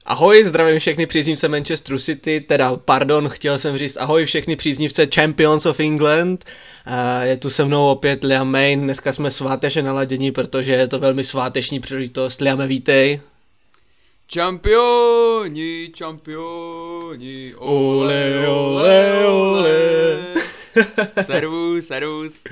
Ahoj, zdravím všechny příznivce Manchesteru City, chtěl jsem říct ahoj všechny příznivce Champions of England. Je tu se mnou opět Liam Main, dneska jsme svátečně naladění, protože je to velmi sváteční příležitost. Liame, vítej. Čampioni, ole, ole, ole. Servus.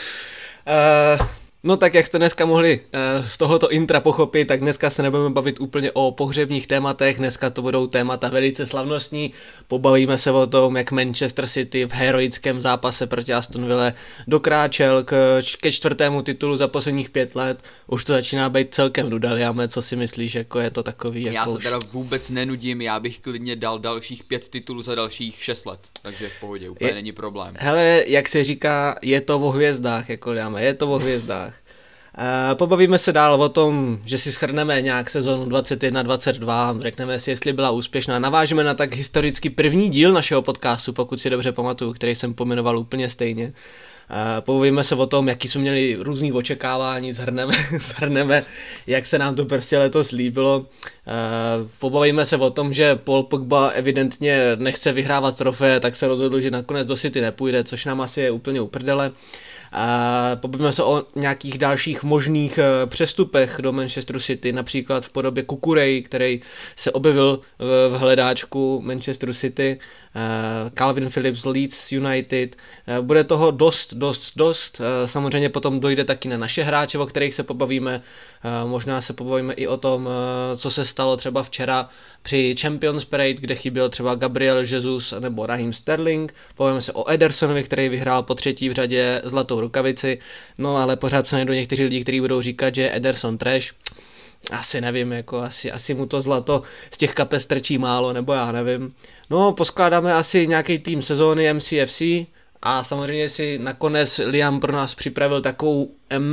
No tak jak jste dneska mohli z tohoto intra pochopit, tak dneska se nebudeme bavit úplně o pohřebních tématech, dneska to budou témata velice slavnostní, pobavíme se o tom, jak Manchester City v heroickém zápase proti Aston Ville dokráčel ke 4. titulu za posledních 5 let, už to začíná být celkem nuda, Liame, co si myslíš, jako je to takový? Já jako se teda vůbec nenudím, já bych klidně dal dalších 5 titulů za dalších 6 let, takže v pohodě, úplně není problém. Hele, jak se říká, je to o hvězdách, jako Liame, je to o hvězdách. Pobavíme se dál o tom, že si shrneme nějak sezonu 21-22, řekneme si, jestli byla úspěšná. Navážeme na tak historicky první díl našeho podcastu, pokud si dobře pamatuju, který jsem pomenoval úplně stejně. Pobavíme se o tom, jaký jsme měli různý očekávání, zhrneme, jak se nám to prostě letos líbilo. Pobavíme se o tom, že Paul Pogba evidentně nechce vyhrávat trofeje, tak se rozhodl, že nakonec do City nepůjde, což nám asi je úplně uprdele. Pobavíme se o nějakých dalších možných přestupech do Manchesteru City, například v podobě Kukurej, který se objevil v hledáčku Manchesteru City, Calvin Phillips Leeds United. Bude toho dost. Samozřejmě potom dojde taky na naše hráče, o kterých se pobavíme. Možná se pobavíme i o tom, co se stalo třeba včera při Champions Parade, kde chyběl třeba Gabriel Jesus nebo Raheem Sterling. Povíme se o Edersonovi, který vyhrál po 3. v řadě zlatou rukavici. No ale pořád se najdou někteří lidi, kteří budou říkat, že je Ederson trash. Asi nevím, jako asi mu to zlato z těch kapes trčí málo, nebo já nevím. No, poskládáme asi nějaký tým sezóny MCFC a samozřejmě si nakonec Liam pro nás připravil takovou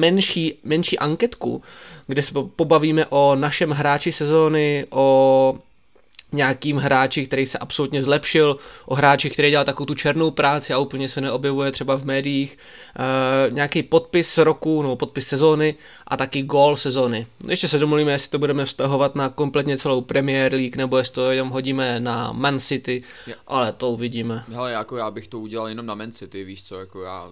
menší anketku, kde se pobavíme o našem hráči sezóny, o nějakým hráči, který se absolutně zlepšil, o hráči, který dělal takovou tu černou práci a úplně se neobjevuje třeba v médiích, nějaký podpis roku nebo podpis sezóny a taky gól sezóny. Ještě se domluvíme, jestli to budeme vztahovat na kompletně celou Premier League nebo jestli to jenom hodíme na Man City, ale to uvidíme. Hele, jako já bych to udělal jenom na Man City, víš co, jako já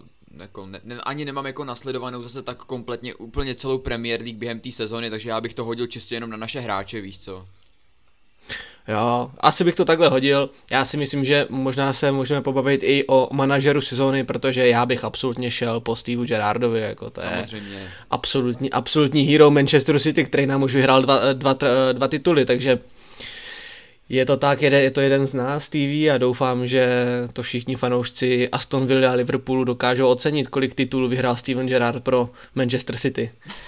ani nemám jako nasledovanou zase tak kompletně úplně celou Premier League během té sezóny, takže já bych to hodil čistě jenom na naše hráče, víš co. Jo, asi bych to takhle hodil. Já si myslím, že možná se můžeme pobavit i o manažeru sezóny, protože já bych absolutně šel po Steveu Gerrardovi, jako to samozřejmě. Je absolutní hero Manchesteru City, který nám už vyhrál dva tituly, takže je to tak, je to jeden z nás, Stevie, a doufám, že to všichni fanoušci Aston Villa a Liverpoolu dokážou ocenit, kolik titulů vyhrál Steven Gerrard pro Manchester City.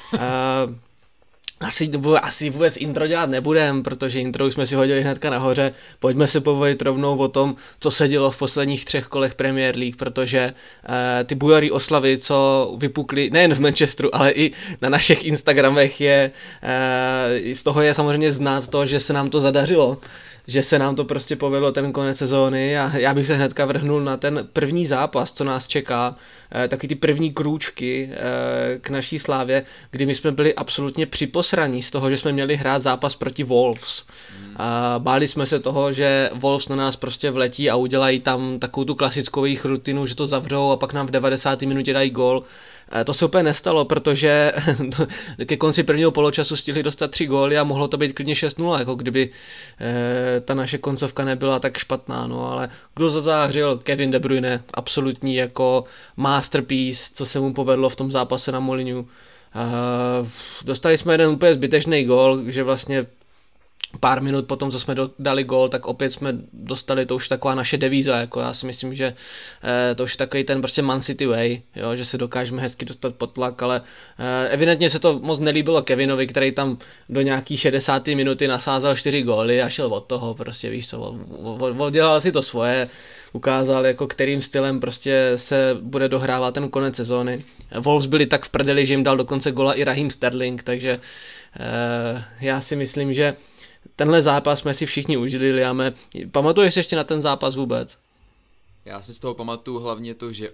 Asi vůbec intro dělat nebudem, protože intro už jsme si hodili hnedka nahoře. Pojďme se povědět rovnou o tom, co se dělo v posledních 3 kolech Premier League, protože ty bujarý oslavy, co vypukly nejen v Manchesteru, ale i na našich Instagramech, z toho je samozřejmě znát to, že se nám to zadařilo, že se nám to prostě povedlo ten konec sezóny a já bych se hnedka vrhnul na ten první zápas, co nás čeká, taky ty první krůčky k naší slávě, kdy my jsme byli absolutně připosraní z toho, že jsme měli hrát zápas proti Wolves. Báli jsme se toho, že Wolves na nás prostě vletí a udělají tam takovou tu klasickou jejich rutinu, že to zavřou a pak nám v 90. minutě dají gól. To se úplně nestalo, protože ke konci prvního poločasu stihli dostat 3 góly a mohlo to být klidně 6-0, jako kdyby ta naše koncovka nebyla tak špatná, no ale kdo zazářil? Kevin De Bruyne, absolutní jako masterpiece, co se mu povedlo v tom zápase na Molinu. Dostali jsme jeden úplně zbytečný gól, že vlastně pár minut potom, co jsme dali gól, tak opět jsme dostali, to už taková naše devíza, jako já si myslím, že to už takový ten prostě Man City way, jo, že se dokážeme hezky dostat pod tlak, ale evidentně se to moc nelíbilo Kevinovi, který tam do nějaký 60. minuty nasázel 4 góly a šel od toho, prostě víš co, oddělal si to svoje, ukázal, jako kterým stylem prostě se bude dohrávat ten konec sezóny. Wolves byli tak v prdeli, že jim dal dokonce gola i Raheem Sterling, takže já si myslím, že tenhle zápas jsme si všichni užili, Liame. Pamatuješ ještě na ten zápas vůbec? Já si z toho pamatuju hlavně to, že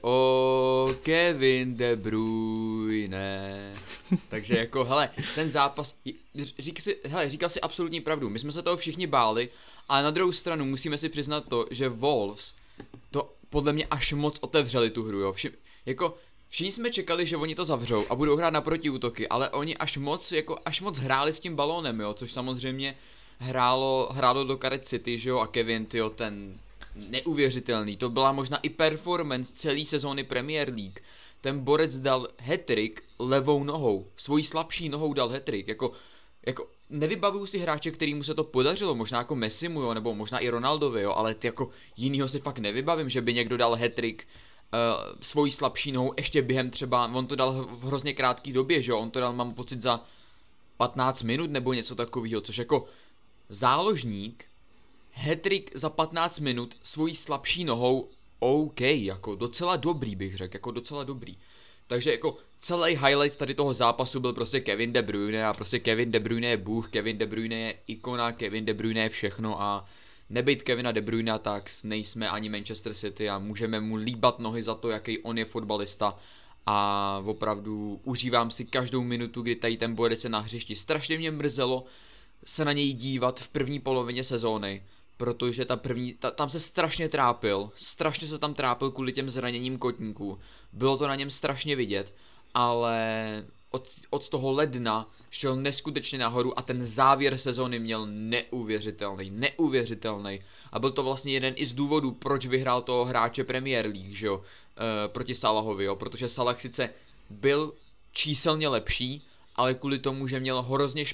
Kevin De Bruyne. Takže jako, hele, ten zápas, říkal si absolutní pravdu, my jsme se toho všichni báli, ale na druhou stranu musíme si přiznat to, že Wolves to podle mě až moc otevřeli tu hru, jo. Všichni jsme čekali, že oni to zavřou a budou hrát na protiútoky, ale oni až moc hráli s tím balónem, jo, což samozřejmě hrálo do karet City, že jo, a Kevin, tyjo, ten neuvěřitelný, to byla možná i performance celé sezóny Premier League. Ten borec dal hat-trick levou nohou, svojí slabší nohou dal hat-trick, jako nevybavuju si hráče, kterýmu se to podařilo, možná jako Messimu, jo, nebo možná i Ronaldovi, jo, ale jako jinýho si fakt nevybavím, že by někdo dal hat-trick svojí slabší nohou, ještě během třeba, on to dal v hrozně krátký době, že jo, on to dal, mám pocit, za 15 minut nebo něco takového, což jako záložník, hat-trick za 15 minut svojí slabší nohou, OK, jako docela dobrý bych řekl, jako docela dobrý. Takže jako celý highlight tady toho zápasu byl prostě Kevin De Bruyne a prostě Kevin De Bruyne je bůh, Kevin De Bruyne je ikona, Kevin De Bruyne je všechno a nebejt Kevina De Bruyne, tak nejsme ani Manchester City a můžeme mu líbat nohy za to, jaký on je fotbalista a opravdu užívám si každou minutu, kdy tady ten borec je na hřišti. Strašně mě mrzelo se na něj dívat v první polovině sezóny, protože tam se strašně se tam trápil kvůli těm zraněním kotníků. Bylo to na něm strašně vidět, ale od toho ledna šel neskutečně nahoru a ten závěr sezóny měl neuvěřitelný. A byl to vlastně jeden i z důvodů, proč vyhrál toho hráče Premier League, že jo, proti Salahovi, jo, protože Salah sice byl číselně lepší, ale kvůli tomu, že měl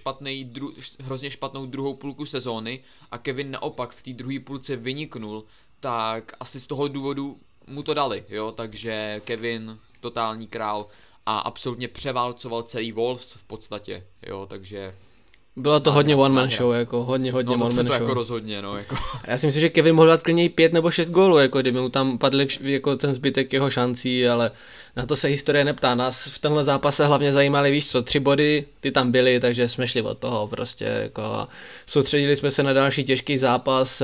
hrozně špatnou druhou půlku sezóny a Kevin naopak v té druhé půlce vyniknul, tak asi z toho důvodu mu to dali, jo, takže Kevin, totální král a absolutně převálcoval celý Wolves v podstatě, jo, takže... Bylo to hodně one man show, jako hodně one man show. No to jako rozhodně, no, jako... Já si myslím, že Kevin mohl dát klidně 5 nebo 6 gólů, jako kdyby mu tam padly jako ten zbytek jeho šancí, ale na to se historie neptá. Nás v tenhle zápase hlavně zajímaly, víš co, 3 body, ty tam byly, takže jsme šli od toho prostě, jako a soustředili jsme se na další těžký zápas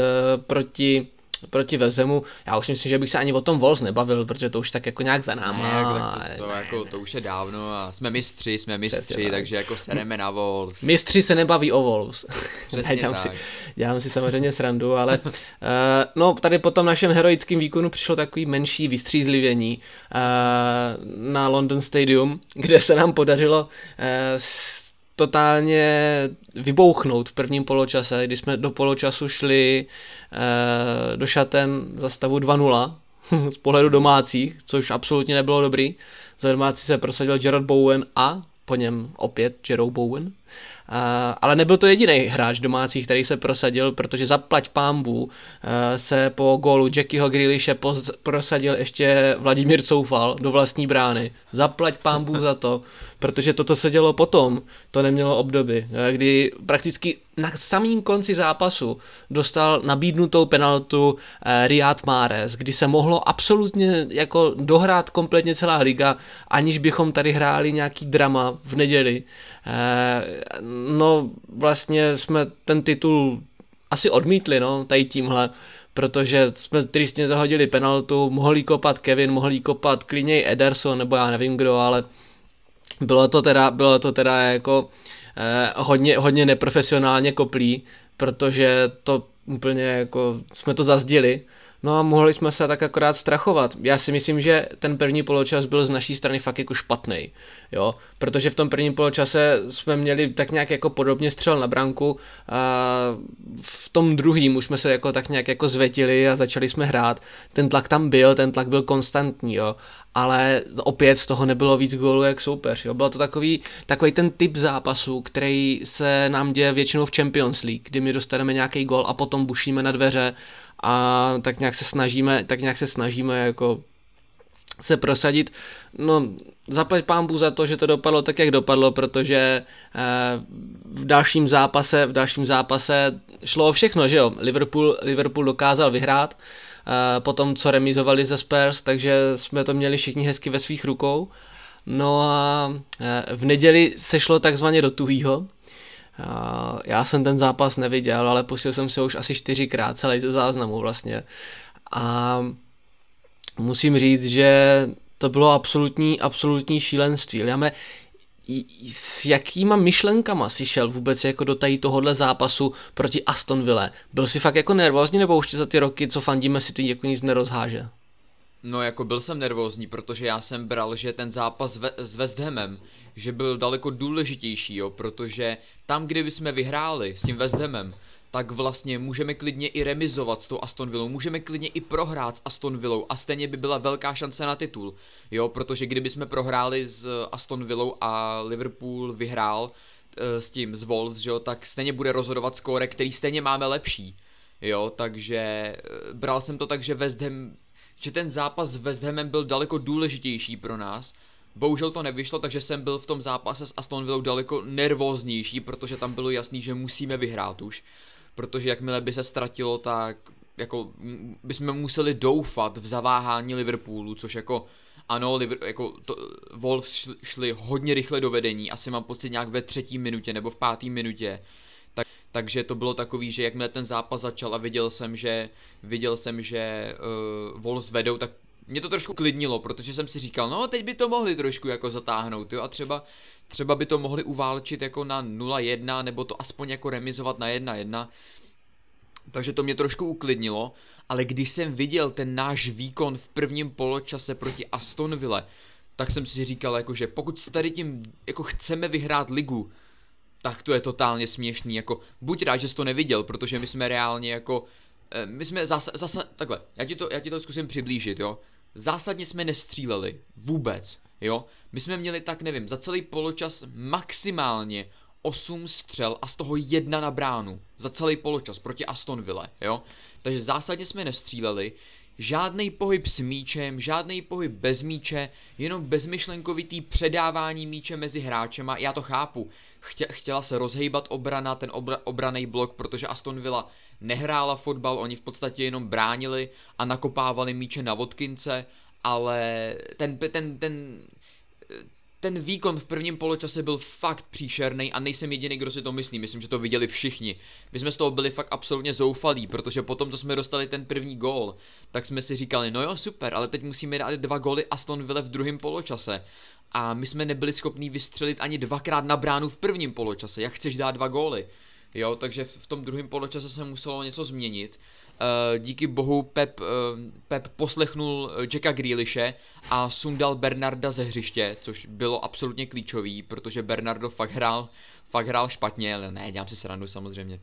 proti Vezemu. Já už myslím, že bych se ani o tom Wolves nebavil, protože to už tak jako nějak za náma. To už je dávno a jsme mistři, takže jako sereme na Wolves. Mistři se nebaví o Wolves. Přesně Dělám si samozřejmě srandu, ale no tady po tom našem heroickém výkonu přišlo takový menší vystřízlivění na London Stadium, kde se nám podařilo totálně vybouchnout v prvním poločase, kdy jsme do poločasu šli do šaten za stavu 2-0 z pohledu domácích, což absolutně nebylo dobrý. Za domácí se prosadil Jarrod Bowen a po něm opět Jarrod Bowen. Ale nebyl to jediný hráč domácí, který se prosadil, protože zaplať pánbů se po gólu Jackieho Grealishe prosadil ještě Vladimír Coufal do vlastní brány. Zaplať pánbů za to, protože toto se dělo potom, to nemělo obdoby, kdy prakticky na samém konci zápasu dostal nabídnutou penaltu Riyad Mahrez, kdy se mohlo absolutně jako dohrát kompletně celá liga, aniž bychom tady hráli nějaký drama v neděli. No vlastně jsme ten titul asi odmítli, no, tady tímhle, protože jsme tristně zahodili penaltu, mohl jí kopat Kevin, mohl jí kopat klidně Ederson, nebo já nevím kdo, ale bylo to teda jako hodně neprofesionálně koplý, protože to úplně jako jsme to zazdili. No a mohli jsme se tak akorát strachovat. Já si myslím, že ten první poločas byl z naší strany fakt jako špatnej, jo, protože v tom prvním poločase jsme měli tak nějak jako podobně střel na branku a v tom druhým už jsme se jako tak nějak jako zvetili a začali jsme hrát. Ten tlak tam byl, ten tlak byl konstantní, jo, ale opět z toho nebylo víc gólů jak soupeř, jo. Bylo to takový ten typ zápasu, který se nám děje většinou v Champions League, kdy my dostaneme nějaký gól a potom bušíme na dveře a tak nějak se snažíme jako se prosadit. No, zaplať pánbůh za to, že to dopadlo tak, jak dopadlo, protože v dalším zápase šlo o všechno, že jo. Liverpool dokázal vyhrát, potom co remizovali ze Spurs, takže jsme to měli všichni hezky ve svých rukou. No a v neděli se šlo takzvaně do tuhýho. Já jsem ten zápas neviděl, ale pustil jsem se už asi 4krát celý ze záznamu vlastně. A musím říct, že to bylo absolutní šílenství. S jakýma myšlenkama si šel vůbec jako do tady tohohle zápasu proti Aston Ville? Byl jsi fakt jako nervózní, nebo už tě za ty roky, co fandíme, si ty jako nic nerozháže? No jako byl jsem nervózní, protože já jsem bral, že ten zápas s West Hamem, že byl daleko důležitější, jo, protože tam, kdyby jsme vyhráli s tím West Hamem, tak vlastně můžeme klidně i remizovat s tou Aston Villou, můžeme klidně i prohrát s Aston Villou a stejně by byla velká šance na titul, jo, protože kdyby jsme prohráli s Aston Villou a Liverpool vyhrál s Wolves, že jo, tak stejně bude rozhodovat skóre, který stejně máme lepší, jo, takže bral jsem to tak, že že ten zápas s West Hamem byl daleko důležitější pro nás. Bohužel to nevyšlo, takže jsem byl v tom zápase s Aston Villou daleko nervóznější, protože tam bylo jasný, že musíme vyhrát už. Protože jakmile by se ztratilo, tak jako bychom museli doufat v zaváhání Liverpoolu, což jako ano, Wolves šli hodně rychle do vedení, asi mám pocit nějak ve 3. minutě nebo v 5. minutě. Takže to bylo takový, že jakmile ten zápas začal a viděl jsem, že Wolves vedou, tak mě to trošku klidnilo, protože jsem si říkal, no teď by to mohli trošku jako zatáhnout, jo, a třeba by to mohli uválčit jako na 0-1, nebo to aspoň jako remizovat na 1-1, takže to mě trošku uklidnilo, ale když jsem viděl ten náš výkon v prvním poločase proti Aston Ville, tak jsem si říkal, jako, že pokud s tady tím jako chceme vyhrát ligu, tak to je totálně směšný, jako buď rád, že jsi to neviděl, protože my jsme reálně jako, my jsme zase takhle, já ti to zkusím přiblížit, jo, zásadně jsme nestříleli, vůbec, jo, my jsme měli tak, nevím, za celý poločas maximálně 8 střel a z toho 1 na bránu, za celý poločas proti Aston Ville, jo, takže zásadně jsme nestříleli, žádnej pohyb s míčem, žádnej pohyb bez míče, jenom bezmyšlenkovitý předávání míče mezi hráčema, já to chápu, chtěla se rozhejbat obrana, ten obraný blok, protože Aston Villa nehrála fotbal, oni v podstatě jenom bránili a nakopávali míče na Watkinse, ale ten výkon v prvním poločase byl fakt příšerný a nejsem jediný, kdo si to myslí, myslím, že to viděli všichni. My jsme z toho byli fakt absolutně zoufalí, protože potom, co jsme dostali ten první gól, tak jsme si říkali, no jo, super, ale teď musíme dát 2 góly Aston Ville v druhém poločase. A my jsme nebyli schopní vystřelit ani 2krát na bránu v prvním poločase, jak chceš dát 2 góly. Jo, takže v tom druhém poločase se muselo něco změnit. Díky bohu Pep poslechnul Jacka Grealishe a sundal Bernarda ze hřiště, což bylo absolutně klíčový, protože Bernardo fakt hrál špatně, ale ne, dělám si srandu samozřejmě.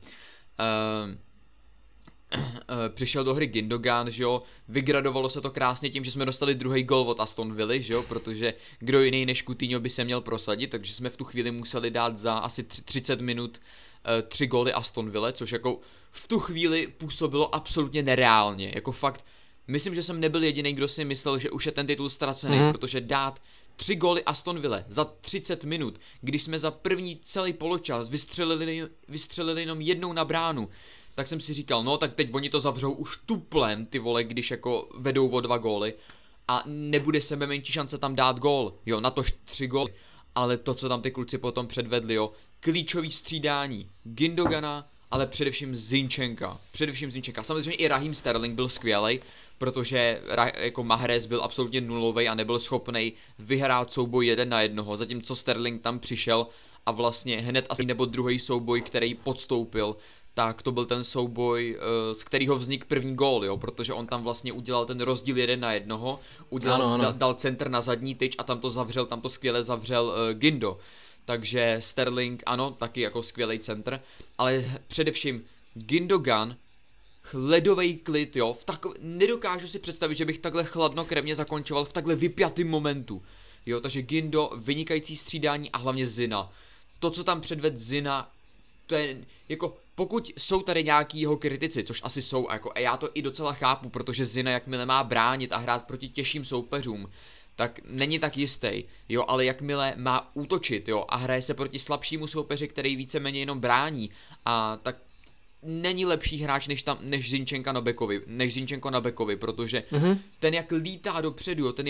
Přišel do hry Gündogan, že jo, vygradovalo se to krásně tím, že jsme dostali druhý gol od Aston Villa, že jo, protože kdo jiný než Coutinho by se měl prosadit, takže jsme v tu chvíli museli dát za asi 30 minut 3 góly Aston Villa, což jako v tu chvíli působilo absolutně nereálně, jako fakt, myslím, že jsem nebyl jediný, kdo si myslel, že už je ten titul ztracený, protože dát 3 góly Aston Villa za 30 minut, když jsme za první celý poločas vystřelili jenom 1 na bránu, tak jsem si říkal, no tak teď oni to zavřou už tuplem, ty vole, když jako vedou o 2 góly a nebude sebe menší šance tam dát gól, jo, na to 3 góly, ale to, co tam ty kluci potom předvedli, jo, klíčový střídání Gündogana, ale především Zinchenka. Samozřejmě i Raheem Sterling byl skvělej, protože jako Mahrez byl absolutně nulovej a nebyl schopnej vyhrát souboj 1 na 1, zatímco Sterling tam přišel a vlastně hned asi nebo druhý souboj, který podstoupil, tak to byl ten souboj, z kterého vznikl první gól, jo, protože on tam vlastně udělal ten rozdíl 1 na 1, dal center na zadní tyč a tam to skvěle zavřel Gundo. Takže Sterling, ano, taky jako skvělý center, ale především Gündogan, ledovej klid, jo, nedokážu si představit, že bych takhle chladnokrevně zakončoval v takhle vypjatým momentu, jo, takže Gundo, vynikající střídání a hlavně Zina. To, co tam předved Zina, to je, jako, pokud jsou tady nějaký jeho kritici, což asi jsou, a já to i docela chápu, protože Zina jakmile má bránit a hrát proti těžším soupeřům, tak není tak jistý, jo, ale jakmile má útočit, jo, a hraje se proti slabšímu soupeři, který víceméně jenom brání, a tak není lepší hráč než Zinchenko na bekovi, protože ten jak lítá dopředu, jo, ta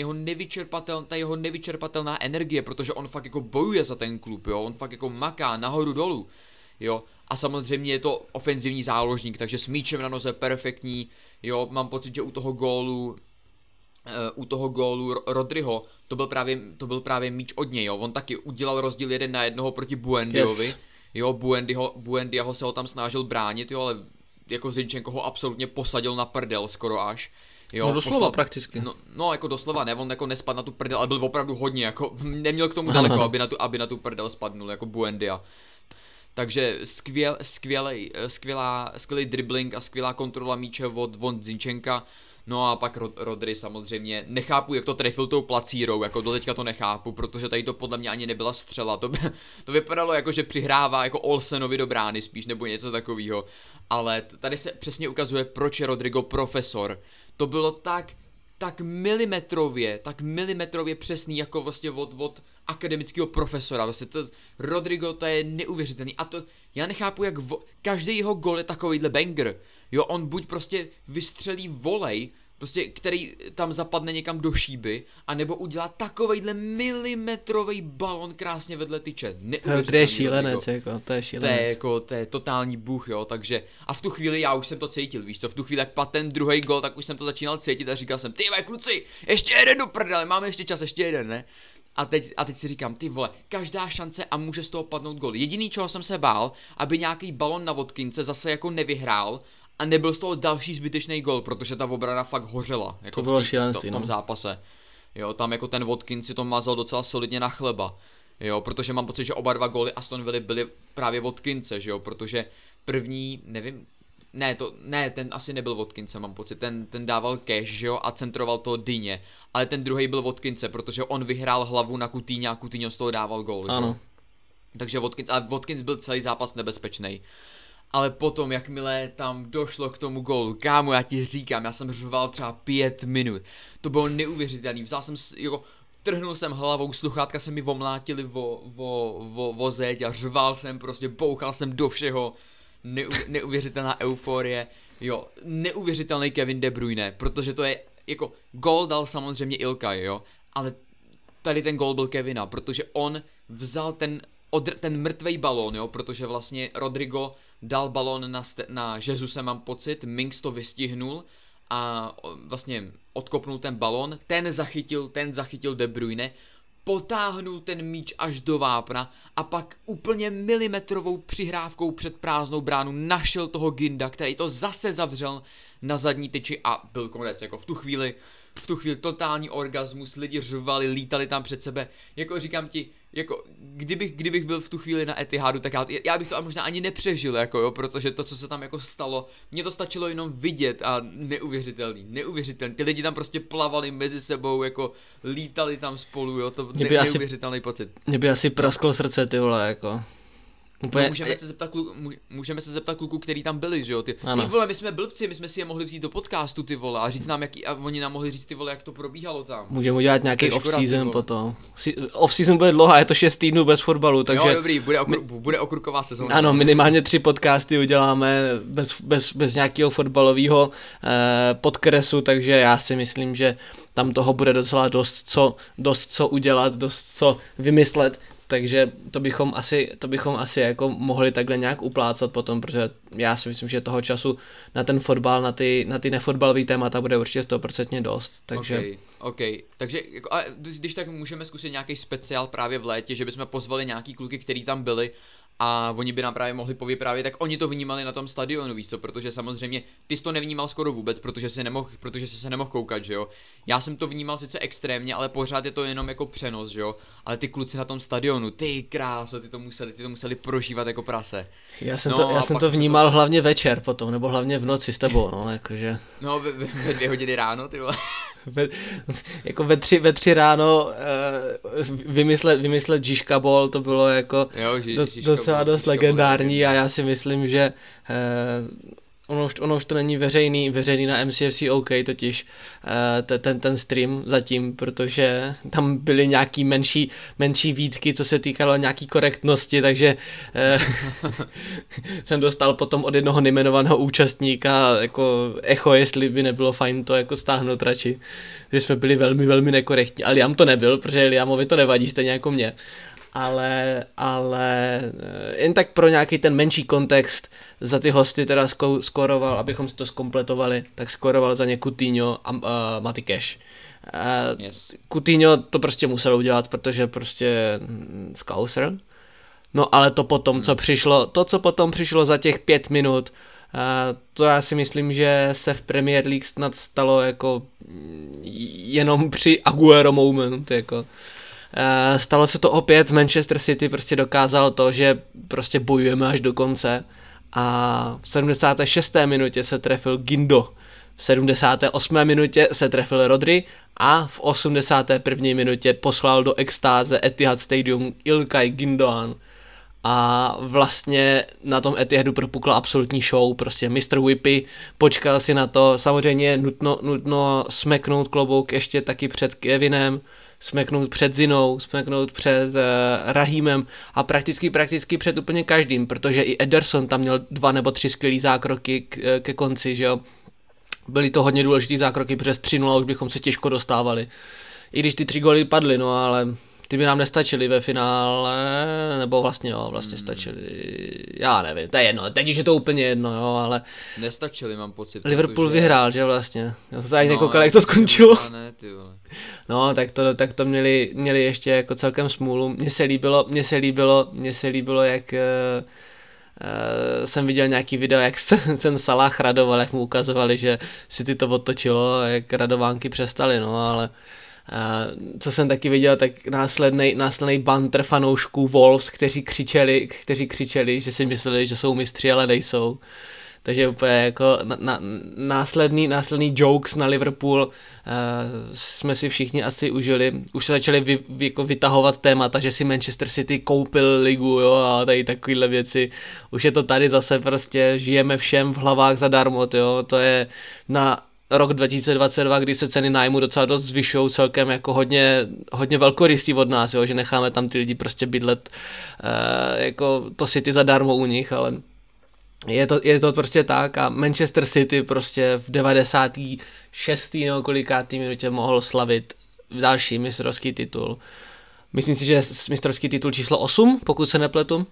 jeho nevyčerpatelná energie, protože on fakt jako bojuje za ten klub, jo, on fakt jako maká nahoru dolů, jo, a samozřejmě je to ofenzivní záložník, takže s míčem na noze perfektní, jo, mám pocit, že u toho gólu u toho gólu Rodryho, to byl právě míč od něj, jo. On taky udělal rozdíl 1-1 proti Buendiovi. Yes. Jo, Buendia se ho tam snažil bránit, jo, ale jako Zinchenko ho absolutně posadil na prdel skoro až. Jo, No doslova prakticky. No, jako doslova ne, on jako nespadl na tu prdel, ale byl opravdu hodně, jako neměl k tomu daleko, aby na tu prdel spadnul, jako Buendia. Takže skvělý dribbling a skvělá kontrola míče od Zinchenka. No a pak Rodry samozřejmě, nechápu, jak to trefil tou placírou, jako doteďka to nechápu, protože tady to podle mě ani nebyla střela, to vypadalo jako, že přihrává jako Olsenovi do brány spíš, nebo něco takového, ale tady se přesně ukazuje, proč je Rodrygo profesor. To bylo tak milimetrově přesný, jako vlastně od akademického profesora, vlastně Rodrygo, to je neuvěřitelný a to, já nechápu, jak každý jeho gol je takovýhle banger, jo, on buď prostě vystřelí volej, prostě, který tam zapadne někam do šíby, anebo udělá takovejhle milimetrový balon krásně vedle tyče. To je šílenec, jako, to je šílenec. To je totální bůh, jo, takže, a v tu chvíli já už jsem to cítil, víš co, v tu chvíli, jak padl ten druhý gol, tak už jsem to začínal cítit a říkal jsem, ty kluci, ještě jeden do prdele, máme ještě čas, ještě jeden, ne? A teď si říkám, ty vole, každá šance a může z toho padnout gol. Jediný, čeho jsem se bál, aby nějaký balon na Watkinse zase jako nevyhrál a nebyl z toho další zbytečný gol, protože ta obrana fakt hořela, jako to v tom zápase. Jo, tam jako ten Watkins si to mazal docela solidně na chleba. Jo, protože mám pocit, že oba dva góly Aston Villa byly právě Watkinse, že jo, protože první, nevím, ten asi nebyl Watkinse, mám pocit, ten dával cash, že jo, a centroval to Digne, ale ten druhý byl Watkinse, protože on vyhrál hlavu na Coutinho a Coutinho z toho dával gól, že jo. Takže Watkins byl celý zápas nebezpečný. Ale potom, jakmile tam došlo k tomu gólu, kámo, já ti říkám, já jsem řval třeba 5 minut, to bylo neuvěřitelný, trhnul jsem hlavou, sluchátka se mi omlátily o zeď a řval jsem, prostě bouchal jsem do všeho, neuvěřitelná euforie, jo, neuvěřitelný Kevin De Bruyne, protože to je, jako, gól dal samozřejmě Ilkay, jo, ale tady ten gól byl Kevina, protože on vzal ten mrtvej balón, jo, protože vlastně Rodrygo dal balón na Jesuse, mám pocit, Minks to vystihnul a vlastně odkopnul ten balón, ten zachytil De Bruyne, potáhnul ten míč až do vápna a pak úplně milimetrovou přihrávkou před prázdnou bránu našel toho Ginda, který to zase zavřel na zadní tyči a byl konec, jako v tu chvíli totální orgasmus, lidi řvali, lítali tam před sebe, jako říkám ti, jako kdybych byl v tu chvíli na Etihadu, tak já bych to možná ani nepřežil, jako jo, protože to, co se tam jako stalo, mně to stačilo jenom vidět a neuvěřitelný, ty lidi tam prostě plavali mezi sebou, jako lítali tam spolu, jo, to neuvěřitelný pocit. Mě by asi prasklo srdce, ty vole, jako. Úplně... No, můžeme se zeptat kluků, který tam byli, že jo, ty vole, my jsme blbci, my jsme si je mohli vzít do podcastu, ty vole, a říct nám, a oni nám mohli říct, ty vole, jak to probíhalo tam. Můžeme udělat nějaký off-season potom. Off-season bude dlouhá, je to 6 týdnů bez fotbalu, takže... Jo, dobrý, bude okruková sezóna. Ano, minimálně 3 podcasty uděláme bez nějakého fotbalového podkresu, takže já si myslím, že tam toho bude docela dost co udělat, dost co vymyslet. Takže to bychom asi jako mohli takhle nějak uplácat potom, protože já si myslím, že toho času na ten fotbal, na ty nefotbalový témata bude určitě 100% dost. Takže... Okay. Takže jako, když tak můžeme zkusit nějaký speciál právě v létě, že bychom pozvali nějaký kluky, který tam byli a oni by nám právě mohli povyprávět, tak oni to vnímali na tom stadionu, víš co, protože samozřejmě ty jsi to nevnímal skoro vůbec, protože jsi se nemohl koukat, že jo. Já jsem to vnímal sice extrémně, ale pořád je to jenom jako přenos, že jo. Ale ty kluci na tom stadionu, ty kráso, ty to museli prožívat jako prase. Já jsem to vnímal hlavně večer potom, nebo hlavně v noci s tebou, no, jakože. No, ve 2 hodiny ráno, ty vole. Jako ve 3 ráno vymyslet Žižka Ball, to bylo jako docela dost legendární a já si myslím, že ono už to není veřejný na MCFC OK, totiž ten stream zatím, protože tam byly nějaký menší výtky, co se týkalo nějaký korektnosti, takže jsem dostal potom od jednoho nejmenovaného účastníka jako echo, jestli by nebylo fajn to jako stáhnout radši, že jsme byli velmi, velmi nekorektní, ale Liam to nebyl, protože Liamovi to nevadí, stejně jako mě. Ale jen tak pro nějaký ten menší kontext za ty hosty teda skoroval, abychom si to zkompletovali, tak skoroval za ně Coutinho a Matty Cash. Yes. Coutinho to prostě musel udělat, protože prostě Scouser. No ale to potom, co potom přišlo za těch 5 minut, to já si myslím, že se v Premier League snad stalo jako jenom při Aguero moment, jako. Stalo se to opět, Manchester City prostě dokázal to, že prostě bojujeme až do konce a v 76. minutě se trefil Guindo, v 78. minutě se trefil Rodri a v 81. minutě poslal do extáze Etihad Stadium Ilkay Gündoğan. A vlastně na tom Etihadu propukla absolutní show, prostě Mr. Whippy počkal si na to, samozřejmě nutno smeknout klobouk ještě taky před Kevinem, smeknout před Zinou, smeknout před Rahimem a prakticky před úplně každým, protože i Ederson tam měl 2 nebo 3 skvělý zákroky ke konci, že jo. Byly to hodně důležitý zákroky, protože z 3-0 už bychom se těžko dostávali. I když ty 3 góly padly, no ale ty by nám nestačily ve finále, nebo vlastně stačily, já nevím, to je jedno, teď už je to úplně jedno, jo, ale nestačily, mám pocit. Liverpool vyhrál, že vlastně, já jsem se ani nekoukal, jak to skončilo. No, tak to měli ještě jako celkem smůlu, mně se líbilo, jak jsem viděl nějaký video, jak ten Salah radoval, jak mu ukazovali, že City to otočilo, jak radovánky přestaly, no, ale co jsem taky viděl, tak následný banter fanoušků Wolves, kteří křičeli, že si mysleli, že jsou mistři, ale nejsou. Takže úplně jako následný jokes na Liverpool jsme si všichni asi užili. Už se začali vytahovat témata, že si Manchester City koupil ligu, jo, a tady takovýhle věci. Už je to tady zase prostě, žijeme všem v hlavách zadarmo, jo, to je na rok 2022, kdy se ceny nájmu docela dost zvyšují, celkem jako hodně velkorysý od nás, jo, že necháme tam ty lidi prostě bydlet jako to City zadarmo u nich, ale je to prostě tak a Manchester City prostě v 96. nebo kolikátý minutě mohl slavit další mistrovský titul. Myslím si, že mistrovský titul číslo 8, pokud se nepletu.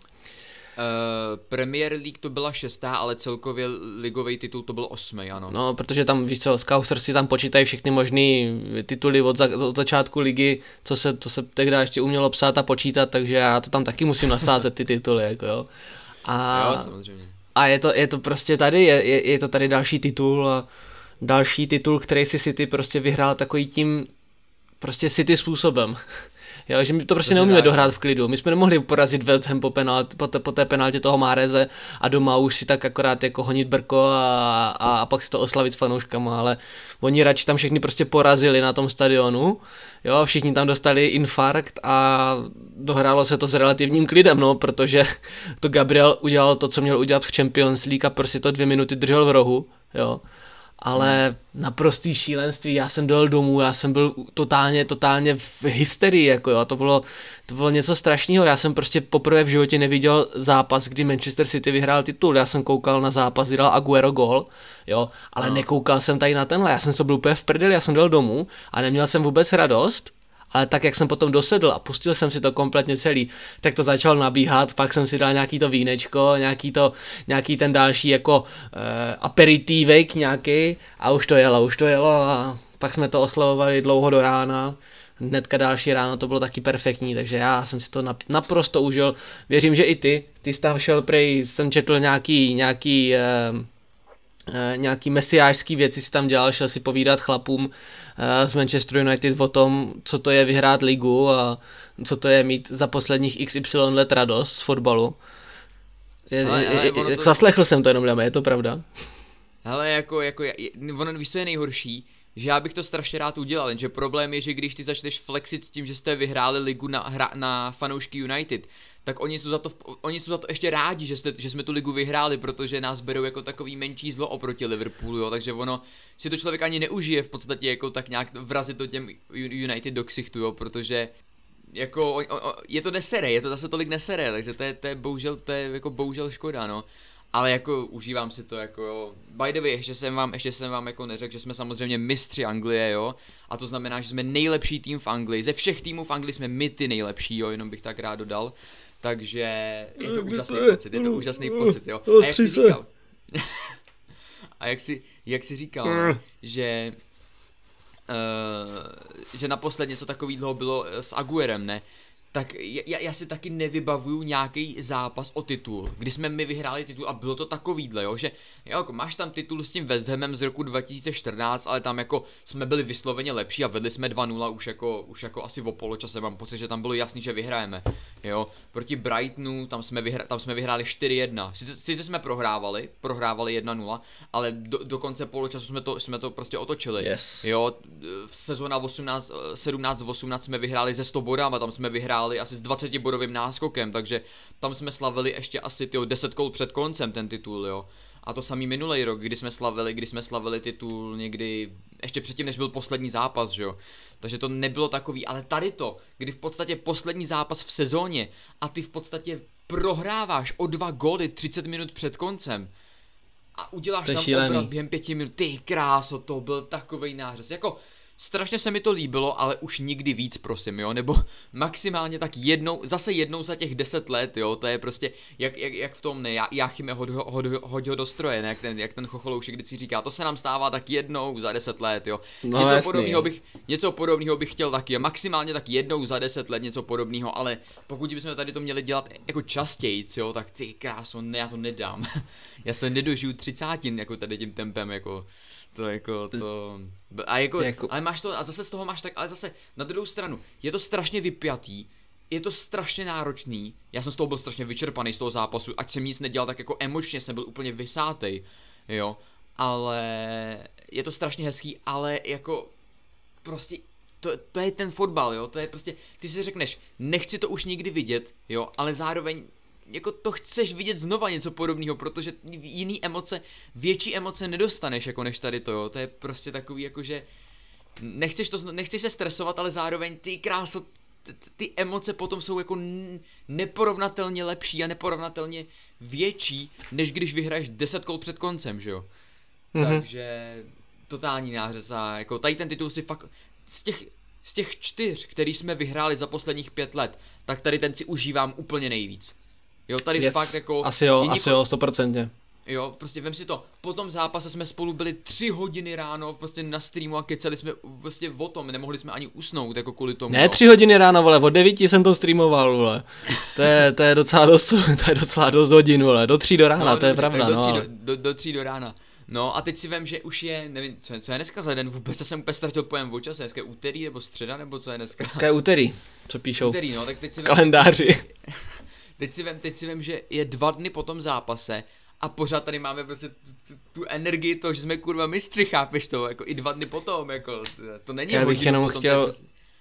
Premier League to byla 6., ale celkově ligový titul to byl 8, ano. No, protože tam, víš co, Scousers si tam počítají všechny možný tituly od začátku ligy, co se tehdy ještě umělo psát a počítat, takže já to tam taky musím nasázet ty tituly, jako jo. Jo, samozřejmě. A je to prostě tady, je to tady další titul, který si City prostě vyhrál takový tím prostě City způsobem. Jo, že my to prostě neumíme dohrát v klidu. My jsme nemohli porazit West Ham po té penaltě toho Máreze a doma už si tak akorát jako honit brko a pak si to oslavit s fanouškama, ale oni radši tam všechny prostě porazili na tom stadionu. Jo, všichni tam dostali infarkt a dohrálo se to s relativním klidem, no, protože to Gabriel udělal to, co měl udělat v Champions League a prostě to 2 minuty držel v rohu, jo. Ale naprostý šílenství, já jsem dojel domů, já jsem byl totálně v hysterii, jako jo, to bylo něco strašného, já jsem prostě poprvé v životě neviděl zápas, kdy Manchester City vyhrál titul, já jsem koukal na zápas, kdy dal Aguero gól, jo, ale nekoukal jsem tady na tenhle, já jsem to byl úplně v prdeli, já jsem dojel domů a neměl jsem vůbec radost, ale tak, jak jsem potom dosedl a pustil jsem si to kompletně celý, tak to začal nabíhat, pak jsem si dal nějaký to vínečko, nějaký ten další jako aperitívek nějaký a už to jelo a pak jsme to oslavovali dlouho do rána. Hnedka další ráno to bylo taky perfektní, takže já jsem si to naprosto užil. Věřím, že i ty jsi tam šel prej, jsem četl nějaký mesiářský věci si tam dělal, šel si povídat chlapům z Manchester United o tom, co to je vyhrát ligu a co to je mít za posledních XY let radost z fotbalu. Zaslechl jsem to jenom, je to pravda? Hele, ono, víš, co je nejhorší? Že já bych to strašně rád udělal, jenže problém je, že když ty začneš flexit s tím, že jste vyhráli ligu na fanoušky United, tak oni jsou za to ještě rádi, že jsme tu ligu vyhráli, protože nás berou jako takový menší zlo oproti Liverpoolu, jo, takže ono si to člověk ani neužije v podstatě jako tak nějak vrazit to těm United do ksichtu, jo, protože jako je to nesere, je to zase tolik nesere, takže to je bohužel škoda, no. Ale jako užívám si to, jako jo. By the way, ještě jsem vám jako neřekl, že jsme samozřejmě mistři Anglie, jo. A to znamená, že jsme nejlepší tým v Anglii. Ze všech týmů v Anglii jsme my ty nejlepší, jo, jenom bych tak rád dodal. Takže je to úžasný pocit, jo. A jak jsi říkal, jak jsi říkal, že že naposled něco takového bylo s Aguerem, ne? Tak já si taky nevybavuju nějaký zápas o titul, kdy jsme my vyhráli titul a bylo to takovýhle, jo, že jo, jako máš tam titul s tím West Hamem z roku 2014, ale tam jako jsme byli vysloveně lepší a vedli jsme 2-0 už jako asi o poločase, mám pocit, že tam bylo jasný, že vyhrajeme, jo, proti Brightonu tam jsme vyhráli 4-1, sice jsme prohrávali 1-0, ale do konce poločasu jsme to prostě otočili, yes. Jo, v sezóna 17-18 jsme vyhráli ze 100 bodama, tam jsme vyhráli asi s 20 bodovým náskokem, takže tam jsme slavili ještě asi 10 kol před koncem ten titul, jo. A to samý minulý rok, kdy jsme slavili titul někdy ještě předtím, než byl poslední zápas, že jo. Takže to nebylo takový, ale tady to, kdy v podstatě poslední zápas v sezóně a ty v podstatě prohráváš o 2 góly 30 minut před koncem a uděláš tam obrat během 5 minut, ty kráso, to byl takovej nářez, jako strašně se mi to líbilo, ale už nikdy víc, prosím, jo, nebo maximálně tak zase jednou za těch 10 let, jo, to je prostě, jak v tom, ne, Jáchyme hoď ho do stroje, ne, jak ten Chocholoušek vždycky říká, to se nám stává tak jednou za 10 let, jo, no, něco podobného bych chtěl taky, maximálně tak jednou za 10 let něco podobného, ale pokud bychom tady to měli dělat jako častějc, jo, tak ty kráso, ne, já to nedám, já se nedožiju 30 jako tady tím tempem, jako. To jako to... A jako... Ale máš to, a zase z toho máš tak, ale zase na druhou stranu, je to strašně vypjatý, je to strašně náročný, já jsem z toho byl strašně vyčerpaný z toho zápasu, ať jsem nic nedělal, tak jako emočně jsem byl úplně vysátej, jo, ale je to strašně hezký, ale jako prostě to je ten fotbal, jo, to je prostě, ty si řekneš, nechci to už nikdy vidět, jo, ale zároveň jako to chceš vidět znova něco podobného, protože větší emoce nedostaneš jako než tady to, jo, to je prostě takový jako, že nechceš se stresovat, ale zároveň ty kráso, ty emoce potom jsou jako neporovnatelně lepší a neporovnatelně větší, než když vyhraješ 10 kol před koncem, že jo. Takže totální nářez a jako tady ten titul si fakt z těch 4, který jsme vyhráli za posledních 5 let, tak tady ten si užívám úplně nejvíc. Jo, tady fakt jako... Asi jo, 100%. Jo, prostě vem si to, po tom zápase jsme spolu byli 3 hodiny ráno prostě na streamu a kecali jsme vlastně o tom, nemohli jsme ani usnout jako kvůli tomu. Ne, 3 hodiny ráno, vole, od 9 jsem to streamoval, vole. To je docela dost hodin, vole, do 3 do rána, no, to je pravda, do 3 do rána. No a teď si vem, že už je, nevím, co je dneska za den, vůbec jsem úplně ztratil pojem o čase, dneska je úterý nebo středa, nebo co je dneska? Dneska je úterý, co píšou úterý, no, tak teď si vem, kalendáři. Teď si vem, že je 2 dny po tom zápase a pořád tady máme prostě tu energii toho, že jsme kurva mistři, chápeš to, jako i 2 dny potom, jako to není já bych jenom chtěl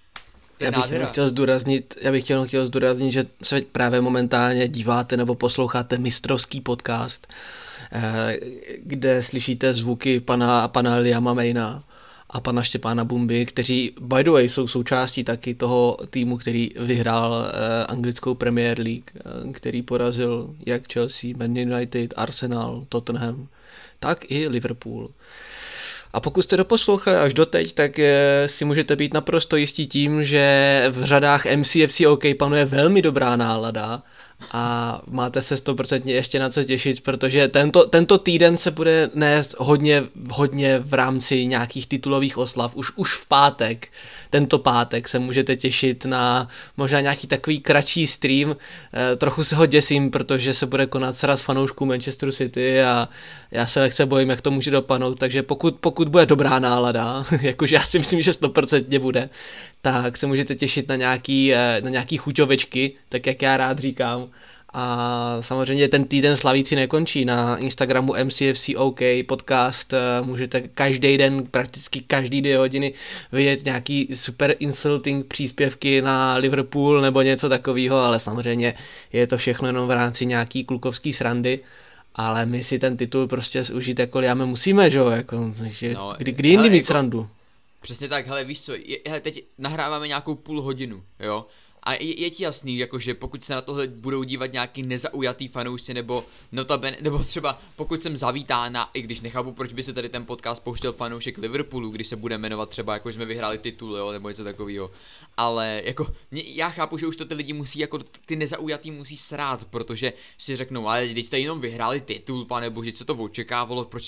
zdůraznit, že se právě momentálně díváte nebo posloucháte mistrovský podcast, kde slyšíte zvuky pana Liama Mayna a pana Štěpána Bumby, kteří by the way jsou součástí taky toho týmu, který vyhrál anglickou Premier League, který porazil jak Chelsea, Man United, Arsenal, Tottenham, tak i Liverpool. A pokud jste doposlouchali až doteď, tak si můžete být naprosto jistí tím, že v řadách MCFC OK panuje velmi dobrá nálada a máte se 100% ještě na co těšit, protože tento týden se bude nést hodně v rámci nějakých titulových oslav. Už v pátek, tento pátek se můžete těšit na možná nějaký takový kratší stream. Trochu se ho děsím, protože se bude konat sraz fanoušků Manchesteru City a já se lehce bojím, jak to může dopadnout, takže pokud bude dobrá nálada, jakože já si myslím, že 100% bude, tak se můžete těšit na nějaký chuťovečky, tak jak já rád říkám. A samozřejmě ten týden slavící nekončí. Na Instagramu MCFC OK podcast můžete každý den, prakticky každý 2 hodiny vidět nějaký super insulting příspěvky na Liverpool nebo něco takového, ale samozřejmě je to všechno jenom v rámci nějaký klukovský srandy. Ale my si ten titul prostě užít jako Liame musíme, že jo, jako, kdy jindy mít srandu. Přesně tak, hele, víš co, teď nahráváme nějakou půl hodinu, jo, a je ti jasný, jakože pokud se na tohle budou dívat nějaký nezaujatý fanoušci, nebo notabene, nebo třeba pokud jsem zavítána, i když nechápu, proč by se tady ten podcast pouštěl fanoušek Liverpoolu, když se bude jmenovat třeba, jako jsme vyhráli titul, jo, nebo něco takového, ale jako, já chápu, že už to ty lidi musí, jako ty nezaujatý musí srát, protože si řeknou, ale když jste jenom vyhráli titul, pane bože, co to očekávalo,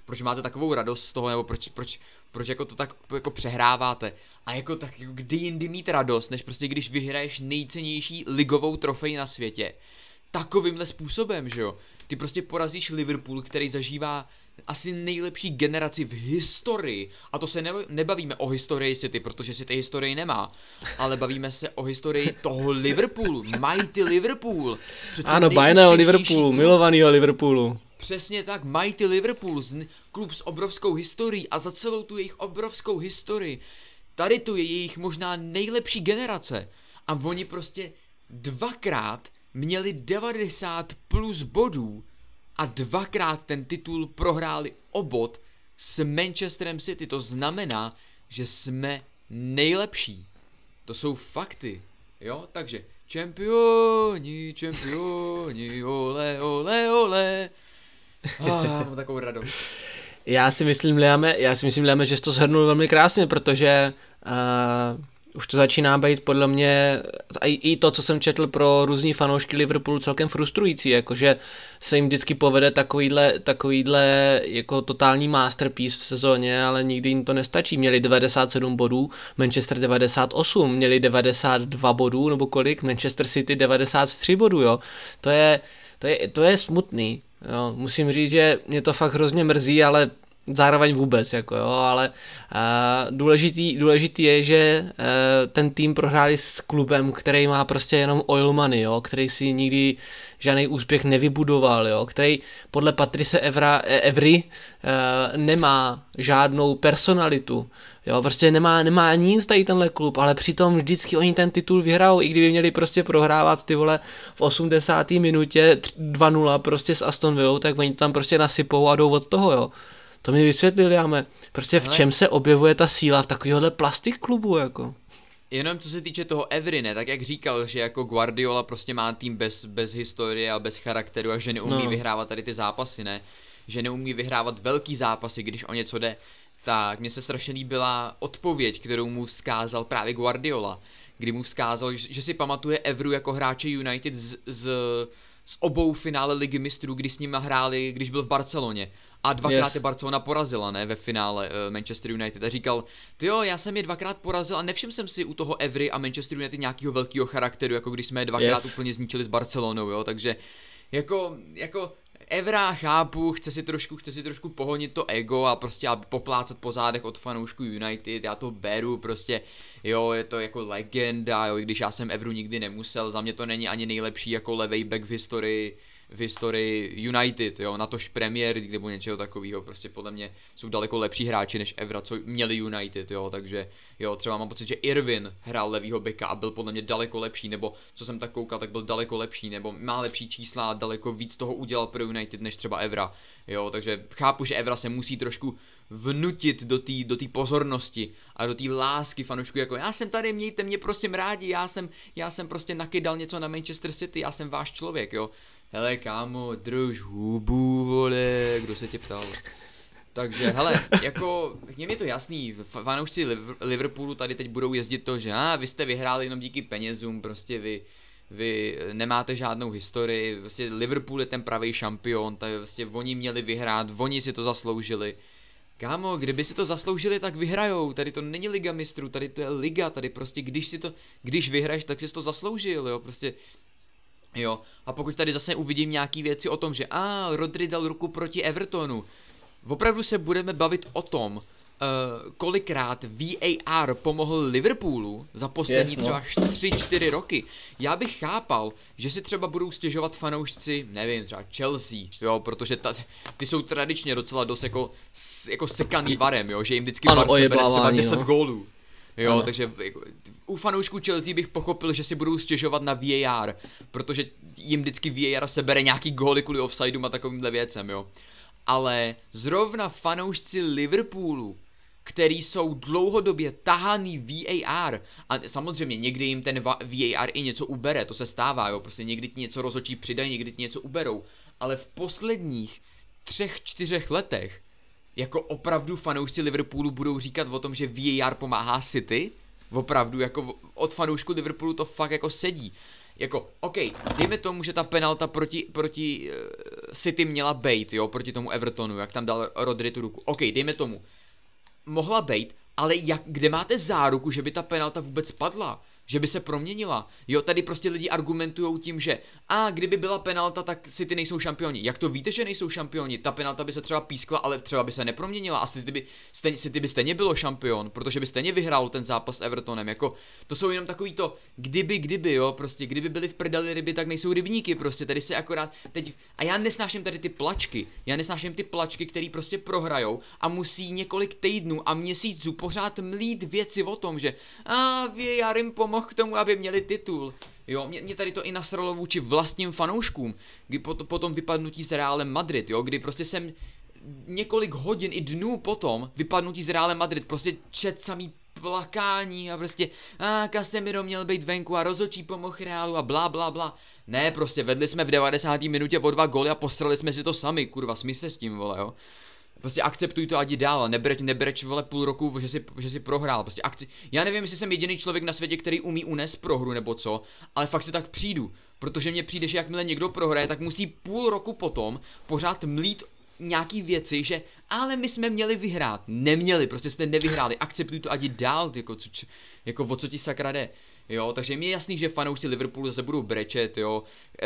proč máte takovou radost z toho, nebo proč jako to tak jako přehráváte. A jako tak jako kdy jindy mít radost, než prostě když vyhraješ nejcennější ligovou trofej na světě. Takovýmhle způsobem, že jo. Ty prostě porazíš Liverpool, který zažívá asi nejlepší generaci v historii. A to se nebavíme o historii City, protože City historii nemá. Ale bavíme se o historii toho Liverpoolu. Mighty Liverpool. Přece ano, bajného Liverpoolu, milovaného Liverpoolu. Přesně tak, Mighty Liverpool, klub s obrovskou historií a za celou tu jejich obrovskou historii. Tady tu je jejich možná nejlepší generace. A oni prostě dvakrát měli 90 plus bodů a dvakrát ten titul prohráli o bod s Manchesterem City. To znamená, že jsme nejlepší. To jsou fakty. Jo, takže čempioni, ole, ole, ole. Mám takovou radost. Já si myslím, Liame, že jsi to shrnul velmi krásně, protože už to začíná být podle mě i to, co jsem četl pro různý fanoušky Liverpoolu, celkem frustrující, jakože se jim vždycky povede takovýhle jako totální masterpiece v sezóně, ale nikdy jim to nestačí. Měli 97 bodů, Manchester 98, měli 92 bodů, nebo kolik, Manchester City 93 bodů, jo. To je smutný, jo. Musím říct, že mě to fakt hrozně mrzí, ale zároveň vůbec, jako jo, ale důležitý je, že ten tým prohráli s klubem, který má prostě jenom oil money, jo, který si nikdy žádný úspěch nevybudoval, jo, který podle Patrice Evry nemá žádnou personalitu, jo, prostě nemá nic tady tenhle klub, ale přitom vždycky oni ten titul vyhrajou, i kdyby měli prostě prohrávat ty vole v 80. minutě 2-0 prostě s Aston Villou, tak oni tam prostě nasypou a jdou od toho, jo. To mi vysvětlili, Jáme. Prostě v čem se objevuje ta síla v takovéhohle plastik klubu, jako? Jenom co se týče toho Every, ne, tak jak říkal, že jako Guardiola prostě má tým bez historie a bez charakteru a že neumí vyhrávat tady ty zápasy, ne? Že neumí vyhrávat velký zápasy, když o něco jde. Tak mně se strašně líbila odpověď, kterou mu vzkázal právě Guardiola, kdy mu vzkázal, že si pamatuje Evru jako hráče United z obou finále Ligy mistrů, kdy s nimi hráli, když byl v Barceloně. A dvakrát je Barcelona porazila, ne, ve finále Manchester United. A říkal, tyjo, já jsem je dvakrát porazil a nevšiml jsem si u toho Every a Manchester United nějakého velkého charakteru, jako když jsme je dvakrát úplně zničili s Barcelonou, jo, takže jako Evra chápu, chce si trošku pohonit to ego a prostě poplácat po zádech od fanoušků United, já to beru, prostě, jo, je to jako legenda, jo, i když já jsem Evru nikdy nemusel, za mě to není ani nejlepší jako levej back v historii United, jo, natož Premier League nebo něčeho takového, prostě podle mě jsou daleko lepší hráči než Evra, co měli United, jo, takže jo, třeba mám pocit, že Irvin hrál levýho beka a byl podle mě daleko lepší, nebo co jsem tak koukal, tak byl daleko lepší, nebo má lepší čísla a daleko víc toho udělal pro United než třeba Evra, jo, takže chápu, že Evra se musí trošku vnutit do té pozornosti a do té lásky fanoušků, jako já jsem tady, mějte mě prosím rádi, já jsem prostě nakydal něco na Manchester City, já jsem váš člověk, jo. Hele kámo, drž hubu, vole, kdo se tě ptal? Takže hele, jako, je mi to jasný, fanoušci Liverpoolu tady teď budou jezdit to, že vy jste vyhráli jenom díky penězům, prostě vy nemáte žádnou historii, prostě Liverpool je ten pravý šampion, tady prostě oni měli vyhrát, oni si to zasloužili. Kámo, kdyby si to zasloužili, tak vyhrajou, tady to není Liga mistrů, tady to je liga, tady prostě když vyhraješ, tak jsi to zasloužil, jo, prostě. Jo, a pokud tady zase uvidím nějaký věci o tom, že Rodri dal ruku proti Evertonu, opravdu se budeme bavit o tom, kolikrát VAR pomohl Liverpoolu za poslední třeba 3-4 roky. Já bych chápal, že si třeba budou stěžovat fanoušci, nevím, třeba Chelsea, jo, protože ty jsou tradičně docela dost jako sekaný varem, jo, že jim vždycky VAR sebere třeba 10 gólů. Jo, ano. Takže u fanoušků Chelsea bych pochopil, že si budou stěžovat na VAR, protože jim vždycky VAR sebere nějaký góly kvůli offsidům a takovýmhle věcem, jo. Ale zrovna fanoušci Liverpoolu, který jsou dlouhodobě tahaný VAR, a samozřejmě někdy jim ten VAR i něco ubere, to se stává, jo, prostě někdy ti něco rozhodčí přidají, někdy ti něco uberou, ale v posledních 3-4 letech jako opravdu fanoušci Liverpoolu budou říkat o tom, že VAR pomáhá City? Opravdu, jako od fanoušku Liverpoolu to fakt jako sedí. jako, OK, dejme tomu, že ta penalta proti City měla bejt, jo, proti tomu Evertonu, jak tam dal Rodri tu ruku. OK, dejme tomu. Mohla bejt, ale kde máte záruku, že by ta penalta vůbec padla? Že by se proměnila. Jo, tady prostě lidi argumentujou tím, že kdyby byla penalta, tak City nejsou šampioni. Jak to víte, že nejsou šampioni? Ta penalta by se třeba pískla, ale třeba by se neproměnila a City by stejně bylo šampion, protože by stejně vyhrál ten zápas s Evertonem. Jako, to jsou jenom takový to kdyby, jo, prostě kdyby byly v prdeli ryby, tak nejsou rybníky, prostě tady se akorát teď. A já nesnáším tady ty plačky, který prostě prohrajou a musí několik týdnů a měsíců pořád mlít věci o tom, že VAR jim pomohl k tomu, aby měli titul. Jo, mě tady to i nasralo vůči vlastním fanouškům, kdy potom vypadnutí z Realem Madrid, jo, kdy prostě jsem několik hodin i dnů potom vypadnutí z Realem Madrid prostě čet samý plakání a prostě Casemiro měl být venku a rozhodčí pomohl Realu a blá blá blá. Ne, prostě vedli jsme v 90. minutě o 2 góly a postrali jsme si to sami, kurva, smí se s tím, vole, jo. Prostě akceptuj to a jdi dál, nebreč vole půl roku, že si prohrál, prostě já nevím, jestli jsem jediný člověk na světě, který umí unést prohru nebo co, ale fakt si tak přijdu, protože mně přijde, že jakmile někdo prohraje, tak musí půl roku potom pořád mlít nějaký věci, že ale my jsme měli vyhrát, neměli, prostě jste nevyhráli, akceptuj to a jdi dál, jako o co ti sakra jde, jo, takže mi je jasný, že fanoušci Liverpoolu zase budou brečet, jo,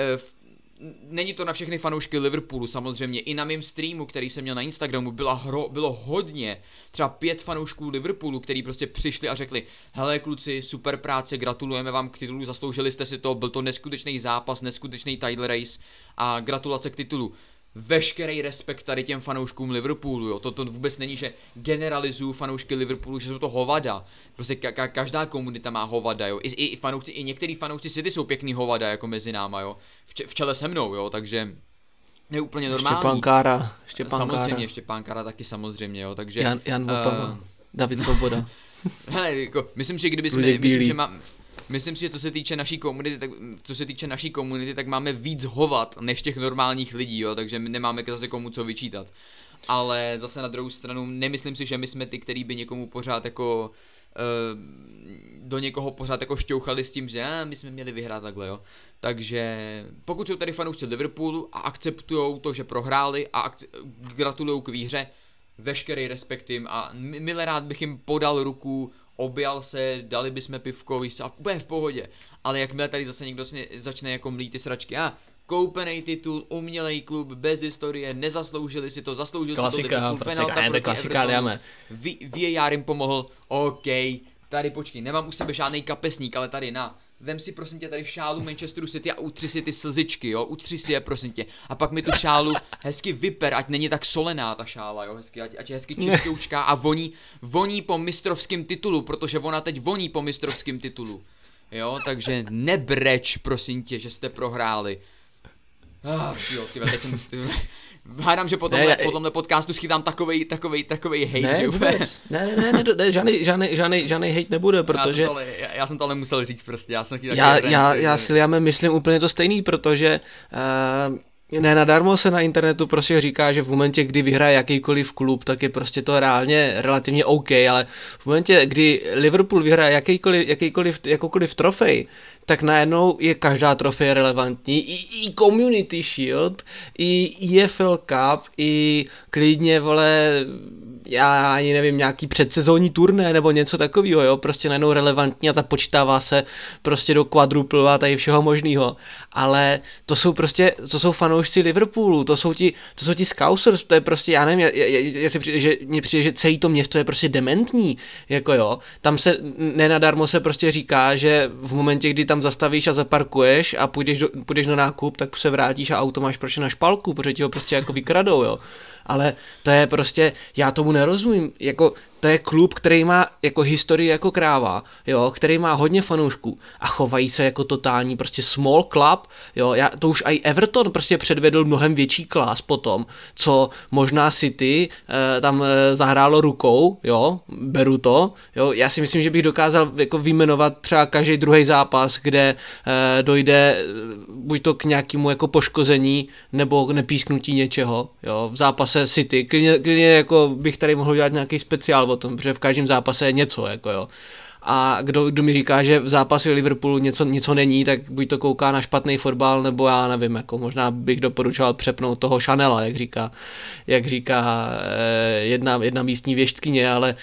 není to na všechny fanoušky Liverpoolu, samozřejmě i na mém streamu, který jsem měl na Instagramu, bylo hodně, třeba 5 fanoušků Liverpoolu, kteří prostě přišli a řekli, hele kluci, super práce, gratulujeme vám k titulu, zasloužili jste si to, byl to neskutečný zápas, neskutečný title race a gratulace k titulu. Veškerý respekt tady těm fanouškům Liverpoolu, jo, to vůbec není, že generalizuju fanoušky Liverpoolu, že jsou to hovada, prostě každá komunita má hovada, jo, i některý fanoušci City jsou pěkný hovada, jako mezi náma, jo, v čele se mnou, jo, takže je úplně normální. Štěpánkára. Samozřejmě, Štěpánkára taky samozřejmě, jo, takže. Jan Vopava, David Svoboda. Hele, jako, myslím si, že co se týče naší komunity, tak máme víc hovat než těch normálních lidí, jo, takže my nemáme zase komu co vyčítat. Ale zase na druhou stranu nemyslím si, že my jsme ty, který by někomu pořád jako do někoho pořád jako šťouchali s tím, že my jsme měli vyhrát takhle, jo. Takže pokud jsou tady fanoušci Liverpoolu a akceptujou to, že prohráli a gratulujou k výhře, veškerý respekt jim a milé rád bych jim podal ruku, objal se, dali bychom pivko, a úplně v pohodě. Ale jakmile tady zase někdo začne jako mlít ty sračky, koupený titul, umělej klub, bez historie, nezasloužili si to, zasloužil klasika, si to Liverpool, prostě, penalta proti klasika, Evertonu, VAR jim pomohl, OK, tady počkej, nemám u sebe žádný kapesník, ale tady vem si prosím tě tady šálu Manchesteru City a utři si ty slzičky, jo, utři si je prosím tě a pak mi tu šálu hezky vyper, ať není tak solená ta šála, jo, hezky, ať je hezky čistoučká a voní po mistrovském titulu, protože ona teď voní po mistrovském titulu, jo, takže nebreč prosím tě, že jste prohráli. Jo, teď jsem. Hádám, že po tomhle podcastu schytám takovej hejt, ne, že vůbec. Ne, žádný hejt nebude, protože já jsem to ale musel říct prostě, já jsem chytil já si myslím úplně to stejný, protože ne nadarmo se na internetu prostě říká, že v momentě, kdy vyhraje jakýkoliv klub, tak je prostě to reálně relativně OK, ale v momentě, kdy Liverpool vyhraje jakoukoliv trofej, tak najednou je každá trofej relevantní, i Community Shield, i EFL Cup, i klidně, vole, já ani nevím, nějaký předsezónní turné nebo něco takového, jo, prostě najednou relevantní a započítává se prostě do quadruple a tady všeho možného, ale to jsou fanoušci Liverpoolu, to jsou ti Scousers, to je prostě, já nevím, mně přijde, že celé to město je prostě dementní, jako jo, tam se, nenadarmo se prostě říká, že v momentě, kdy tam zastavíš a zaparkuješ a půjdeš do nákup, tak se vrátíš a auto máš prostě na špalku, protože ti ho prostě jako vykradou, jo. Ale to je prostě, já tomu nerozumím, jako to je klub, který má jako historii jako kráva, jo, který má hodně fanoušků a chovají se jako totální prostě small club, jo, to už i Everton prostě předvedl mnohem větší klas potom, co možná City tam zahrálo rukou, jo, beru to, jo, já si myslím, že bych dokázal jako vyjmenovat třeba každý druhý zápas, kde dojde buď to k nějakému jako poškození nebo k nepísknutí něčeho, jo, v zápase City, klidně jako bych tady mohl dělat nějaký speciál o tom, protože v každém zápase je něco, jako jo. a kdo mi říká, že v zápase Liverpoolu něco není, tak buď to kouká na špatný fotbal, nebo já nevím, jako možná bych doporučoval přepnout toho Chanela, jak říká jedna místní věštkyně, ale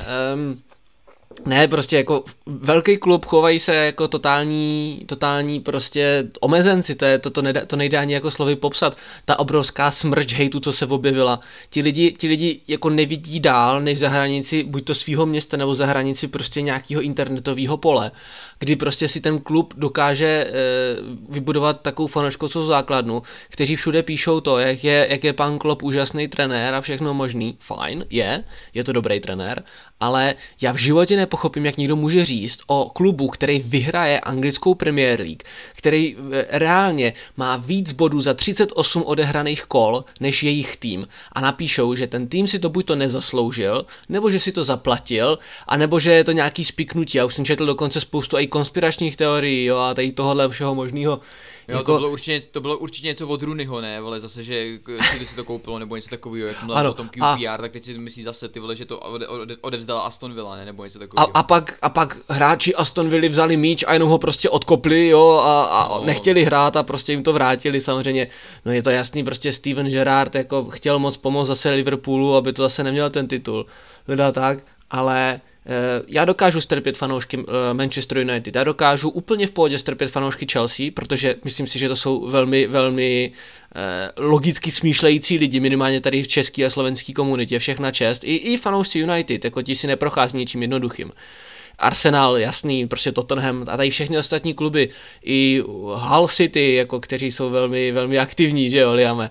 ne, prostě jako velký klub, chovají se jako totální prostě omezenci, to nejde ani jako slovy popsat, ta obrovská smrč hejtu, co se objevila. Ti lidi jako nevidí dál, než za hranici buď to svýho města, nebo za hranici prostě nějakého internetového pole, kdy prostě si ten klub dokáže vybudovat takovou fanouškovskou základnu, kteří všude píšou to, jak je pan Klopp úžasný trenér a všechno možný, fajn, je to dobrý trenér, ale já v životě nepochopím, jak někdo může říct o klubu, který vyhraje anglickou Premier League, který reálně má víc bodů za 38 odehraných kol než jejich tým a napíšou, že ten tým si to buď to nezasloužil, nebo že si to zaplatil, anebo že je to nějaký spiknutí. Já už jsem četl dokonce spoustu i konspiračních teorií, jo, a tady tohohle všeho možného. Jo, jako... to bylo určitě něco od Rooneyho, ne, vole, zase, že si to koupilo, nebo něco takového, jak mluvil potom QPR, tak teď si myslí zase, ty vole, že to odevzdala Aston Villa, ne, nebo něco takového. A pak hráči Aston Villa vzali míč a jenom ho prostě odkopli, jo, a nechtěli hrát a prostě jim to vrátili, samozřejmě, no je to jasný, prostě Steven Gerrard jako chtěl moc pomoct zase Liverpoolu, aby to zase neměl ten titul, lidá tak, ale... Já dokážu strpět fanoušky Manchester United, já dokážu úplně v pohodě strpět fanoušky Chelsea, protože myslím si, že to jsou velmi, velmi logicky smýšlející lidi, minimálně tady v české a slovenské komunitě, všechna čest, i fanoušci United, jako ti si neprochází něčím jednoduchým. Arsenal, jasný, prostě Tottenham a tady všechny ostatní kluby, i Hull City, jako kteří jsou velmi, velmi aktivní, že jo, Liame,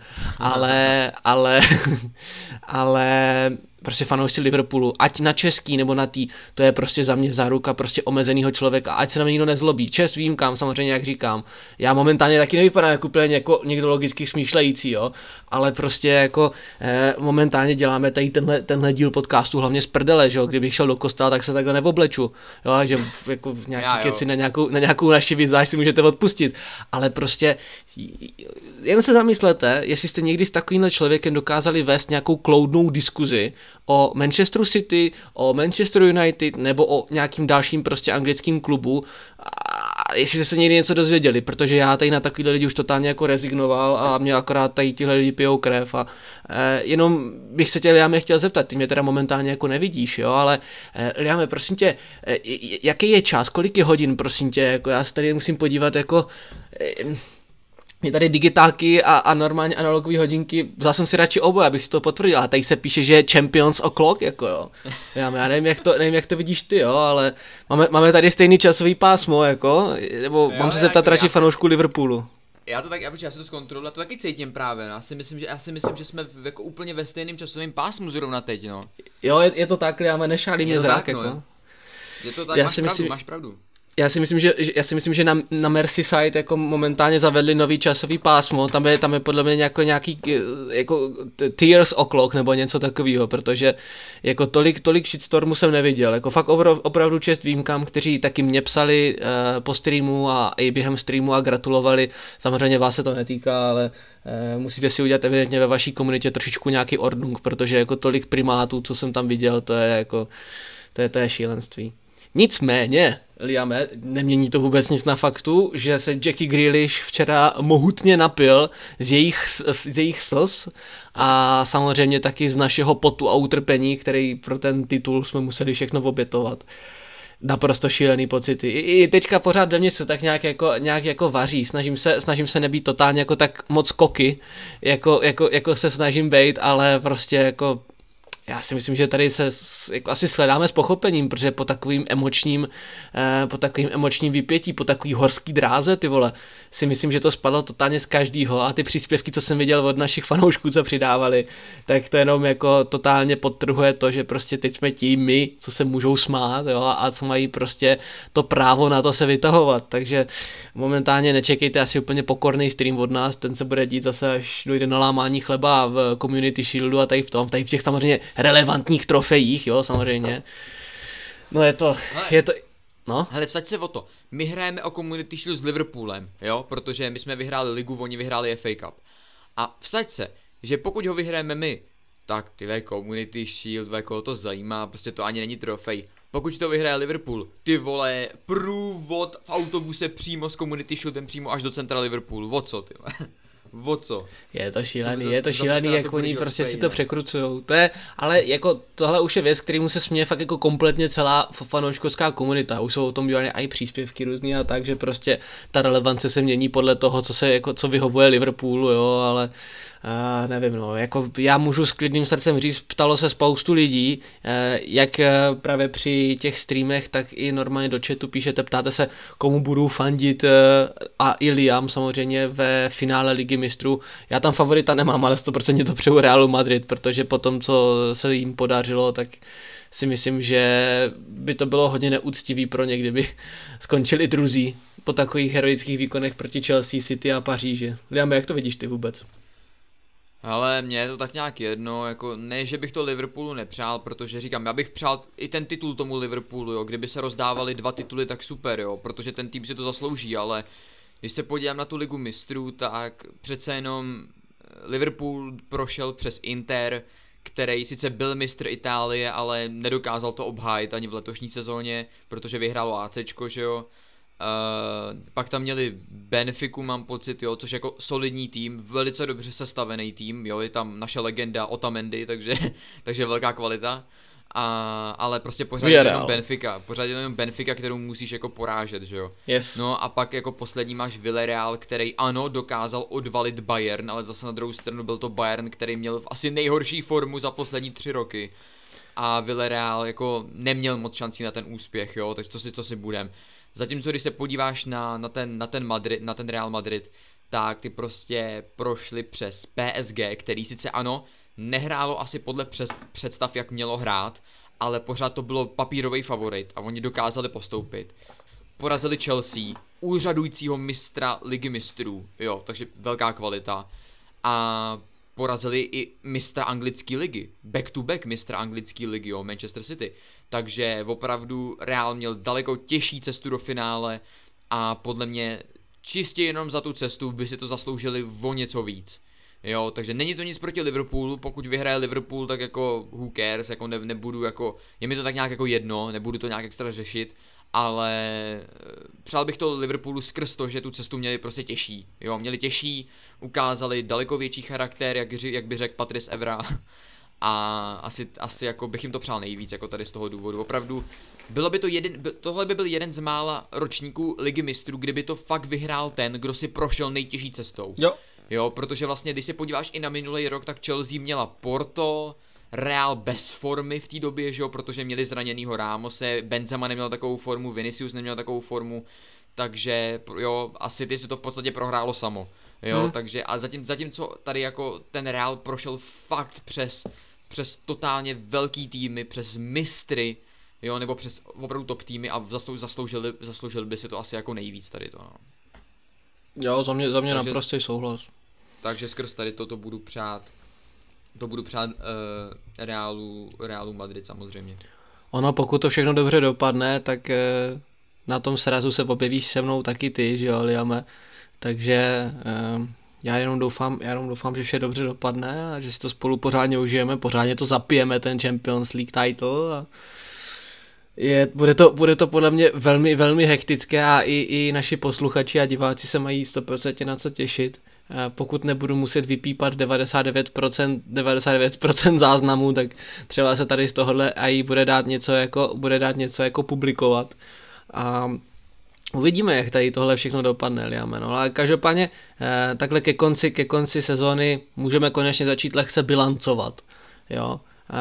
ale prostě fanoušci Liverpoolu, ať na český nebo na tý, to je prostě za mě záruka prostě omezenýho člověka, ať se na mě nikdo nezlobí, čest výjimkám, samozřejmě, jak říkám, já momentálně taky nevypadám jako úplně jako někdo logicky smýšlející, jo, ale prostě jako momentálně děláme tady tenhle díl podcastu hlavně z prdele, že jo, kdybych šel do kostela, tak se takhle neobleču, jo, takže jako nějaký keci na nějakou naši vizáž si můžete odpustit, ale prostě jen se zamyslete, jestli jste někdy s takovýmhle člověkem dokázali vést nějakou kloudnou diskuzi o Manchesteru City, o Manchester United nebo o nějakým dalším prostě anglickým klubu a jestli jste se někdy něco dozvěděli, protože já tady na takovýhle lidi už totálně jako rezignoval a mě akorát tady tihle lidi pijou krev a jenom bych se tě, Liame, chtěl zeptat, ty mě teda momentálně jako nevidíš, jo, ale Liame, prosím tě, jaký je čas, kolik je hodin, prosím tě, jako já se tady musím podívat jako... Je tady digitálky a normálně analogové hodinky, vzal jsem si radši oboje, abych si to potvrdil, a tady se píše, že je Champions O'Clock, jako jo. Já nevím, jak to vidíš ty, jo, ale máme tady stejný časový pásmo, jako, nebo mám se zeptat radši fanoušku Liverpoolu. Já si to zkontroluji, to taky cítím právě, já si myslím, že jsme jako úplně ve stejném časovém pásmu zrovna teď, no. Jo, je to tak, ale nešálí mě zrak, jako. No. Je to tak, máš pravdu. Já si myslím, že na Merseyside jako momentálně zavedli nový časový pásmo, tam je podle mě nějaký jako Tears O'Clock nebo něco takového, protože jako tolik shitstormu jsem neviděl, jako fakt opravdu čest výjimkám, kteří taky mě psali po streamu a i během streamu a gratulovali, samozřejmě vás se to netýká, ale musíte si udělat evidentně ve vaší komunitě trošičku nějaký ordnung, protože jako tolik primátů, co jsem tam viděl, to je jako, to je šílenství. Nicméně, Liame, nemění to vůbec nic na faktu, že se Jackie Grealish včera mohutně napil z jejich slz a samozřejmě taky z našeho potu a utrpení, který pro ten titul jsme museli všechno obětovat. Naprosto šílený pocity. I teďka pořád ve mně se tak nějak jako vaří. Snažím se nebýt totálně jako tak moc koky, jako se snažím bejt, ale prostě jako já si myslím, že tady se jako asi sledáme s pochopením, protože po takovým emočním vypětí, po takový horský dráze, ty vole, si myslím, že to spadlo totálně z každýho a ty příspěvky, co jsem viděl od našich fanoušků, co přidávali, tak to jenom jako totálně podtrhuje to, že prostě teď jsme my, co se můžou smát, jo, a co mají prostě to právo na to se vytahovat, takže momentálně nečekejte asi úplně pokorný stream od nás, ten se bude dít zase, až dojde na lámání chleba v Community Shieldu a tady v těch samozřejmě relevantních trofejích, jo, samozřejmě. No je to, no. Hele, vsaď se o to. My hrajeme o Community Shield s Liverpoolem, jo, protože my jsme vyhráli ligu, oni vyhráli FA Cup. A vsaď se, že pokud ho vyhrajeme my, tak ty Community Shield, koho to zajímá, prostě to ani není trofej. pokud to vyhraje Liverpool, ty vole, průvod v autobuse přímo s Community Shieldem přímo až do centra Liverpoolu, o co ty vole? O co? Je to šílený, jak oni prostě si to překrucujou. To je, ale jako tohle už je věc, kterýmu se směje fakt jako kompletně celá fanouškovská komunita. Už jsou o tom dělané i příspěvky různý a tak, že prostě ta relevance se mění podle toho, co vyhovuje Liverpoolu, jo, ale nevím, no, jako já můžu s klidným srdcem říct, ptalo se spoustu lidí, jak právě při těch streamech, tak i normálně do chatu píšete, ptáte se, komu budu fandit a i Liam samozřejmě ve finále Ligy mistrů. Já tam favorita nemám, ale 100% to přeju Realu Madrid, protože po tom, co se jim podařilo, tak si myslím, že by to bylo hodně neúctivý pro ně, kdyby skončili druzí po takových heroických výkonech proti Chelsea, City a Paříži. Liam, jak to vidíš ty vůbec? Ale mně je to tak nějak jedno, jako ne, že bych to Liverpoolu nepřál, protože říkám, já bych přál i ten titul tomu Liverpoolu, jo, kdyby se rozdávali 2 tituly, tak super, jo, protože ten tým si to zaslouží, ale když se podívám na tu Ligu mistrů, tak přece jenom Liverpool prošel přes Inter, který sice byl mistr Itálie, ale nedokázal to obhájit ani v letošní sezóně, protože vyhrálo ACčko, že jo. Pak tam měli Benfiku, mám pocit, jo, což jako solidní tým, velice dobře sestavený tým, jo, je tam naše legenda Otamendi, takže velká kvalita, ale prostě pořád jenom Benfica, kterou musíš jako porážet, že jo. Yes. No a pak jako poslední máš Villarreal, který ano, dokázal odvalit Bayern, ale zase na druhou stranu byl to Bayern, který měl asi nejhorší formu za poslední 3 roky. A Villarreal jako neměl moc šancí na ten úspěch, jo, takže co si budem. Zatímco když se podíváš na ten Real Madrid, tak ty prostě prošli přes PSG, který sice ano, nehrálo asi podle představ, jak mělo hrát, ale pořád to bylo papírový favorit a oni dokázali postoupit. Porazili Chelsea, úřadujícího mistra Ligy mistrů, jo, takže velká kvalita. A porazili i mistra anglické ligy, back to back mistra anglické ligy, jo, Manchester City. Takže opravdu Real měl daleko těžší cestu do finále a podle mě čistě jenom za tu cestu by si to zasloužili o něco víc. Jo, takže není to nic proti Liverpoolu, pokud vyhraje Liverpool, tak jako who cares, jako nebudu jako, je mi to tak nějak jako jedno, nebudu to nějak extra řešit, ale přál bych to Liverpoolu skrz to, že tu cestu měli prostě těžší, jo, měli těžší, ukázali daleko větší charakter, jak by řekl Patrice Evra, a asi jako bych jim to přál nejvíc, jako tady z toho důvodu, opravdu, tohle by byl jeden z mála ročníků Ligy mistrů, kdyby to fakt vyhrál ten, kdo si prošel nejtěžší cestou. Jo, protože vlastně, když se podíváš i na minulý rok, tak Chelsea měla Porto, Real bez formy v té době, že jo, protože měli zraněnýho Ramose, Benzema neměl takovou formu, Vinicius neměl takovou formu, takže jo, a City si to v podstatě prohrálo samo, jo, takže a zatímco tady jako ten Real prošel fakt přes totálně velký týmy, přes mistry, jo, nebo přes opravdu top týmy a zasloužili by si to asi jako nejvíc tady to, no. Jo, za mě naprostý souhlas. Takže skrz tady to budu přát Realu Madrid samozřejmě. Ono, pokud to všechno dobře dopadne, tak na tom srazu se objevíš se mnou taky ty, že jo, Liame. Takže já jenom doufám, že vše dobře dopadne a že si to spolu pořádně užijeme, pořádně to zapijeme, ten Champions League title a bude to podle mě velmi, velmi hektické a i naši posluchači a diváci se mají 100% na co těšit. Pokud nebudu muset vypípat 99% záznamů, tak třeba se tady z tohohle AI bude dát něco jako publikovat. A uvidíme, jak tady tohle všechno dopadne, Liame. No, ale každopádně takhle ke konci sezóny můžeme konečně začít lehce bilancovat. Jo.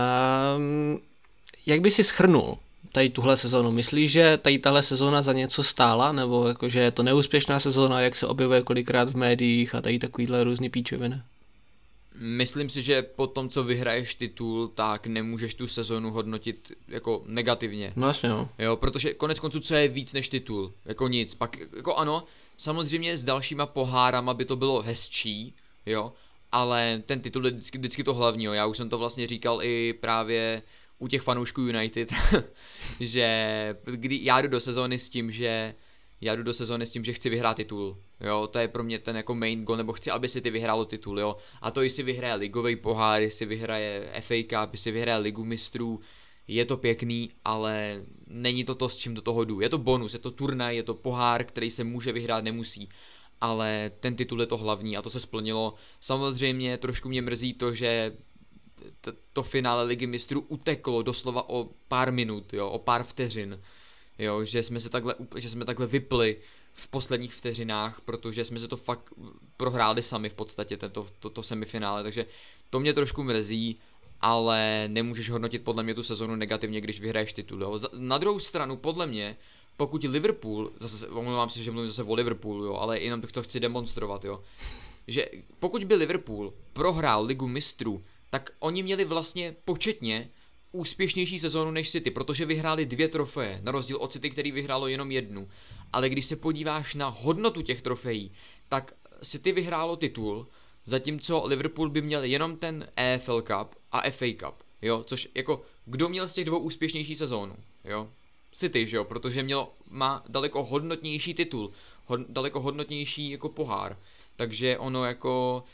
Jak by si shrnul tady tuhle sezónu? Myslíš, že tady tahle sezóna za něco stála, nebo jakože je to neúspěšná sezóna, jak se objevuje kolikrát v médiích a tady takovýhle různý píčoviny? Myslím si, že po tom, co vyhraješ titul, tak nemůžeš tu sezónu hodnotit jako negativně. No jasně, no. Jo, protože konec konců, co je víc než titul? Jako nic. Pak jako ano, samozřejmě s dalšíma pohárama by to bylo hezčí, jo, ale ten titul je vždycky to hlavní, jo. Já už jsem to vlastně říkal i právě u těch fanoušků United, že já jdu do sezóny s tím, že chci vyhrát titul, jo, to je pro mě ten jako main goal, nebo chci, aby si ty vyhrálo titul, jo, a to jestli vyhraje ligový pohár, jestli vyhraje FA Cup, jestli vyhraje Ligu mistrů, je to pěkný, ale není to to, s čím do toho jdu. Je to bonus, je to turnaj, je to pohár, který se může vyhrát, nemusí. Ale ten titul je to hlavní a to se splnilo. Samozřejmě trošku mě mrzí to, že to finále Ligy mistrů uteklo doslova o pár minut, jo, o pár vteřin. Jo, že jsme takhle vypli v posledních vteřinách, protože jsme se to fakt prohráli sami v podstatě, to semifinále, takže to mě trošku mrzí, ale nemůžeš hodnotit podle mě tu sezonu negativně, když vyhraješ titul. Jo. Na druhou stranu, podle mě, pokud Liverpool, zase omlouvám se, že mluvím zase o Liverpoolu, jo, ale jenom to chci demonstrovat, jo, že pokud by Liverpool prohrál Ligu mistrů, tak oni měli vlastně početně úspěšnější sezónu než City, protože vyhráli 2 trofeje, na rozdíl od City, který vyhrálo jenom 1. Ale když se podíváš na hodnotu těch trofejí, tak City vyhrálo titul, zatímco Liverpool by měl jenom ten EFL Cup a FA Cup, jo, což jako, kdo měl z těch 2 úspěšnější sezónu, jo? City, že jo, protože má daleko hodnotnější titul, daleko hodnotnější jako pohár, takže ono jako,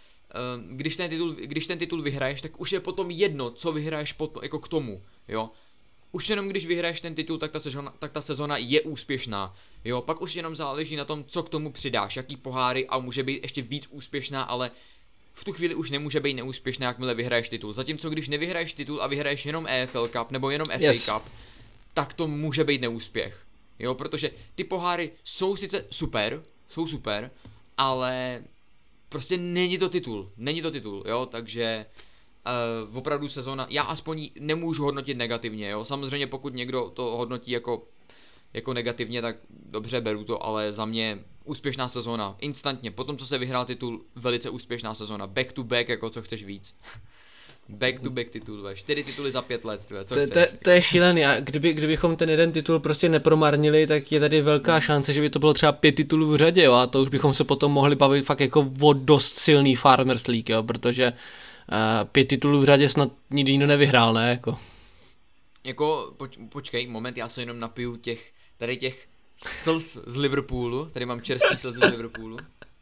když ten titul vyhraješ, tak už je potom jedno, co vyhraješ potom, jako k tomu, jo. Už jenom když vyhraješ ten titul, tak ta sezona je úspěšná, jo. Pak už jenom záleží na tom, co k tomu přidáš, jaký poháry a může být ještě víc úspěšná, ale v tu chvíli už nemůže být neúspěšná, jakmile vyhraješ titul. Zatímco když nevyhraješ titul a vyhraješ jenom EFL Cup nebo jenom FA Cup, tak to může být neúspěch, jo, protože ty poháry jsou sice super, ale prostě není to titul, jo, takže opravdu sezona, já aspoň nemůžu hodnotit negativně, jo, samozřejmě pokud někdo to hodnotí jako negativně, tak dobře, beru to, ale za mě úspěšná sezona, instantně, potom co se vyhrál titul, velice úspěšná sezona, back to back, jako co chceš víc. Back to back titul, 4 tituly za 5 let, co chceš. To je šílený a kdybychom ten jeden titul prostě nepromarnili, tak je tady velká šance, že by to bylo třeba 5 titulů v řadě, jo, a to už bychom se potom mohli bavit fakt jako o dost silný Farmers League, jo, protože 5 titulů v řadě snad nikdy nikdo nevyhrál, ne, jako. Jako, počkej, moment, já se jenom napiju těch slz z Liverpoolu, tady mám čerstvý slzy z Liverpoolu.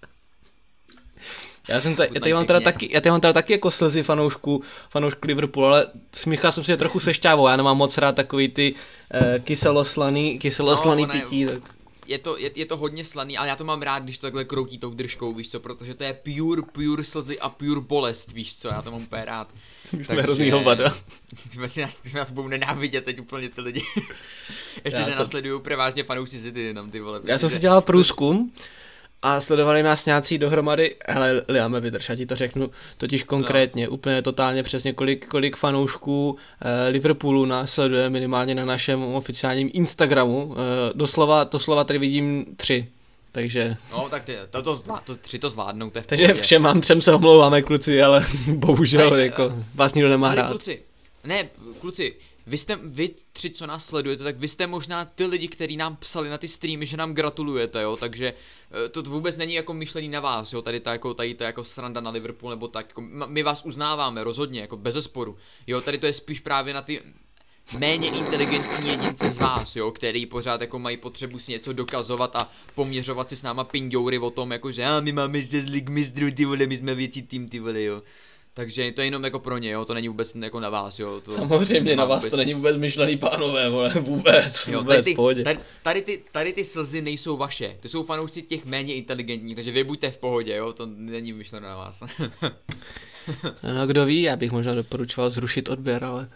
Já tady mám teda taky jako slzy fanoušku Liverpoolu, ale smíchal jsem si je trochu se šťávou, já nemám moc rád takový ty kyseloslaný pití. Tak. Je to hodně slaný, ale já to mám rád, když to takhle kroutí tou držkou, víš co, protože to je pure slzy a pure bolest, víš co, já to mám úplně rád. Jsme hrozný hovada. Ty nás budou nenávidět teď úplně ty lidi. Ještě, že následují převážně fanoušci City jenom ty vole. Já jsem si dělal průzkum a sledovali nás nějací dohromady, hele, Liame, vydrž, já ti to řeknu totiž konkrétně, úplně totálně přesně, kolik fanoušků Liverpoolu nás sleduje minimálně na našem oficiálním Instagramu, doslova tady vidím 3, takže... No tak tři to zvládnou, to je v takže všem mám 3 se omlouváme, kluci, ale bohužel, jako vás nikdo nemá rád. Kluci, vy 3, co nás sledujete, tak vy jste možná ty lidi, kteří nám psali na ty streamy, že nám gratulujete, jo, takže to vůbec není jako myšlení na vás, jo, tady to jako sranda na Liverpool, nebo tak, jako, my vás uznáváme, rozhodně, jako bezesporu, jo, tady to je spíš právě na ty méně inteligentní jedince z vás, jo, který pořád jako mají potřebu si něco dokazovat a poměřovat si s náma pindoury o tom, jako že my máme z Ligy mistrů, ty vole, my jsme větší tým, ty vole, jo. Takže to je jenom jako pro ně, jo, to není vůbec jako na vás, jo. Samozřejmě na vás to není vůbec myšlený, pánové, vole, vůbec, tady ty slzy nejsou vaše, to jsou fanoušci těch méně inteligentních, takže vy buďte v pohodě, jo, to není myšleno na vás. No kdo ví, já bych možná doporučoval zrušit odběr, ale...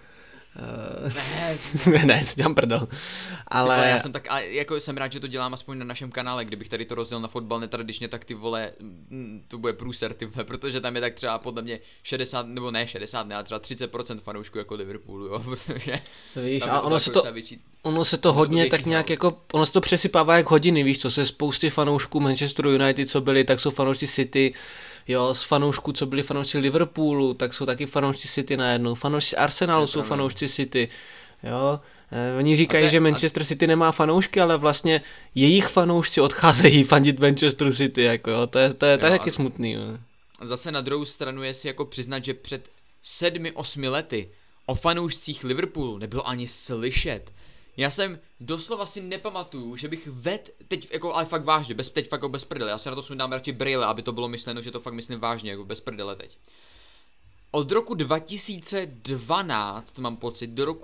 ne, si dělám prdel. Ale... Vole, já jsem rád, že to dělám aspoň na našem kanále, kdybych tady to rozdělil na fotbal netradičně, tak ty vole, to bude průser, ty vole, protože tam je tak třeba podle mě 60, nebo ne 60, ne, ale třeba 30% fanoušků jako Liverpoolu, jo, protože... Víš, a ono se to hodně tak nějak jako, ono se to přesypává jak hodiny, víš co, se spousty fanoušků Manchesteru United, co byli, tak jsou fanoušci City, jo, z fanoušků, co byli fanoušci Liverpoolu, tak jsou taky fanoušci City najednou, fanoušci Arsenalu jsou fanoušci City, jo. Oni říkají, že Manchester City nemá fanoušky, ale vlastně jejich fanoušci odcházejí fandit Manchester City, jako jo, to je taky smutný, jo. Zase na druhou stranu je si jako přiznat, že před 7-8 lety o fanoušcích Liverpoolu nebylo ani slyšet. Já jsem doslova si nepamatuju, že bych teď jako, ale fakt vážně, teď fakt jako bez prdele, já se na to sundám radši brýle, aby to bylo myšleno, že to fakt myslím vážně, jako bez prdele teď. od roku 2012, mám pocit, do roku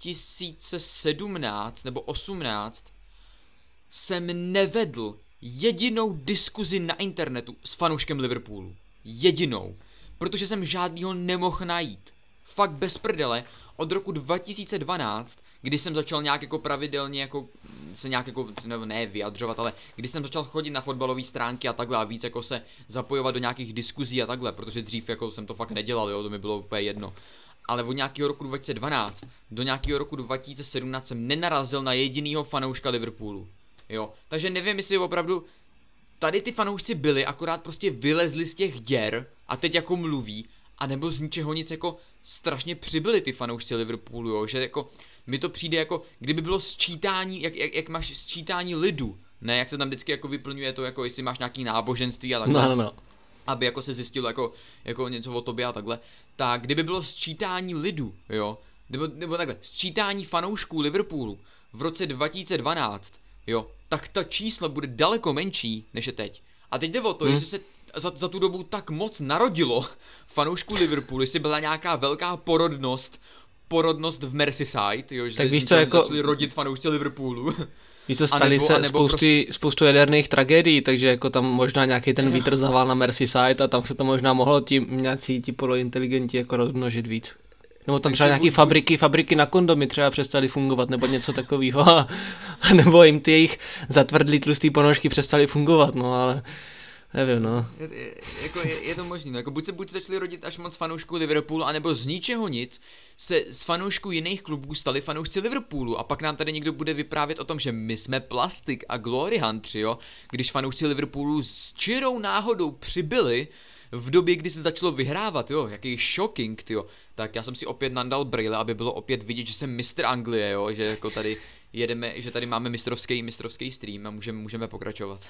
2017 nebo 18 jsem nevedl jedinou diskuzi na internetu s fanouškem Liverpoolu. Jedinou. Protože jsem žádnýho nemohl najít. Fakt bez prdele. Od roku 2012, kdy jsem začal nějak jako pravidelně jako se nějak jako, ne vyjadřovat, ale když jsem začal chodit na fotbalové stránky a takhle a víc jako se zapojovat do nějakých diskuzí a takhle, protože dřív jako jsem to fakt nedělal, jo, to mi bylo úplně jedno. Ale od nějakého roku 2012 do nějakého roku 2017 jsem nenarazil na jedinýho fanouška Liverpoolu. Jo, takže nevím, jestli opravdu tady ty fanoušci byli, akorát prostě vylezli z těch děr a teď jako mluví, anebo z ničeho nic jako strašně přibyli ty fanoušci Liverpoolu, jo, že jako mi to přijde jako, kdyby bylo sčítání, jak máš sčítání lidu, ne, jak se tam vždycky jako vyplňuje to, jako jestli máš nějaký náboženství a takhle. No. Aby jako se zjistilo jako něco o tobě a takhle, tak kdyby bylo sčítání lidu, jo, nebo takhle, sčítání fanoušků Liverpoolu v roce 2012, jo, tak ta čísla bude daleko menší než je teď. A teď jde o to, jestli se za tu dobu tak moc narodilo fanoušků Liverpoolu, jestli byla nějaká velká porodnost v Merseyside, jo, že tak se víš co, jako začali rodit fanoušci Liverpoolu. Víš co, stali se spoustu jaderných tragédií, takže jako tam možná nějaký ten vítr zavál na Merseyside a tam se to možná mohlo nějací ti polointeligenti jako rozmnožit víc. Nebo tam třeba nějaký fabriky na kondomy třeba přestaly fungovat, nebo něco takového, nebo jim ty jejich zatvrdlý tlustý ponožky přestaly fungovat, no ale nevím, no. Je to možný, no, jako buď se začali rodit až moc fanoušků Liverpoolu, anebo z ničeho nic se z fanoušků jiných klubů stali fanoušci Liverpoolu a pak nám tady někdo bude vyprávět o tom, že my jsme plastik a glory huntři, jo, když fanoušci Liverpoolu s čirou náhodou přibyli v době, kdy se začalo vyhrávat, jo, jaký shocking, tyjo, tak já jsem si opět nandal brýle, aby bylo opět vidět, že jsem mistr Anglie, jo, že jako tady jedeme, že tady máme mistrovský stream a můžeme pokračovat.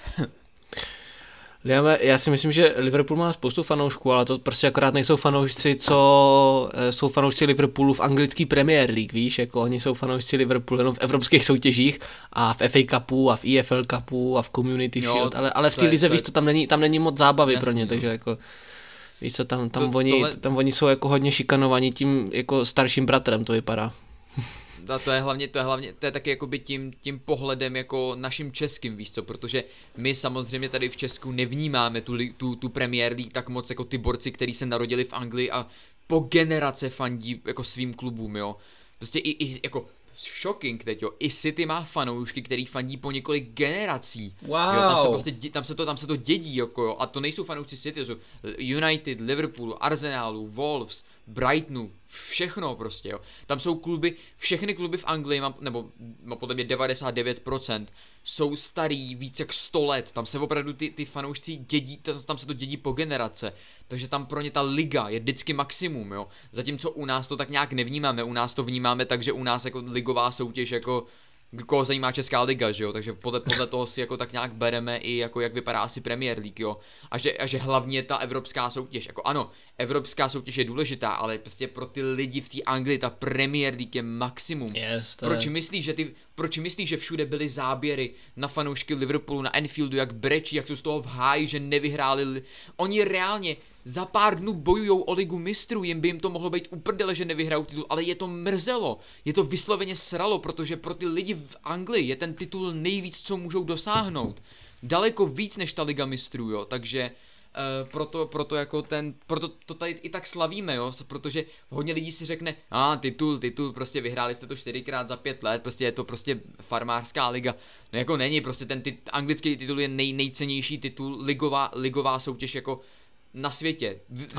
Já si myslím, že Liverpool má spoustu fanoušků, ale to prostě akorát nejsou fanoušci, co jsou fanoušci Liverpoolu v anglické Premier League, víš, jako oni jsou fanoušci Liverpoolu jenom v evropských soutěžích a v FA Cupu a v EFL Cupu a v Community Shield, ale v té lize, víš, to tam není moc zábavy pro ně, takže jako víš co, tam oni jsou jako hodně šikanovaní tím jako starším bratrem, to vypadá. A to je taky jakoby tím pohledem jako naším českým, víš co, protože my samozřejmě tady v Česku nevnímáme tu Premier League tak moc jako ty borci, kteří se narodili v Anglii a po generace fandí jako svým klubům, jo. Prostě i jako shocking teď, jo, i City má fanoušky, který fandí po několik generací. Wow. Jo, tam se to dědí, jako jo, a to nejsou fanoušci City, to jsou United, Liverpoolu, Arsenalu, Wolves, Brightonu, všechno prostě, jo. Tam jsou kluby, všechny kluby v Anglii, nebo podle mě 99%, jsou starý víc jak 100 let, tam se opravdu ty fanoušci dědí, tam se to dědí po generace, takže tam pro ně ta liga je vždycky maximum, jo. Zatímco u nás to tak nějak nevnímáme, u nás to vnímáme tak, že u nás jako ligová soutěž jako koho zajímá Česká liga, že jo, takže podle toho si jako tak nějak bereme i jako jak vypadá asi Premier League, jo, a že hlavně ta evropská soutěž, jako ano, evropská soutěž je důležitá, ale prostě pro ty lidi v té Anglii ta Premier League je maximum. Yes, Proč myslíš, že všude byly záběry na fanoušky Liverpoolu, na Anfieldu, jak brečí, jak jsou z toho v háji, že nevyhráli, oni reálně za pár dnů bojujou o ligu mistrů, jim by jim to mohlo být uprdele, že nevyhrajou titul, ale je to mrzelo, je to vysloveně sralo, protože pro ty lidi v Anglii je ten titul nejvíc, co můžou dosáhnout. Daleko víc než ta liga mistrů, jo, takže proto to tady i tak slavíme, jo, protože hodně lidí si řekne, titul, prostě vyhráli jste to 4x za 5 let, prostě je to prostě farmářská liga. No jako není, prostě ten anglický titul je nejcennější titul, ligová soutěž jako na světě.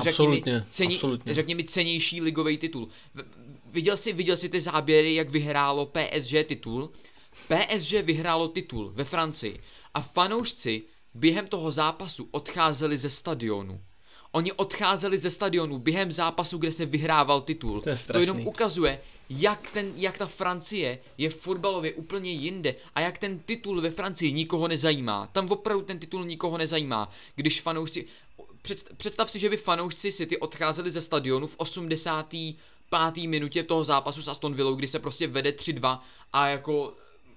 Řekni mi cennější ligový titul. Viděl jsi ty záběry, jak vyhrálo PSG titul? PSG vyhrálo titul ve Francii a fanoušci během toho zápasu odcházeli ze stadionu. Oni odcházeli ze stadionu během zápasu, kde se vyhrával titul. To jenom ukazuje, jak ta Francie je fotbalově úplně jinde a jak ten titul ve Francii nikoho nezajímá. Tam opravdu ten titul nikoho nezajímá. Když fanoušci... Představ si, že by fanoušci City odcházeli ze stadionu v 85. minutě toho zápasu s Aston Villou, kdy se prostě vede 3-2 a jako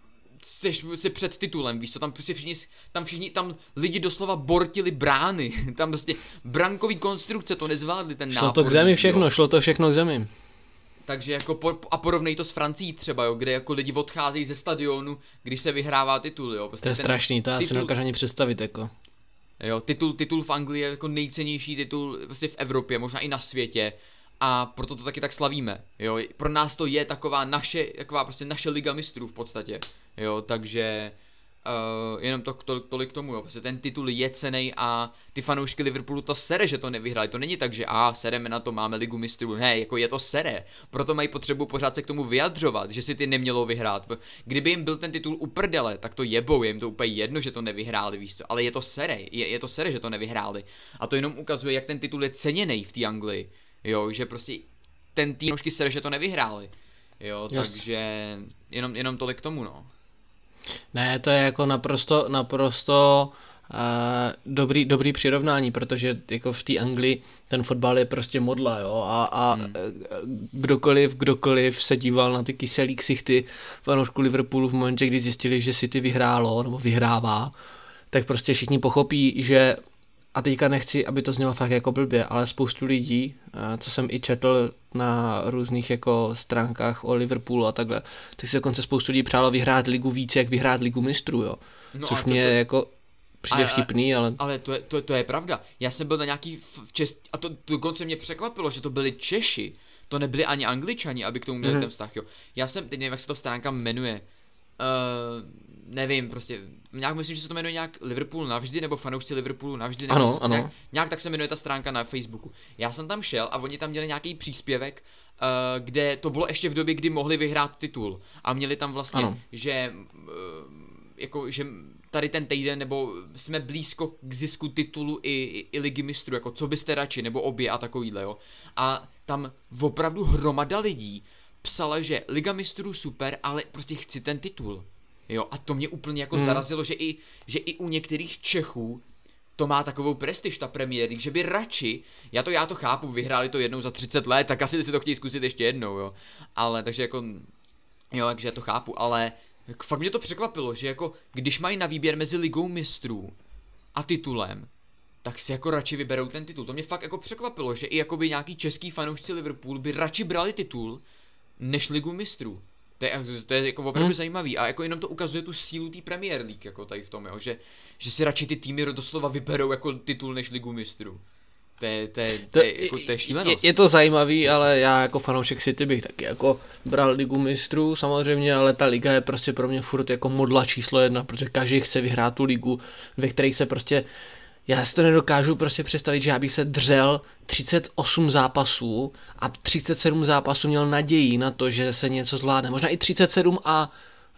si před titulem, víš co, tam prostě tam lidi doslova bortili brány, tam prostě brankový konstrukce to nezvládli ten nápor. Šlo to k zemi všechno, šlo to všechno k zemi. Takže jako a porovnej to s Francií třeba, jo, kde jako lidi odcházejí ze stadionu, když se vyhrává titul, jo. Prostě to je strašný, to já si nedokážu ani představit, jako. Jo, titul v Anglii je jako nejcennější titul prostě v Evropě, možná i na světě. A proto to taky tak slavíme, jo, pro nás to je taková prostě naše liga mistrů v podstatě, jo, takže jenom tolik k tomu, jo, prostě ten titul je cenný a ty fanoušky Liverpoolu to sere, že to nevyhráli, to není tak, že sereme na to, máme ligu mistrů, ne, jako je to sere, proto mají potřebu pořád se k tomu vyjadřovat, že si ty nemělo vyhrát, kdyby jim byl ten titul u prdele, tak to jebou, je jim to úplně jedno, že to nevyhráli, víš co, ale je to sere, že to nevyhráli a to jenom ukazuje, jak ten titul je ceněný v té Anglii. Jo, že prostě ten tým nožky sere, že to nevyhráli. Jo, just. Takže jenom tolik k tomu, no. Ne, to je jako naprosto dobrý přirovnání, protože jako v té Anglii ten fotbal je prostě modla, jo, a kdokoliv se díval na ty kyselý ksichty fanoušků Liverpoolu v momentě, kdy zjistili, že City vyhrálo, nebo vyhrává, tak prostě všichni pochopí, že a teďka nechci, aby to znělo fakt jako blbě, ale spoustu lidí, co jsem i četl na různých jako stránkách o Liverpoolu a takhle, tak si dokonce spoustu lidí přálo vyhrát ligu víc, jak vyhrát ligu mistrů, jo. No což mě jako přijde vtipný, ale... Ale to je pravda. Já jsem byl na nějaký a to dokonce mě překvapilo, že to byli Češi, to nebyli ani Angličani, aby k tomu měli ten vztah, jo. Já jsem, teď nevím, jak se to stránka jmenuje, nevím, prostě, myslím, že se to jmenuje nějak Liverpool navždy, nebo fanoušci Liverpoolu navždy, nebo ano. Nějak tak se jmenuje ta stránka na Facebooku. Já jsem tam šel a oni tam měli nějaký příspěvek, kde to bylo ještě v době, kdy mohli vyhrát titul. A měli tam vlastně, že tady ten týden, nebo jsme blízko k zisku titulu i ligy mistrů, jako co byste radši, nebo obě a takovýhle, jo. A tam opravdu hromada lidí psala, že liga mistrů super, ale prostě chci ten titul. Jo, a to mě úplně jako zarazilo, že i u některých Čechů to má takovou prestiž, ta Premier League, že by radši, já to chápu, vyhráli to jednou za 30 let, tak asi si to chtějí zkusit ještě jednou, jo. Ale, takže jako, jo, takže já to chápu, ale fakt mě to překvapilo, že jako, když mají na výběr mezi ligou mistrů a titulem, tak si jako radši vyberou ten titul. To mě fakt jako překvapilo, že i jakoby nějaký český fanoušci Liverpoolu by radši brali titul, než ligu mistrů. To je jako opravdu zajímavý a jako jenom to ukazuje tu sílu té Premier League jako tady v tom, jo, že si radši ty týmy doslova vyberou jako titul než ligu mistrů. To je šílenost. Je to zajímavý, ale já jako fanoušek City bych taky jako bral ligu mistrů samozřejmě, ale ta liga je prostě pro mě furt jako modla číslo 1, protože každý chce vyhrát tu ligu, ve kterých se prostě já si to nedokážu prostě představit, že já bych se dřel 38 zápasů a 37 zápasů měl naději na to, že se něco zvládne. Možná i 37 a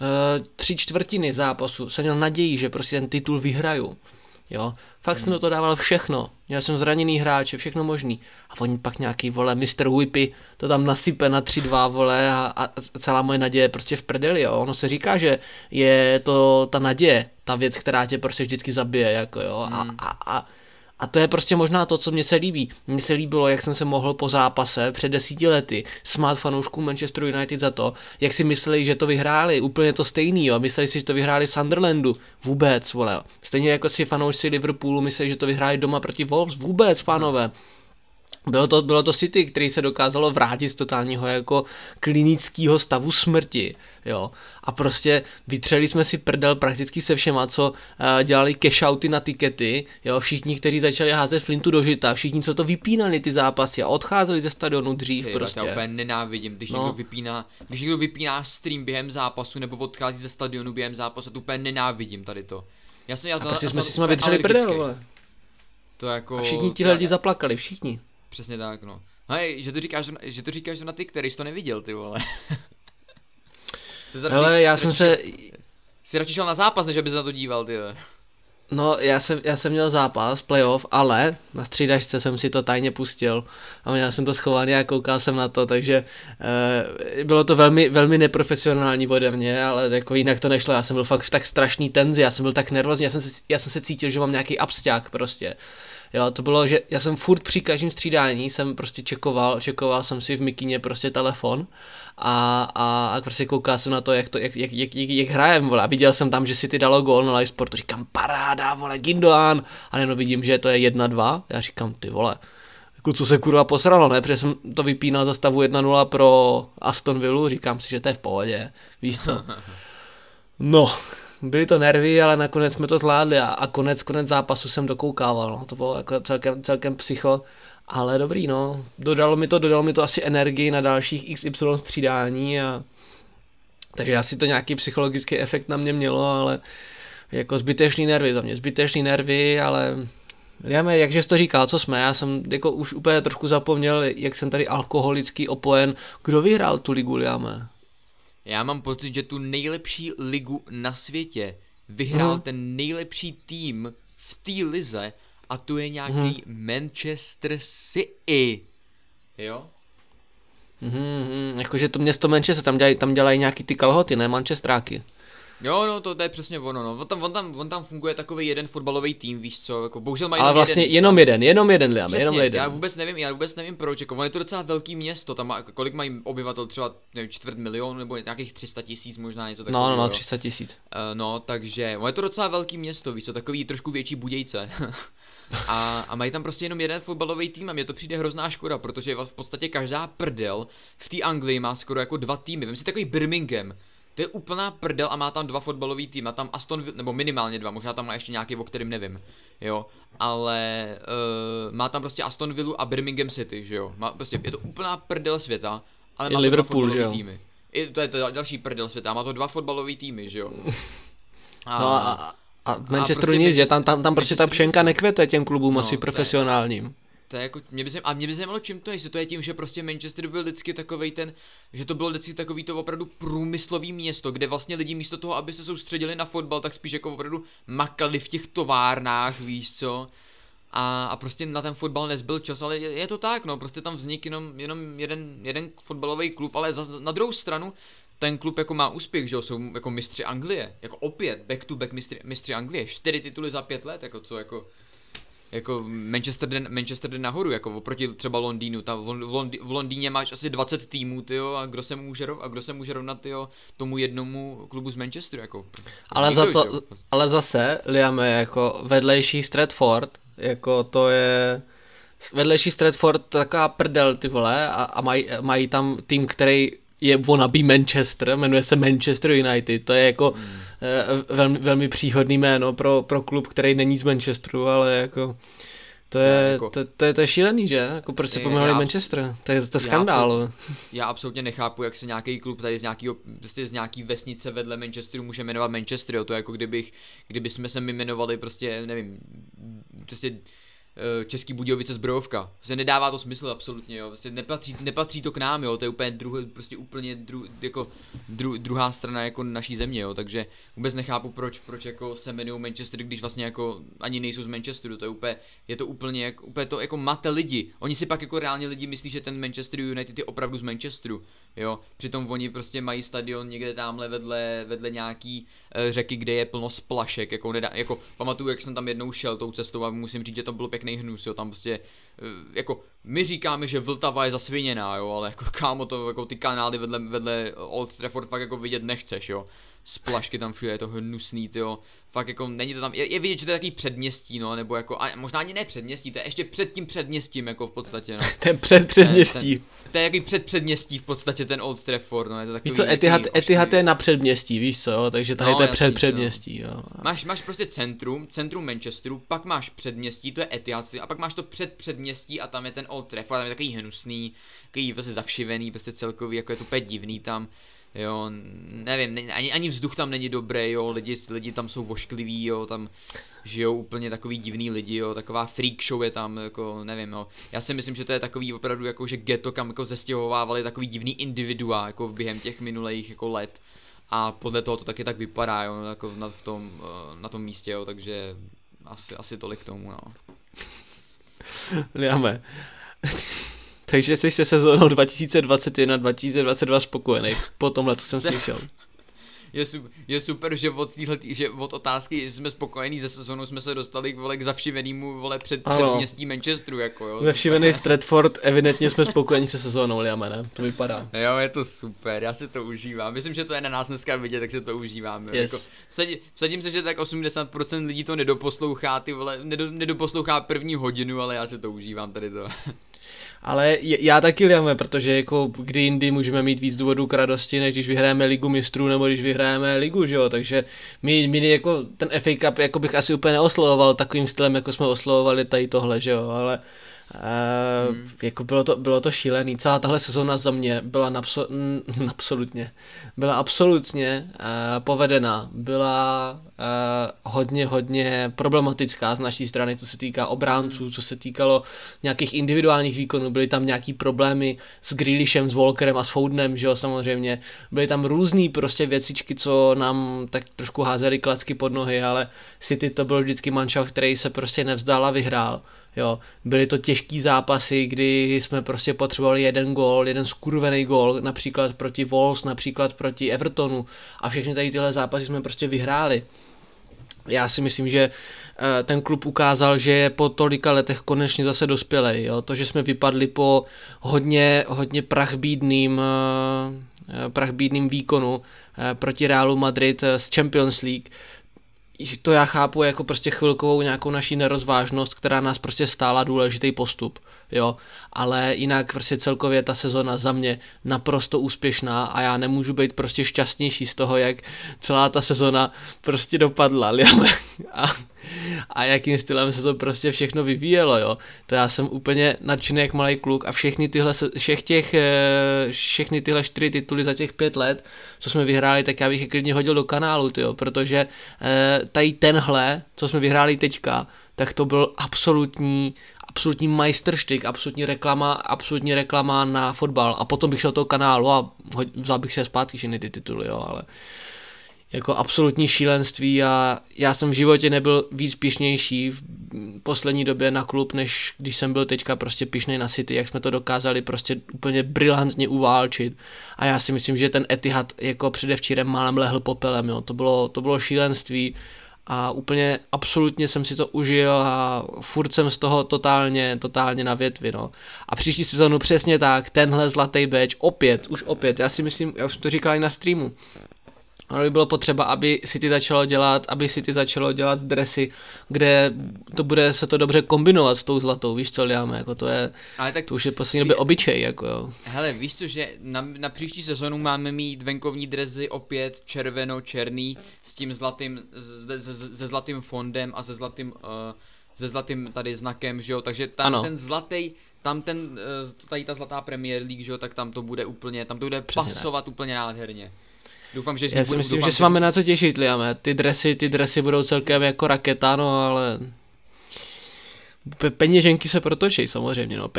3/4 zápasu jsem měl naději, že prostě ten titul vyhraju. Jo, fakt jsem do toho dával všechno. Měl jsem zraněný hráče, všechno možný. A oni pak nějaký, vole, Mr. Whippy to tam nasype na 3-2, vole, a celá moje naděje je prostě v prdeli, jo. Ono se říká, že je to ta naděje, ta věc, která tě prostě vždycky zabije, jako jo. A to je prostě možná to, co mně se líbí. Mně se líbilo, jak jsem se mohl po zápase před 10 lety smát fanouškům Manchester United za to, jak si mysleli, že to vyhráli, úplně to stejný, jo. Mysleli si, že to vyhráli Sunderlandu, vůbec, vole. Stejně jako si fanoušci Liverpoolu mysleli, že to vyhráli doma proti Wolves, vůbec, pánové. Bylo to City, který se dokázalo vrátit z totálního jako klinického stavu smrti, jo. A prostě vytřeli jsme si prdel prakticky se všema, co dělali cashouty na tikety, jo. Všichni, kteří začali házet flintu do žita, všichni, co to vypínali ty zápasy a odcházeli ze stadionu dřív. Prostě. Já úplně nenávidím, když někdo vypíná stream během zápasu nebo odchází ze stadionu během zápasu, to úplně nenávidím tady to. A prostě jsme si s nimi vytřeli prdel, vole. To jako... A všichni ti lidi zaplakali, všichni. Přesně tak, no. Hej, že to říkáš na ty, který jsi to neviděl, ty vole. Hele, já jsem se... Jsi radši šel na zápas, než aby se na to díval, ty vole. No, já jsem měl zápas, playoff, ale na střídačce jsem si to tajně pustil a měl jsem to schovaný a koukal jsem na to, takže bylo to velmi, velmi neprofesionální ode mě, ale jako jinak to nešlo, já jsem byl fakt v tak strašný tenzi, já jsem byl tak nervózní, já jsem se cítil, že mám nějaký absťák prostě. Jo, to bylo, že já jsem furt při každém střídání jsem prostě čekoval jsem si v mikině prostě telefon a prostě koukal jsem na to, jak hrajem, vole. A viděl jsem tam, že si ty dalo gól na live sportu, říkám paráda, vole, Gindogan, a jenom vidím, že to je 1-2, já říkám, ty vole, jako co se kurva posralo, ne, protože jsem to vypínal za stavu 1-0 pro Aston Villu, říkám si, že to je v pohodě, víš co. No, byly to nervy, ale nakonec jsme to zvládli a konec zápasu jsem dokoukával, no. To bylo jako celkem psycho, ale dobrý, no. Dodalo mi to asi energii na dalších XY střídání takže asi to nějaký psychologický efekt na mě mělo, ale jako zbytečný nervy, ale Liame, jakže jsi to říkal, co jsme, já jsem jako už úplně trošku zapomněl, jak jsem tady alkoholický opojen. Kdo vyhrál tu ligu, Liame? Já mám pocit, že tu nejlepší ligu na světě vyhrál ten nejlepší tým v té lize a to je nějaký Manchester City. Jo? Jakože to město Manchester, tam dělají nějaký ty kalhoty, ne Manchesteráky. Jo, no to je přesně ono, no. On tam funguje takový jeden fotbalový tým, víš co, jako bohužel mají ale vlastně jenom jeden, Liam, přesně, jenom jeden. Já vůbec nevím proč, jako on je to docela velký město, tam má, kolik mají obyvatel, třeba nevím, 250 000 nebo nějakých 300 000 možná něco takového. No, 300 000. No, takže, on je to docela velký město, víš co, takový trošku větší Budějce. a mají tam prostě jenom jeden fotbalový tým a mně to přijde hrozná škoda, protože v podstatě každá prdel v té Anglii má skoro jako 2 týmy, vem si takový Birmingham. To je úplná prdel a má tam 2 fotbalový tým, má tam Aston Villa, nebo minimálně 2, možná tam má ještě nějaký, o kterým nevím, jo, ale má tam prostě Aston Villa a Birmingham City, že jo, prostě je to úplná prdel světa, ale má to 2 fotbalový týmy. To je to další prdel světa, má to 2 fotbalový týmy, že jo. A v Manchesteru prostě nic, že tam prostě ta pšenka nekvete těm klubům asi profesionálním. To je jako, mě by zajímalo, čím to je, jestli to je tím, že prostě Manchester byl vždycky takovej že to bylo vždycky takový to opravdu průmyslový město, kde vlastně lidi místo toho, aby se soustředili na fotbal, tak spíš jako opravdu makali v těch továrnách, víš co, a prostě na ten fotbal nezbyl čas, ale je to tak, no, prostě tam vznikl jenom jeden fotbalový klub, ale na druhou stranu, ten klub jako má úspěch, že jo, jsou jako mistři Anglie, jako opět back to back mistři Anglie, 4 tituly za 5 let, jako co, jako Manchester jde nahoru, jako oproti třeba Londýnu, tam v Londýně máš asi 20 týmů, tyjo, a kdo se může rovnat, tyjo, tomu jednomu klubu z Manchesteru, jako. Ale zase, Liame, jako vedlejší Stratford, jako to je vedlejší Stratford taková prdel, ty vole, a mají tam tým, který je wannabe Manchester, jmenuje se Manchester United, to je jako velmi, velmi příhodný jméno pro klub, který není z Manchesteru, ale jako to je šílený, že? Jako proč se pomenuli Manchester? To je skandál. Já absolutně nechápu, jak se nějaký klub tady z nějaký vesnice vedle Manchesteru může jmenovat Manchester, jo? To je jako kdyby jsme se jmenovali prostě, nevím, prostě Český Budějovice Zbrojovka. Prostě nedává to smysl absolutně, jo. Prostě nepatří to k nám, jo. To je úplně druhá strana jako naší země, jo. Takže vůbec nechápu, proč jako se jmenují Manchester, když vlastně jako ani nejsou z Manchesteru. Je to úplně to jako mate lidi. Oni si pak jako reálně lidi myslí, že ten Manchester United je opravdu z Manchesteru, jo. Přitom oni prostě mají stadion někde tamhle vedle nějaký řeky, kde je plno splašek, jako pamatuju, jak jsem tam jednou šel tou cestou a musím říct, že to bylo pěkný hnus, jo, tam prostě, jako, my říkáme, že Vltava je zasviněná, jo, ale jako kámo, to, jako ty kanály vedle Old Trafford fakt jako vidět nechceš, jo, splašky tam všude, je to hnusný, jo, fakt jako není to tam, je vidět, že to je takový předměstí, no, nebo jako, a možná ani ne předměstí, to je ještě před tím předměstím, jako v podstatě, no. Ten předměstí. To je jaký předměstí v podstatě ten Old Trafford, no, je to takový. Víš co, Etihad je na předměstí, víš co, jo, takže tady to je předměstí, jo. Máš prostě centrum Manchesteru, pak máš předměstí, to je Etihad, a pak máš to předměstí a tam je ten Old Trafford, tam je takový hnusný, takový prostě zavšivený, prostě celkový, jako je to úplně divný tam. Jo, nevím, ani vzduch tam není dobrý, jo, lidi tam jsou voškliví, jo, tam žijou úplně takový divný lidi, jo, taková freak show je tam, jako nevím, jo. Já si myslím, že to je takový opravdu jako, že ghetto, kam jako zestěhovávali takový divný individua, jako během těch minulých jako let. A podle toho to taky tak vypadá, jo, jako na tom místě, jo, takže asi tolik k tomu, no. Liame. Takže jsi se sezónou 2021-2022 spokojený, po tomhle to jsem slyšel. je super, že že od otázky, že jsme spokojení se sezónou, jsme se dostali k zavšivenému předměstí Manchesteru, jako jo. Zavšivený Stratford, evidentně jsme spokojení se sezónou, Liame, ne? To vypadá. Jo, je to super, já si to užívám. Myslím, že to je na nás dneska vidět, tak si to užívám. Yes. Jako, vsadím se, že tak 80% lidí to nedoposlouchá, nedoposlouchá první hodinu, ale já si to užívám tady to. Ale já taky, Liame, protože jako kdy jindy můžeme mít víc důvodů k radosti, než když vyhrajeme ligu mistrů nebo když vyhrajeme ligu, že jo, takže my jako ten FA Cup jako bych asi úplně neoslovoval takovým stylem, jako jsme oslovovali tady tohle, že jo, ale jako bylo to šílený, celá tahle sezóna za mě byla absolutně povedená, byla hodně problematická z naší strany, co se týká obránců, co se týkalo nějakých individuálních výkonů, byly tam nějaký problémy s Grealishem, s Walkerem a s Fodenem, že jo, samozřejmě, byly tam různý prostě věcičky, co nám tak trošku házely klacky pod nohy, ale City to byl vždycky manšaft, který se prostě nevzdal a vyhrál. Jo, byly to těžký zápasy, kdy jsme prostě potřebovali jeden skurvený gól, například proti Wolves, například proti Evertonu a všechny tady tyhle zápasy jsme prostě vyhráli. Já si myslím, že ten klub ukázal, že je po tolika letech konečně zase dospělej. Jo? To, že jsme vypadli po hodně prachbídným výkonu proti Realu Madrid z Champions League, to já chápu jako prostě chvilkovou nějakou naší nerozvážnost, která nás prostě stála důležitý postup, jo, ale jinak prostě celkově ta sezona za mě naprosto úspěšná a já nemůžu být prostě šťastnější z toho, jak celá ta sezona prostě dopadla, a jakým stylem se to prostě všechno vyvíjelo, jo. To já jsem úplně nadšený jak malý kluk a všechny tyhle 4 tituly za těch 5 let, co jsme vyhráli, tak já bych je klidně hodil do kanálu, tyjo, protože tady tenhle, co jsme vyhráli teďka, tak to byl absolutní majstrštyk, absolutní reklama na fotbal a potom bych šel do toho kanálu a vzal bych si zpátky všechny ty tituly, jo, ale jako absolutní šílenství a já jsem v životě nebyl víc pyšnější v poslední době na klub, než když jsem byl teďka prostě pyšnej na City, jak jsme to dokázali prostě úplně brilantně uválčit a já si myslím, že ten Etihad jako předevčírem málem lehl popelem, jo. To bylo šílenství a úplně absolutně jsem si to užil a furt jsem z toho totálně na větvi, no. A příští sezonu přesně tak, tenhle zlatý badge, opět, já si myslím, já už jsem to říkal i na streamu, ale by bylo potřeba, aby City začalo dělat dresy, kde se to dobře kombinovat s tou zlatou, víš co, Liame, jako to už je poslední době obyčej, jako jo. Hele, víš co, že na příští sezonu máme mít venkovní dresy opět červeno-černý s tím zlatým, se zlatým fondem a se zlatým tady znakem, že jo, takže tam ano. Ten zlatý, tady ta zlatá Premier League, že jo, tak tam to bude pasovat úplně nádherně. Doufám, že já si myslím, že se máme na co těšit, Liame. Ty dresy budou celkem jako raketa, no ale peněženky se protočej samozřejmě, no,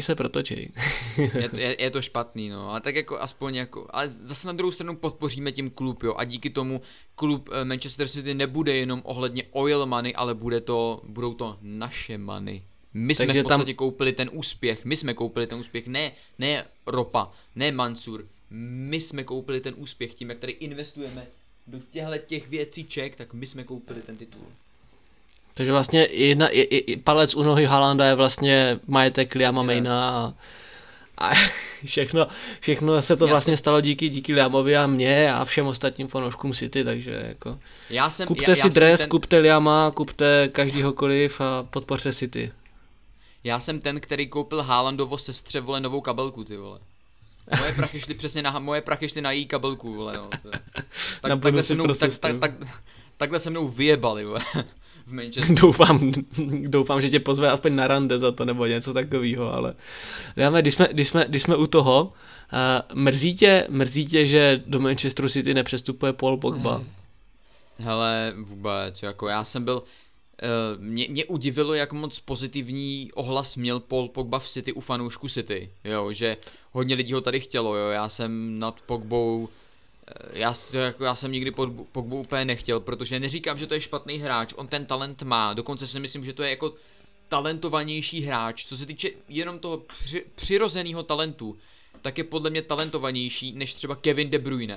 je to špatný, no, a tak jako aspoň jako, ale zase na druhou stranu podpoříme tím klub, jo, a díky tomu klub Manchester City nebude jenom ohledně oil money, ale budou to naše money. My jsme v podstatě koupili ten úspěch, ne ropa, ne Mansur. My jsme koupili ten úspěch tím, jak tady investujeme do těch věcíček, tak my jsme koupili ten titul. Takže vlastně palec u nohy Haalanda je vlastně majetek Liama Mayna a všechno se to vlastně stalo díky Liamovi a mně a všem ostatním fanouškům City, takže jako kupte si dres, kupte Liama, kupte každýhokoliv a podpořte City. Já jsem ten, který koupil Haalandovo sestře, vole, novou kabelku, ty vole. Moje prachy šly na její kabelku, vole, no. Takhle se mnou vyjebali, vole, v Manchesteru. Doufám, že tě pozve aspoň na rande za to, nebo něco takového, ale když jsme u toho, mrzí tě, že do Manchesteru City nepřestupuje Paul Pogba? Hele, vůbec, jako já jsem byl, mě udivilo, jak moc pozitivní ohlas měl Paul Pogba v City u fanoušku City, jo, že hodně lidí ho tady chtělo, jo, já jsem nad Pogbou, já jsem nikdy Pogbu úplně nechtěl, protože neříkám, že to je špatný hráč, on ten talent má, dokonce si myslím, že to je jako talentovanější hráč, co se týče jenom toho přirozeného talentu, tak je podle mě talentovanější než třeba Kevin De Bruyne.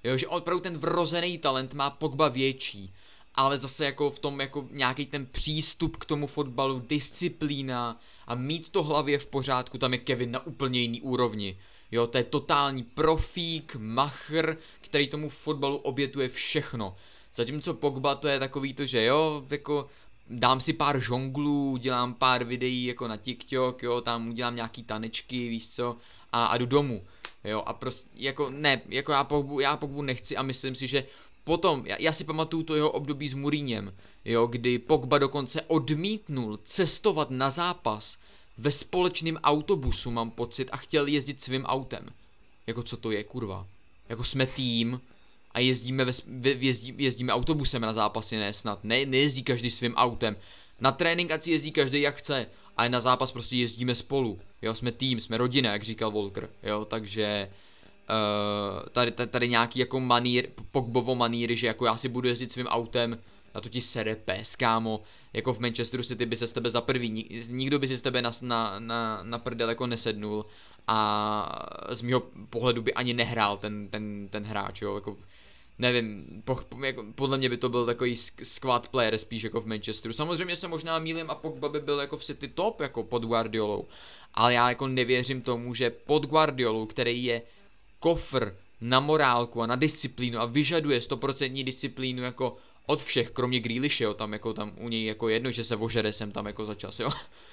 Jo, že opravdu ten vrozený talent má Pogba větší, ale zase jako v tom jako nějaký ten přístup k tomu fotbalu, disciplína a mít to hlavě v pořádku, tam je Kevin na úplně jiný úrovni. Jo, to je totální profík, machr, který tomu fotbalu obětuje všechno. Zatímco Pogba to je takový to, že jo, jako dám si pár žonglů, dělám pár videí jako na TikTok, jo, tam udělám nějaký tanečky, víš co, a jdu domů. Jo, a prostě, jako ne, jako já Pogbu nechci a myslím si, že potom, já si pamatuju to jeho období s Mourinhem, jo, kdy Pogba dokonce odmítnul cestovat na zápas ve společném autobusu, mám pocit, a chtěl jezdit svým autem. Jako co to je, kurva? Jako jsme tým a jezdíme autobusem na zápasy, ne snad, nejezdí každý svým autem. Na trénink ať si jezdí každý jak chce, ale na zápas prostě jezdíme spolu, jo, jsme tým, jsme rodina, jak říkal Walker, jo, takže tady nějaký jako Pogbovo maníry, že jako já si budu jezdit svým autem, na to ti sere pes, kámo, jako v Manchesteru City by se z tebe za prvý, nikdo by si z tebe na prdel jako nesednul a z mýho pohledu by ani nehrál ten hráč, jo, jako nevím, jako, podle mě by to byl takový squad player spíš jako v Manchesteru. Samozřejmě se možná mýlím a Pogba by byl jako v City top jako pod Guardiolou, ale já jako nevěřím tomu, že pod Guardiolou, který je kofr na morálku a na disciplínu a vyžaduje 100% disciplínu jako od všech, kromě Grealishe, jo, tam u něj jako jedno, že se ožere sem tam jako za čas, jo.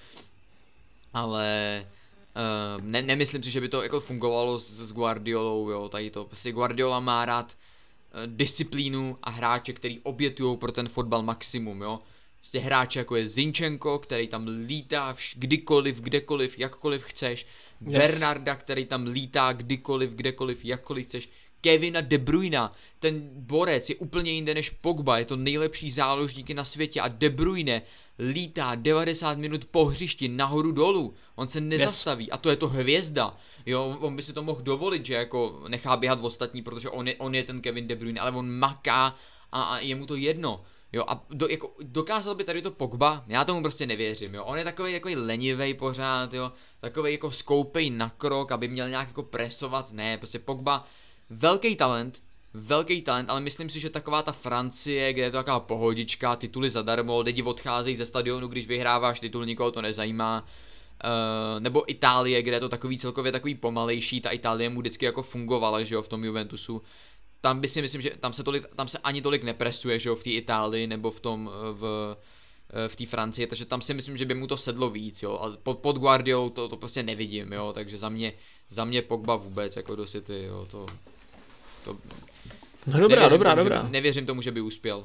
Ale nemyslím si, že by to jako fungovalo s Guardiolou, jo, tady to, prostě Guardiola má rád disciplínu a hráče, který obětujou pro ten fotbal maximum, jo. Prostě hráče jako je Zinchenko, který tam lítá kdykoliv, kdekoliv, jakkoliv chceš. Yes. Bernarda, který tam lítá kdykoliv, kdekoliv, jakkoliv chceš. Kevina De Bruyne, ten borec je úplně jinde než Pogba, je to nejlepší záložníky na světě a De Bruyne lítá 90 minut po hřišti nahoru dolů, on se nezastaví a to je to hvězda, jo, on by si to mohl dovolit, že jako nechá běhat v ostatní, protože on je ten Kevin De Bruyne, ale on maká a je mu to jedno. Jo, a jako dokázal by tady to Pogba? Já tomu prostě nevěřím, jo. On je takový lenivej pořád, jo. Takovej jako skoupej na krok, aby měl nějak jako presovat. Ne, prostě Pogba, velký talent, ale myslím si, že taková ta Francie, kde je to taková pohodička, tituly zadarmo, lidi odcházejí ze stadionu, když vyhráváš titul, nikoho to nezajímá. Nebo Itálie, kde je to takový celkově takový pomalejší, ta Itálie mu vždycky jako fungovala, že jo, v tom Juventusu. Tam by si myslím, že tam se ani tolik nepresuje, že jo, v té Itálii nebo v té Francii, takže tam si myslím, že by mu to sedlo víc, jo, a pod Guardiolou to prostě nevidím, jo, takže za mě Pogba vůbec jako do City, jo, to no dobrá. Nevěřím tomu, že by uspěl.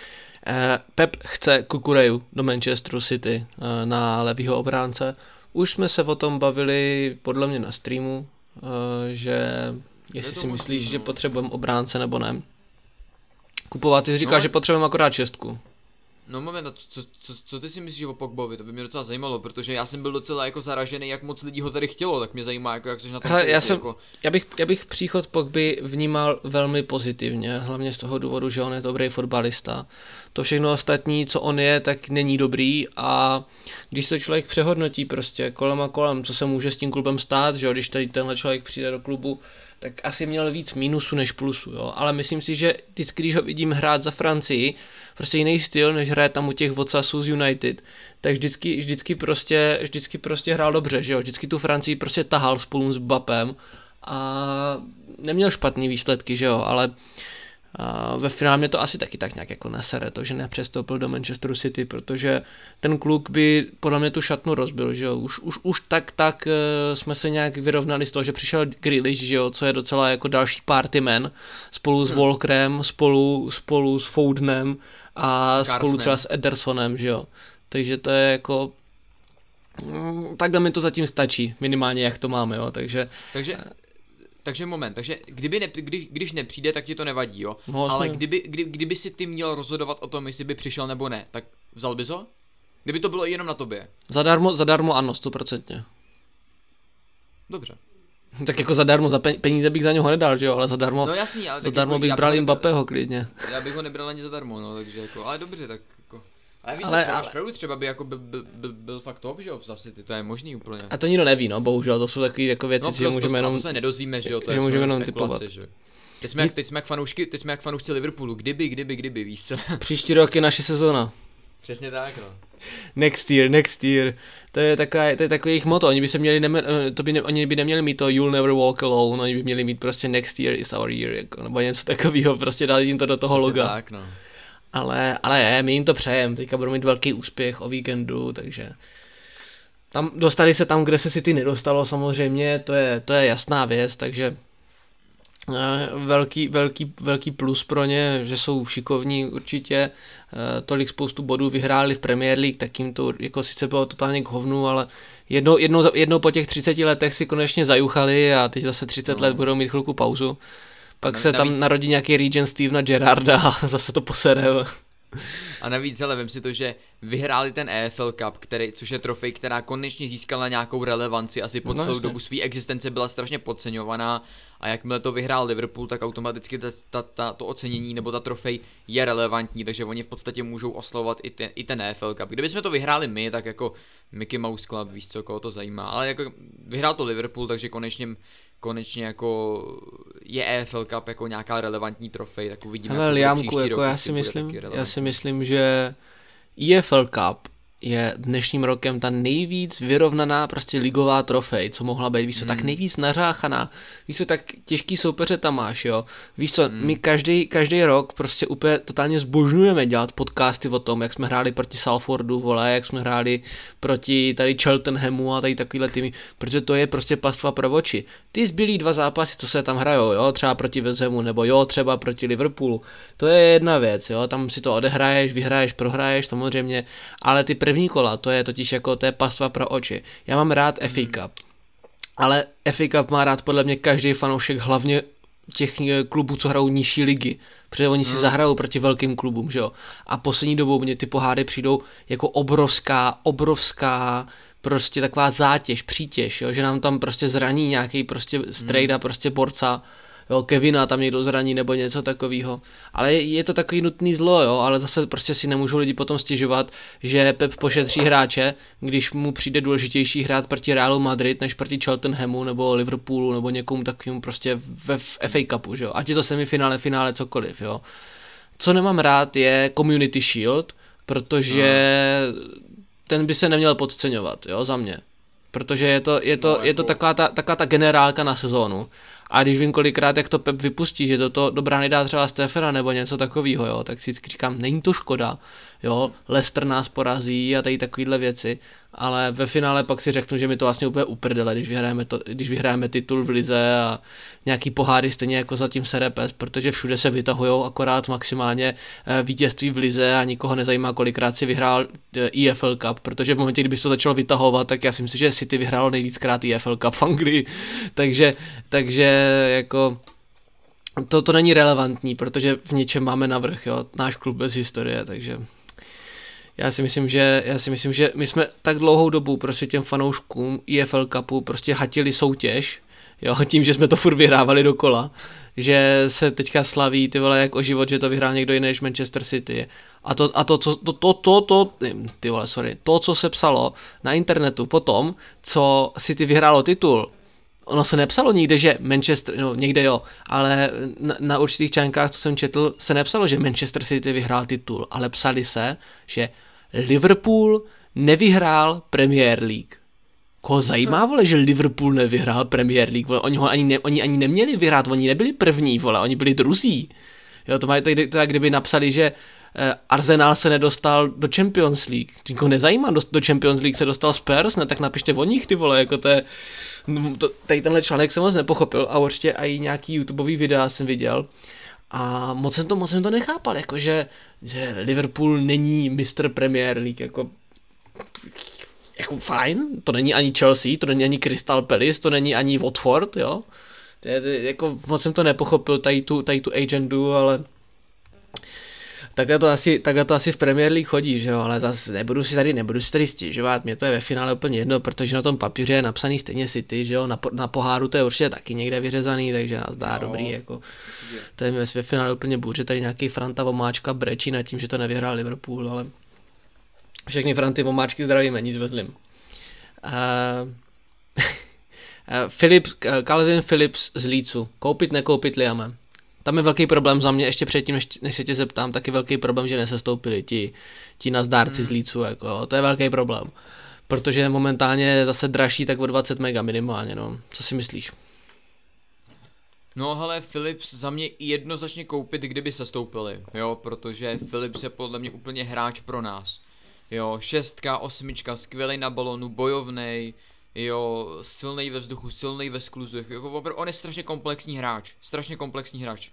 Pep chce Kukureju do Manchesteru City na levýho obránce. Už jsme se o tom bavili podle mě na streamu, že jestli si myslíš, že potřebujeme obránce nebo ne. Kupovat, ty říkáš, že potřebujeme akorát šestku. No moment, co ty si myslíš o Pogbovi? To by mě docela zajímalo, protože já jsem byl docela jako zaražený, jak moc lidí ho tady chtělo, tak mě zajímá, jako, jak jsi na tom. Já bych příchod Pogby vnímal velmi pozitivně, hlavně z toho důvodu, že on je dobrý fotbalista. To všechno ostatní, co on je, tak není dobrý a když se člověk přehodnotí prostě kolem a kolem, co se může s tím klubem stát, že jo, když tady tenhle člověk přijde do klubu, tak asi měl víc mínusu než plusu, jo, ale myslím si, že vždycky, když ho vidím hrát za Francii, prostě jiný styl, než hraje tam u těch vocasů z United, tak vždycky prostě hrál dobře, že jo, vždycky tu Francii prostě tahal spolu s Mbappem a neměl špatný výsledky, že jo, ale ve finále mě to asi taky tak nějak jako nesere to, že nepřestoupil do Manchesteru City, protože ten kluk by podle mě tu šatnu rozbil, že jo, už tak jsme se nějak vyrovnali z toho, že přišel Grealish, že jo, co je docela jako další party man, spolu s Walkerem, spolu s Fodenem a spolu třeba s Edersonem, že jo, takže to je jako takhle mi to zatím stačí, minimálně jak to máme, jo, Takže moment, takže když nepřijde, tak ti to nevadí, jo? No, ale kdyby si ty měl rozhodovat o tom, jestli by přišel nebo ne, tak vzal bys ho? Kdyby to bylo jenom na tobě. Zadarmo ano, 100%. Dobře. Tak jako zadarmo, za peníze bych za něho nedal, že jo, ale zadarmo, no jasný, ale zadarmo bych bral Mbappého klidně. Já bych ho nebral ani zadarmo, no, takže jako, ale dobře, tak jako. Ale víš, máš pravdu, třeba by jako byl fakt top, že jo, v City, to je možný úplně. A to nikdo neví, no, bohužel, to jsou takové jako věci, že můžeme jenom... to se nedozvíme, že jo, to je můžeme jenom typovat. Že? Teď jsme jak fanoušci Liverpoolu, kdyby, víš co? Příští rok je naše sezóna. Přesně tak, no. Next year. To je takový jejich motto. Oni by neměli mít to You'll never walk alone, oni by měli mít prostě next year is our year, jako, nebo něco takového, prostě dát jim to do toho loga. Tak, no. Ale my jim to přejeme, teďka budou mít velký úspěch o víkendu, takže dostali se tam, kde se City nedostalo samozřejmě, to je jasná věc, takže velký plus pro ně, že jsou šikovní určitě, spoustu bodů vyhráli v Premier League, tak jim to jako sice bylo totálně k hovnu, ale jednou po těch 30 letech si konečně zajuchali a teď zase 30 let budou mít chvilku pauzu. Pak se tam narodí nějaký Regent Stevena Gerrarda a zase to posere. A navíc, ale vem si to, že vyhráli ten EFL Cup, což je trofej, která konečně získala nějakou relevanci, asi po celou dobu své existence byla strašně podceňovaná a jakmile to vyhrál Liverpool, tak automaticky to ocenění nebo ta trofej je relevantní, takže oni v podstatě můžou oslavovat i ten EFL Cup. Kdybychom to vyhráli my, tak jako Mickey Mouse Club, víš co, koho to zajímá, ale jako vyhrál to Liverpool, takže konečně jako je EFL Cup jako nějaká relevantní trofej, tak uvidíme. Ale Liamku, jako já si myslím, že EFL Cup je dnešním rokem ta nejvíc vyrovnaná prostě ligová trofej, co mohla být, víš co, tak nejvíc nařáchaná, víš co, tak těžký soupeře tam máš, jo, víš co, my každý rok prostě úplně totálně zbožňujeme dělat podcasty o tom, jak jsme hráli proti Salfordu, vole, jak jsme hráli proti tady Cheltenhamu a tady takovýhle týmy, protože to je prostě pastva pro oči. Ty zbylý 2 zápasy, co se tam hrajou, jo, třeba proti West Hamu, nebo jo, třeba proti Liverpoolu, to je jedna věc, jo, tam si to odehraješ, vyhraješ, prohraješ samozřejmě, ale ty první kola, to je totiž jako, to je pastva pro oči. Já mám rád FA Cup, ale FA Cup má rád podle mě každý fanoušek, hlavně těch klubů, co hrajou nižší ligy, protože oni si zahrajou proti velkým klubům, že jo. A poslední dobou mě ty poháry přijdou jako obrovská prostě taková zátěž, přítěž, jo, že nám tam prostě zraní nějaký prostě strejda, prostě borca, jo, Kevina tam někdo zraní nebo něco takového. Ale je to takový nutný zlo, jo, ale zase prostě si nemůžou lidi potom stěžovat, že Pep pošetří hráče, když mu přijde důležitější hrát proti Realu Madrid, než proti Cheltenhamu nebo Liverpoolu nebo někomu takovému prostě v FA Cupu, že jo. Ať je to semifinále, cokoliv, jo. Co nemám rád je Community Shield, protože ten by se neměl podceňovat, jo, za mě. Protože je to taková ta generálka na sezónu. A když vím kolikrát, jak to Pep vypustí, že do toho do brány dá třeba Stefana nebo něco takového, jo, tak si říkám, není to škoda, jo, Leicester nás porazí a tady takovýhle věci, ale ve finále pak si řeknu, že mi to vlastně úplně uprdele, když vyhráme titul v lize a nějaký poháry stejně jako zatím Serepes, protože všude se vytahujou akorát maximálně vítězství v lize a nikoho nezajímá, kolikrát si vyhrál EFL Cup, protože v momentě, kdyby se to začalo vytahovat, tak já si myslím, že City vyhrálo nejvíckrát EFL Cup v Anglii, takže jako to není relevantní, protože v něčem máme navrch, jo, náš klub bez historie, takže já si myslím, že my jsme tak dlouhou dobu prostě těm fanouškům EFL Cupu prostě hatili soutěž, jo, tím, že jsme to furt vyhrávali dokola, že se teďka slaví ty vole jak o život, že to vyhrál někdo jiný než Manchester City. To, co se psalo na internetu potom, co City vyhrálo titul, ono se nepsalo nikde, že Manchester, no někde jo, ale na určitých článkách, co jsem četl, se nepsalo, že Manchester City vyhrál titul, ale psali se, že Liverpool nevyhrál Premier League. Koho zajímá, vole, že Liverpool nevyhrál Premier League, vole, oni ani neměli vyhrát, oni nebyli první, vole, oni byli druzí. Jo, to jak kdyby napsali, že Arsenal se nedostal do Champions League. Nikoho nezajímá, do Champions League se dostal Spurs, ne, tak napište o nich, ty vole, jako tady tenhle článek jsem moc nepochopil a určitě i nějaký YouTubeový videa jsem viděl a moc jsem to nechápal, jakože že Liverpool není mistr Premier League, jako fajn, to není ani Chelsea, to není ani Crystal Palace, to není ani Watford, jo, jako moc jsem to nepochopil, tady tu agendu, ale takhle to asi v Premier League chodí, že jo, ale zase nebudu si tady stěžovat, mě to je ve finále úplně jedno, protože na tom papíře je napsaný stejně City, že jo, na poháru to je určitě taky někde vyřezaný, takže nás dá dobrý, jako to je ve finále úplně bůře, tady nějaký Franta Vomáčka brečí nad tím, že to nevyhrál Liverpool, ale všechny Franty Vomáčky zdravíme, nic vezlim. Calvin Phillips z Leedsu, koupit, nekoupit Liame? Tam je velký problém za mě, ještě předtím, než se tě zeptám, taky velký problém, že nesestoupili ti nazdárci z Lícu, jako jo, to je velký problém. Protože momentálně zase dražší tak o 20 mega minimálně, no. Co si myslíš? No hele, Philips za mě jednoznačně koupit, kdyby sestoupili, jo, protože Philips je podle mě úplně hráč pro nás. Jo, 6, 8, skvělej na balonu, bojovnej, jo, silnej ve vzduchu, silnej ve skluzech, jako on je strašně komplexní hráč.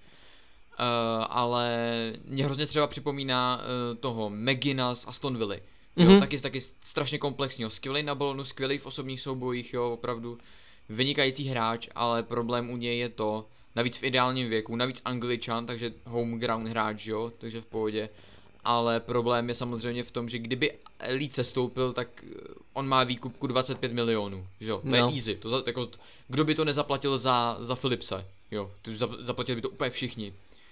Ale mě hrozně třeba připomíná toho Megina z Aston Villa. Jo, taky strašně komplexního, skvělej na balonu, skvělej v osobních soubojích, jo, opravdu vynikající hráč, ale problém u něj je to, navíc v ideálním věku, navíc Angličan, takže home ground hráč, jo, takže v pohodě. Ale problém je samozřejmě v tom, že kdyby Leeds sestoupil, tak on má výkupku 25 milionů, že jo, to je easy, jako, kdo by to nezaplatil za Philipse, jo, zaplatili by to úplně všichni,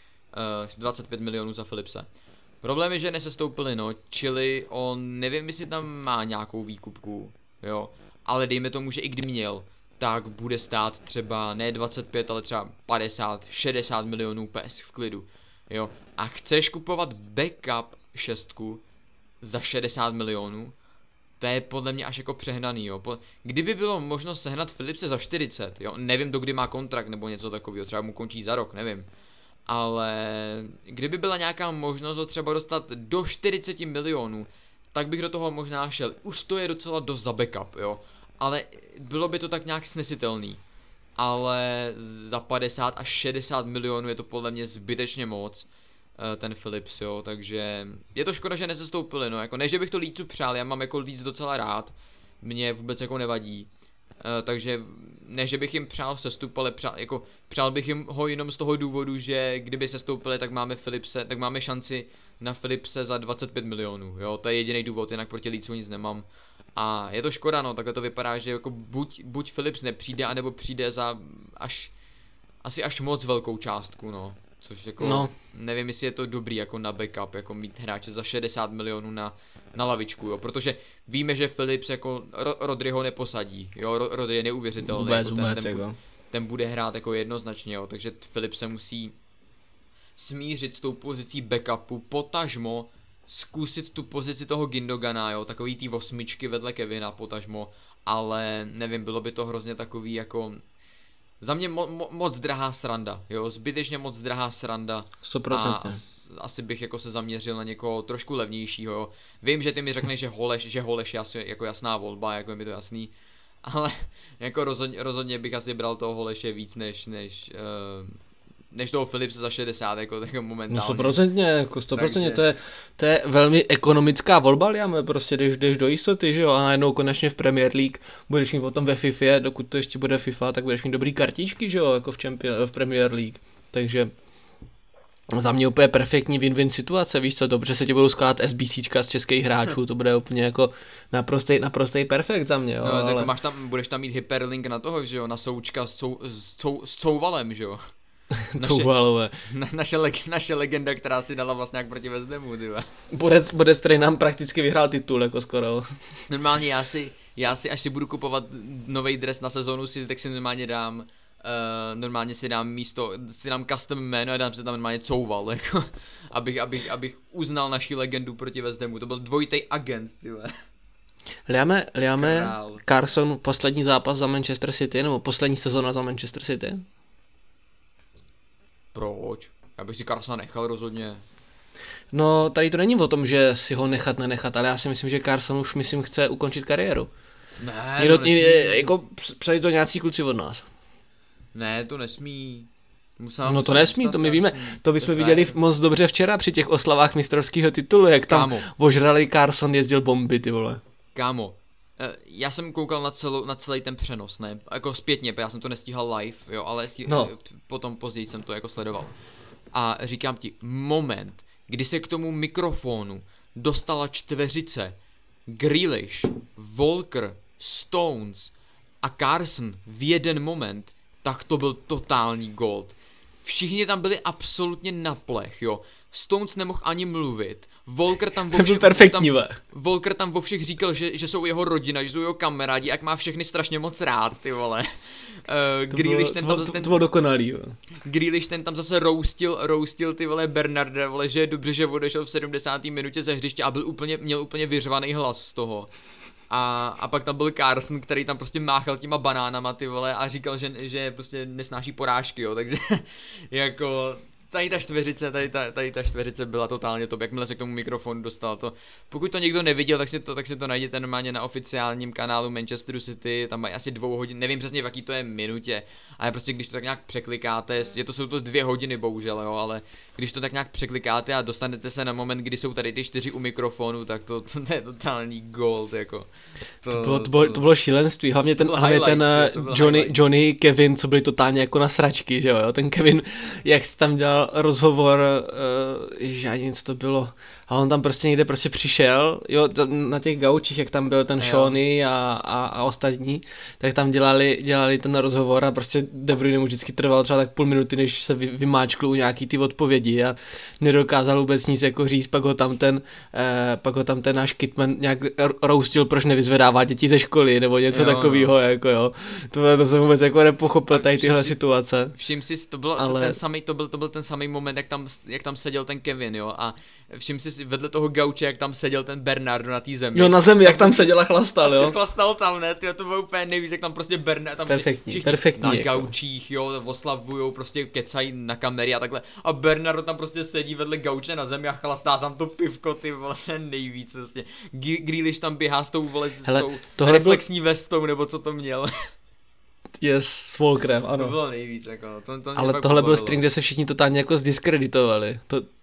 25 milionů za Philipse. Problém je, že nesestoupili, no, čili on, nevím, jestli tam má nějakou výkupku, jo, ale dejme tomu, že i kdy měl, tak bude stát třeba ne 25, ale třeba 50, 60 milionů PS v klidu, jo. A chceš kupovat backup 6 za 60 milionů, to je podle mě až jako přehnaný, jo. Kdyby bylo možnost sehnat Philipse za 40, jo, nevím, dokdy má kontrakt nebo něco takového, třeba mu končí za rok, nevím. Ale kdyby byla nějaká možnost ho třeba dostat do 40 milionů, tak bych do toho možná šel. Už to je docela dost za backup, jo. Ale bylo by to tak nějak snesitelný. Ale za 50 až 60 milionů je to podle mě zbytečně moc, ten Philips, jo. Takže je to škoda, že nesestoupili, no. Jako ne, že bych to Leedsu přál, já mám jako Leeds docela rád. Mě vůbec jako nevadí. Takže ne, že bych jim přál sestup, ale přál bych jim ho jenom z toho důvodu, že kdyby sestoupili, tak máme šanci na Philipse za 25 milionů, jo, to je jediný důvod, jinak proti Leedsu nic nemám. A je to škoda, no, takhle to vypadá, že jako buď Philips nepřijde, anebo přijde za asi až moc velkou částku, no. Což jako, nevím, jestli je to dobrý jako na backup, jako mít hráče za 60 milionů na lavičku, jo, protože víme, že Philips jako Rodryho neposadí, jo, Rodry je neuvěřitelný, ten bude hrát jako jednoznačně, jo, takže Philips se musí smířit s tou pozicí backupu, potažmo zkusit tu pozici toho Gündogana, jo, takový ty 8 vedle Kevina, potažmo, ale nevím, bylo by to hrozně takový jako za mě moc drahá sranda, jo, zbytečně moc drahá sranda. 100%. A asi bych jako se zaměřil na někoho trošku levnějšího, jo. Vím, že ty mi řekneš, že Holeš je asi jako jasná volba, jako je mi to jasný, ale jako rozhodně bych asi bral toho Holeše víc než toho Philipse za 60, jako momentálně. No 100%, jako 100%, takže to je velmi ekonomická volba, Liame, prostě jdeš do jistoty, že jo, a najednou konečně v Premier League budeš mít potom ve FIFA, dokud to ještě bude FIFA, tak budeš mít dobrý kartičky, že jo, jako v Premier League, takže za mě úplně perfektní win-win situace, víš co, dobře se ti budou skládat SBCčka z českých hráčů, to bude úplně jako naprostej perfekt za mě, jo. No, ale tak budeš tam mít hyperlink na toho, že jo, na Součka s Couvalem, že jo. Naše legenda, která si dala vlastně jak proti West Hamu, tyhle. Bodec, který nám prakticky vyhrál titul, jako skoro. Normálně já si až si budu kupovat nový dres na sezonu, tak si normálně dám, si dám custom jméno a dám si tam normálně Couval, jako, abych uznal naši legendu proti West Hamu, to byl dvojitej agent, tyhle. Liame Carson poslední zápas za Manchester City, nebo poslední sezona za Manchester City? Proč? Já bych si Carsona nechal rozhodně. No, tady to není o tom, že si ho nenechat, ale já si myslím, že Carson už chce ukončit kariéru. Ne, jako psali to nějací kluci od nás. Ne, to nesmí. No to nesmí, to my víme. To bychom viděli moc dobře včera při těch oslavách mistrovského titulu, jak tam ožrali Carson jezdil bomby, ty vole. Kámo, já jsem koukal na celý ten přenos, ne, jako zpětně, já jsem to nestíhal live, jo, ale potom později jsem to jako sledoval. A říkám ti, moment, kdy se k tomu mikrofonu dostala čtveřice Grealish, Walker, Stones a Carson v jeden moment, tak to byl totální gold. všichni tam byli absolutně na plech, jo. Stones nemohl ani mluvit, Volker tam Volker tam vo všech říkal, že jsou jeho rodina, že jsou jeho kamarádi, jak má všechny strašně moc rád, ty vole. To bylo dokonalý, jo. Grealish ten tam zase roustil ty vole Bernarda, vole, že je dobře, že odešel v 70. minutě ze hřiště a měl úplně vyřvaný hlas z toho. A pak tam byl Carson, který tam prostě máchal těma banánama, ty vole, a říkal, že prostě nesnáší porážky, jo, takže jako tady ta čtveřice byla totálně top, jakmile se k tomu mikrofonu dostal. Pokud to někdo neviděl, tak si to najděte normálně na oficiálním kanálu Manchesteru City, tam mají asi 2 hodin, nevím přesně v jaký to je minutě, ale prostě když to tak nějak překlikáte, jsou to 2 hodiny bohužel, jo, ale když to tak nějak překlikáte a dostanete se na moment, kdy jsou tady ty 4 u mikrofonu, tak to je totální gold, jako. To bylo šílenství, hlavně ten Johnny, Kevin, co byli totálně jako na sračky, že jo, ten Kevin, jak tam dělal rozhovor, já něco to bylo, a on tam prostě někde prostě přišel, jo, na těch gaučích, jak tam byl ten Shawnee a ostatní, tak tam dělali ten rozhovor a prostě De Bruyne mu vždycky trvalo třeba tak půl minuty, než se vymáčkl u nějaký ty odpovědi a nedokázal vůbec nic jako říct, pak ho tam ten náš Kitman nějak roustil, proč nevyzvedává děti ze školy, nebo něco takového, jako jo, to jsem vůbec jako nepochopil tady tyhle situace. Všim si, to byl ten samý moment, jak tam seděl ten Kevin, jo, a všim si vedle toho gauče, jak tam seděl ten Bernardo na té zemi. Jo, na zemi, jak tam seděl a chlastal, jo. Chlastal tam, ne, tyjo, to bylo úplně nejvíc, jak tam prostě Bernardo, tam perfektní na jako. gaučích, jo, oslavujou, prostě kecají na kamery a takhle. A Bernardo tam prostě sedí vedle gauče na zemi a chlastá tam to pivko, ty vole, nejvíc prostě. Grealish tam běhá s tou, vole, s tou reflexní vestou, nebo co to měl. S Volkerem, ano. To bylo nejvíc, jako, ale tohle byl string, kde se všichni totálně jako zdiskreditovali.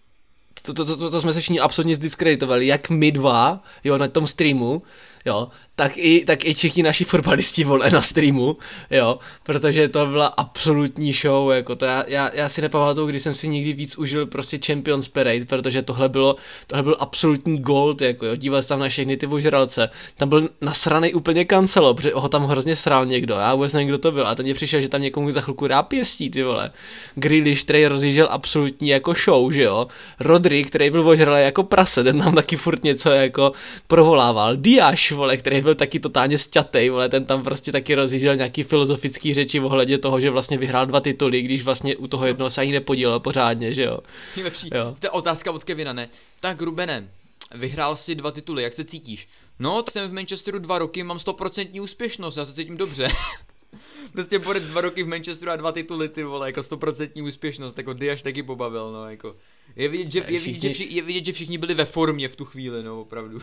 To jsme se všichni absolutně zdiskreditovali, jak my dva, jo, na tom streamu, jo, tak i všichni naši fotbalisti, vole, na streamu, jo, protože to byla absolutní show, jako to já si nepamatuju, když jsem si nikdy víc užil prostě Champions Parade, protože tohle byl absolutní gold, jako jo, díval se tam na všechny ty ožralce, tam byl nasranej úplně Cancelo, protože ho tam hrozně srál někdo, já vůbec nevím, kdo to byl, a ten mě přišel, že tam někomu za chvilku dá pěstí, ty vole, Grealish, který rozjížděl absolutní jako show, že jo, Rodri, který byl ožralý jako prase, ten tam taky furt něco jako provolával, Diaz, vole, který byl taky totálně sťatej, vole, ten tam prostě taky rozjížděl nějaký filozofický řeči ohledně toho, že vlastně vyhrál 2 tituly, když vlastně u toho jednoho se ani nepodílel pořádně, že jo. Nejlepší, to je otázka od Kevina, ne? Tak Rubene, vyhrál si 2 tituly, jak se cítíš? No, tak jsem v Manchesteru 2 roky, mám 100% úspěšnost, já se cítím dobře. Prostě borec 2 roky v Manchesteru a 2 tituly, ty vole, jako 100% úspěšnost, jako Diaz taky pobavil, no, jako. Je vidět, že všichni byli ve formě v tu chvíli, no, opravdu.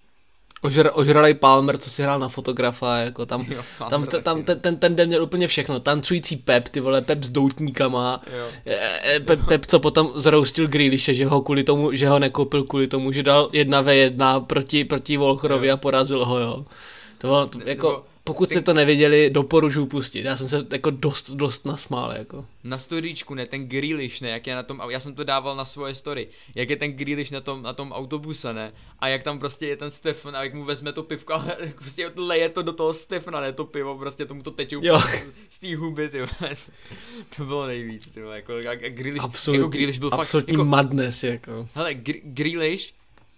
Ožralej Palmer, co si hrál na fotografa, jako tam ten den měl úplně všechno, tancující Pep, ty vole, Pep s doutníkama, Pep, co potom zroustil Grealishe, že ho kvůli tomu, že ho nekoupil kvůli tomu, že dal 1v1 proti Volkerovi a porazil ho, jo. To bylo, jako, pokud jste to neviděli, doporučuji pustit, já jsem se jako dost nasmál, jako. Na storíčku, ne, ten Grealish, ne, jak je na tom, já jsem to dával na svoje story, jak je ten Grealish na tom autobuse, ne, a jak tam prostě je ten Stefan a jak mu vezme to pivko a prostě leje to do toho Stefana, ne, to pivo, prostě tomu to teče z té huby, ty vole. To bylo nejvíc, ty vole, jako Grealish byl fakt, absolutní madness, jako. Hele, Grealish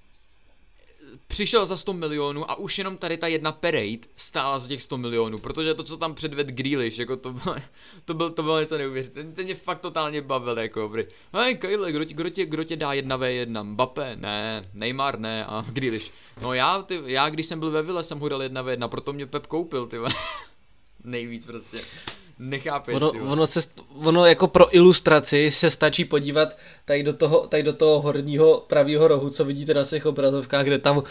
přišel za 100 milionů a už jenom tady ta jedna parade stála za těch 100 milionů, protože to, co tam předvedl Grealish, jako to bylo něco neuvěřitelného, ten mě fakt totálně bavil, jako, hej Kyle, kdo tě dá 1v1, Mbappé, ne, Neymar, ne, a Grealish, no já když jsem byl ve Ville, jsem ho dal 1v1, proto mě Pep koupil, ty nejvíc prostě. Nechápeš, ono jako pro ilustraci se stačí podívat tady do toho horního pravýho rohu, co vidíte na svých obrazovkách, kde tam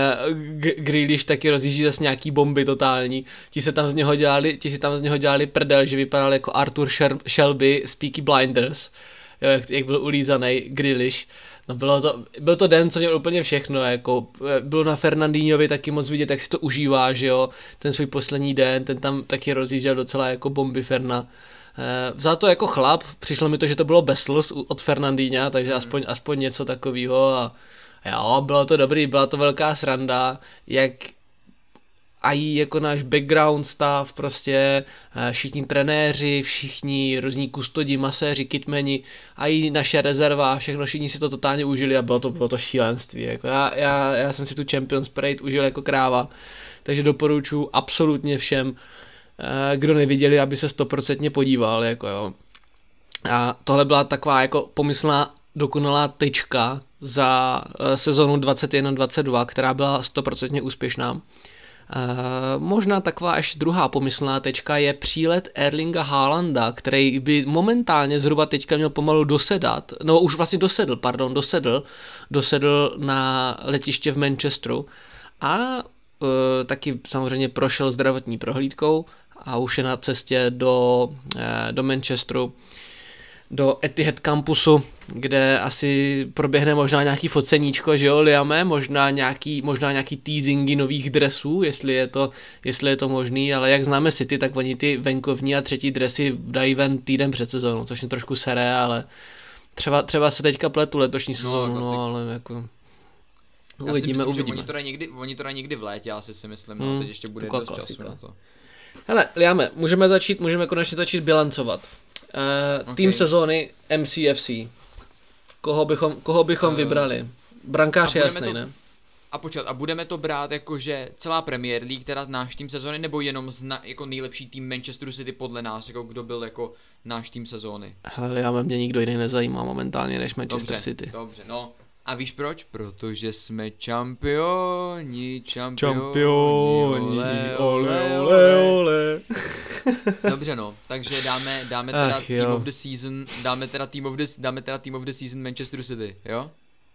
Grealish taky rozjíždí zase nějaký bomby totální. Ti si tam z něho dělali prdel, že vypadal jako Arthur Shelby z Peaky Blinders, jo, jak byl ulízaný Grealish. No byl to den, co měl úplně všechno, jako bylo na Fernandinhovi taky moc vidět, jak si to užívá, že jo, ten svůj poslední den, ten tam taky rozjížděl docela jako bomby Ferna. Vzal to jako chlap, přišlo mi to, že to bylo bez slz od Fernandinha, takže aspoň něco takového a jo, bylo to dobrý, byla to velká sranda, jak a i jako náš background stav, prostě všichni trenéři, všichni různí kustodi, maséři, kitmeni a i naše rezerva, všechno, všichni si to totálně užili a bylo to šílenství. Jako já jsem si tu Champions Parade užil jako kráva, takže doporučuji absolutně všem, kdo neviděli, aby se 100% podíval. Jako jo. A tohle byla taková jako pomyslná dokonalá tečka za sezonu 21-22, která byla 100% úspěšná. Možná taková až druhá pomyslná tečka je přílet Erlinga Haalanda, který by momentálně zhruba teďka měl pomalu dosedat, no už vlastně dosedl na letiště v Manchesteru a taky samozřejmě prošel zdravotní prohlídkou a už je na cestě do Manchesteru, do Etihad campusu, kde asi proběhne možná nějaký foceníčko, že jo, Liame, možná nějaký teasingy nových dresů, jestli je to možný, ale jak známe City, tak oni ty venkovní a třetí dresy dají ven týden před sezónou, což mě trošku sere, ale třeba se teďka pletu letošní sezónu, no ale jako uvidíme. Oni to dají někdy v létě, asi si myslím, no, teď ještě bude dost času na to. Hele, Liame, můžeme konečně začít bilancovat. Tým sezóny MCFC. Koho bychom vybrali? Brankář je jasný, ne? A budeme to brát jako, že celá Premier League, teda náš tým sezóny, nebo jenom jako nejlepší tým Manchesteru City podle nás, jako kdo byl jako náš tým sezóny? Hele, mě nikdo jiný nezajímá momentálně než Manchester City. Dobře, no. A víš proč? Protože jsme čampioni, ole. Dobře no, takže dáme teda Team of the Season, dáme teda Team of the Season Manchesteru City, jo?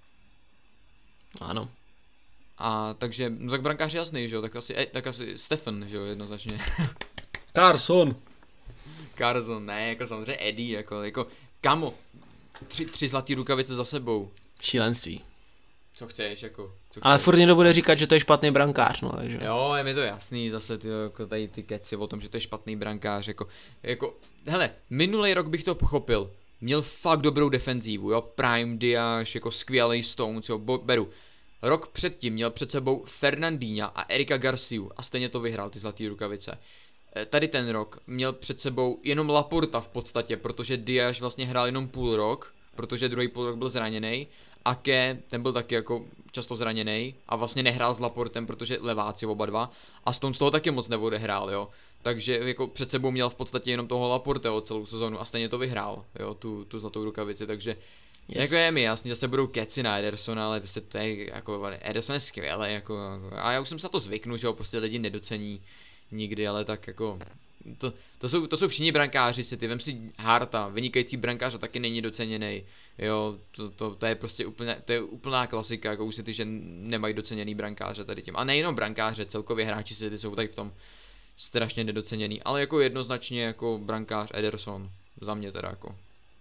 Ano. A takže, no tak brankář je jasný, že jo, tak asi Stefan, že jo, jednoznačně. Carson, ne, jako samozřejmě Eddie, jako kamo, tři zlatý rukavice za sebou. Šílenství. Co chceš, jako. Ale furt někdo bude říkat, že to je špatný brankář, no, takže. Jo, je mi to jasný, zase jako tady ty keci o tom, že to je špatný brankář, jako, hele, minulý rok bych to pochopil. Měl fakt dobrou defenzívu, jo, Prime, Diaz, jako skvělý Stones, jo, beru. Rok předtím měl před sebou Fernandinha a Erika Garciu a stejně to vyhrál, ty zlatý rukavice. Tady ten rok měl před sebou jenom Laporta v podstatě, protože Diaz vlastně hrál jenom půl rok, protože druhý půl rok byl zraněný. Ake, ten byl taky jako často zraněný a vlastně nehrál s Laportem, protože leváci oba dva a Stones toho taky moc neodehrál, jo. Takže jako před sebou měl v podstatě jenom toho Laporteho celou sezonu a stejně to vyhrál, jo, tu zlatou rukavici, takže jako je mi jasný, že se budou keci na Edersona, ale to je jako, Ederson je skvělý, jako, a já už jsem se na to zvyknul, že ho prostě lidi nedocení nikdy, ale tak jako to jsou všichni brankáři si, vem si Harta, vynikající brankář a taky není doceněný, jo, to je prostě úplná klasika, jako už si ty, že nemají doceněný brankáře tady tím, a nejenom brankáře, celkově hráči si ty jsou tady v tom strašně nedoceněný, ale jako jednoznačně jako brankář Ederson, za mě teda jako.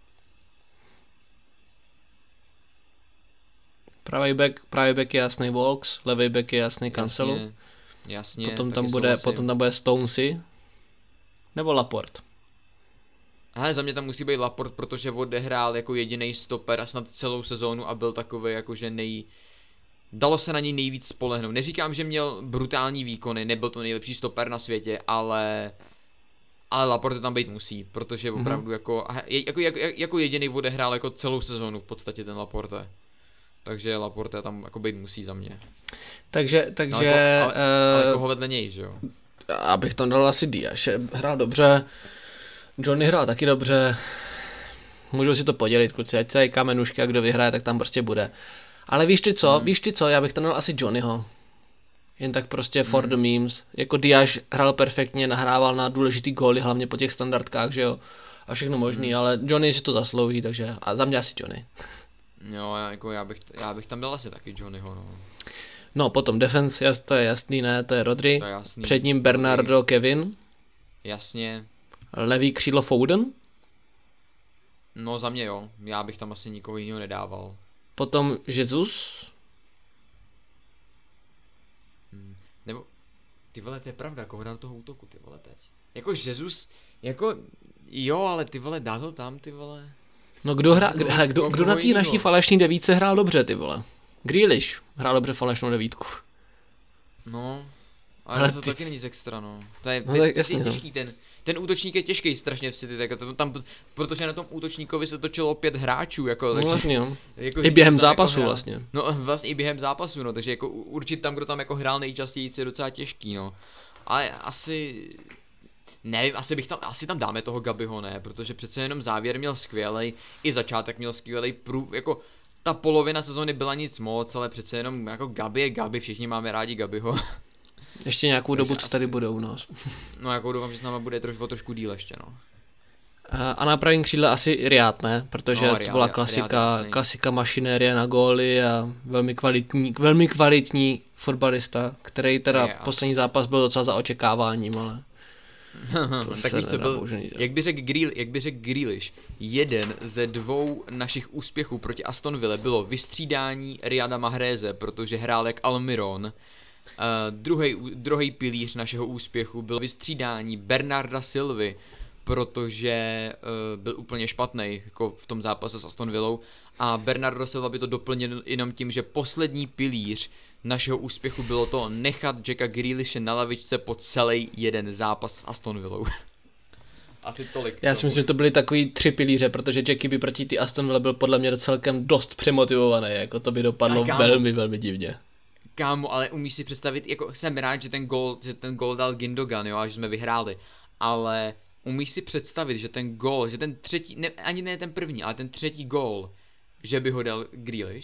Pravý back je jasný Volks, levý back je jasný Cancelo. Jasně. Potom tam bude Stonesy nebo Laporte. Hele, za mě tam musí být Laporte, protože odehrál jako jediný stoper a snad celou sezónu a byl takový jakože dalo se na něj nejvíc spolehnout. Neříkám, že měl brutální výkony, nebyl to nejlepší stoper na světě, ale Laporte tam být musí, protože opravdu jako jediný odehrál jako celou sezónu v podstatě ten Laporte. Takže Laporte tam jako být musí za mě. Takže no, jako, ale koho vedle něj, že jo? Abych tam dal asi Diaz, hrál dobře, Johnny hrál taky dobře, můžou si to podělit, kluci, ať se kamenušky a kdo vyhraje, tak tam prostě bude. Ale víš ty co, já bych tam dal asi Johnnyho. Jen tak prostě for the memes, jako Diaz hrál perfektně, nahrával na důležitý góly, hlavně po těch standardkách, že jo, a všechno možný, ale Johnny si to zaslouží, takže a za mě asi Johnny. Jo, já bych tam dal asi taky Johnnyho, no. No, potom defense, to je jasný, ne, to je Rodri. To je jasný. Před ním Bernardo, Kevin. Jasně. Levý křídlo Foden. No, za mě jo, já bych tam asi nikoho jiného nedával. Potom Jesus. Nebo, ty vole, to je pravda, koho dá do toho útoku, ty vole, teď. Jako Jesus, jako, jo, ale ty vole, dá to tam, ty vole. No kdo na té naší falešní devítce hrál dobře, ty vole? Grealish hrál dobře falešnou devítku. No, Ale to taky není nic extra, no. To je, No, tak jasně, je těžký, ten útočník je těžký strašně v City, tak tam, protože na tom útočníkovi se točilo 5 hráčů, jako, no, takže, vlastně, no. jako, I během jako zápasu vlastně. No vlastně i během zápasu, no, takže jako určit tam, kdo tam jako hrál nejčastěji, je docela těžký, no. Ale asi, nevím, asi tam dáme toho Gabiho, ne, protože přece jenom závěr měl skvělej, i začátek měl skvělej, jako ta polovina sezóny byla nic moc, ale přece jenom jako Gabi je Gabi, všichni máme rádi Gabiho. Ještě nějakou dobu, co tady bude u nás. No jako doufám, že s náma bude trošku díl ještě, no. A na pravém křídle asi Riad, ne? Protože No, to byla klasika mašinérie na góly a velmi kvalitní fotbalista, který teda poslední zápas byl docela za očekáváním, ale... Tak víš co, jak by řekl Grealish, jeden ze 2 našich úspěchů proti Aston Ville bylo vystřídání Riyada Mahreze, protože hrál jak Almiron. Druhý pilíř našeho úspěchu bylo vystřídání Bernarda Silvy, protože byl úplně špatný jako v tom zápase s Aston Villou, a Bernardo Silva by to doplnil jenom tím, že poslední pilíř našeho úspěchu bylo to nechat Jacka Grealishe na lavičce po celý jeden zápas s Aston Villou. Asi tolik. Já si myslím, že to byly takový 3 pilíře, protože Jackie by proti ty Aston Villa byl podle mě celkem dost přemotivovaný, jako to by dopadlo velmi, velmi divně. Kámo, ale umíš si představit, jako jsem rád, že ten gól dal Gündogan, jo, a že jsme vyhráli, ale umíš si představit, že ten gól, že ten třetí, ani ne ten první, ale ten třetí gól, že by ho dal Grealish?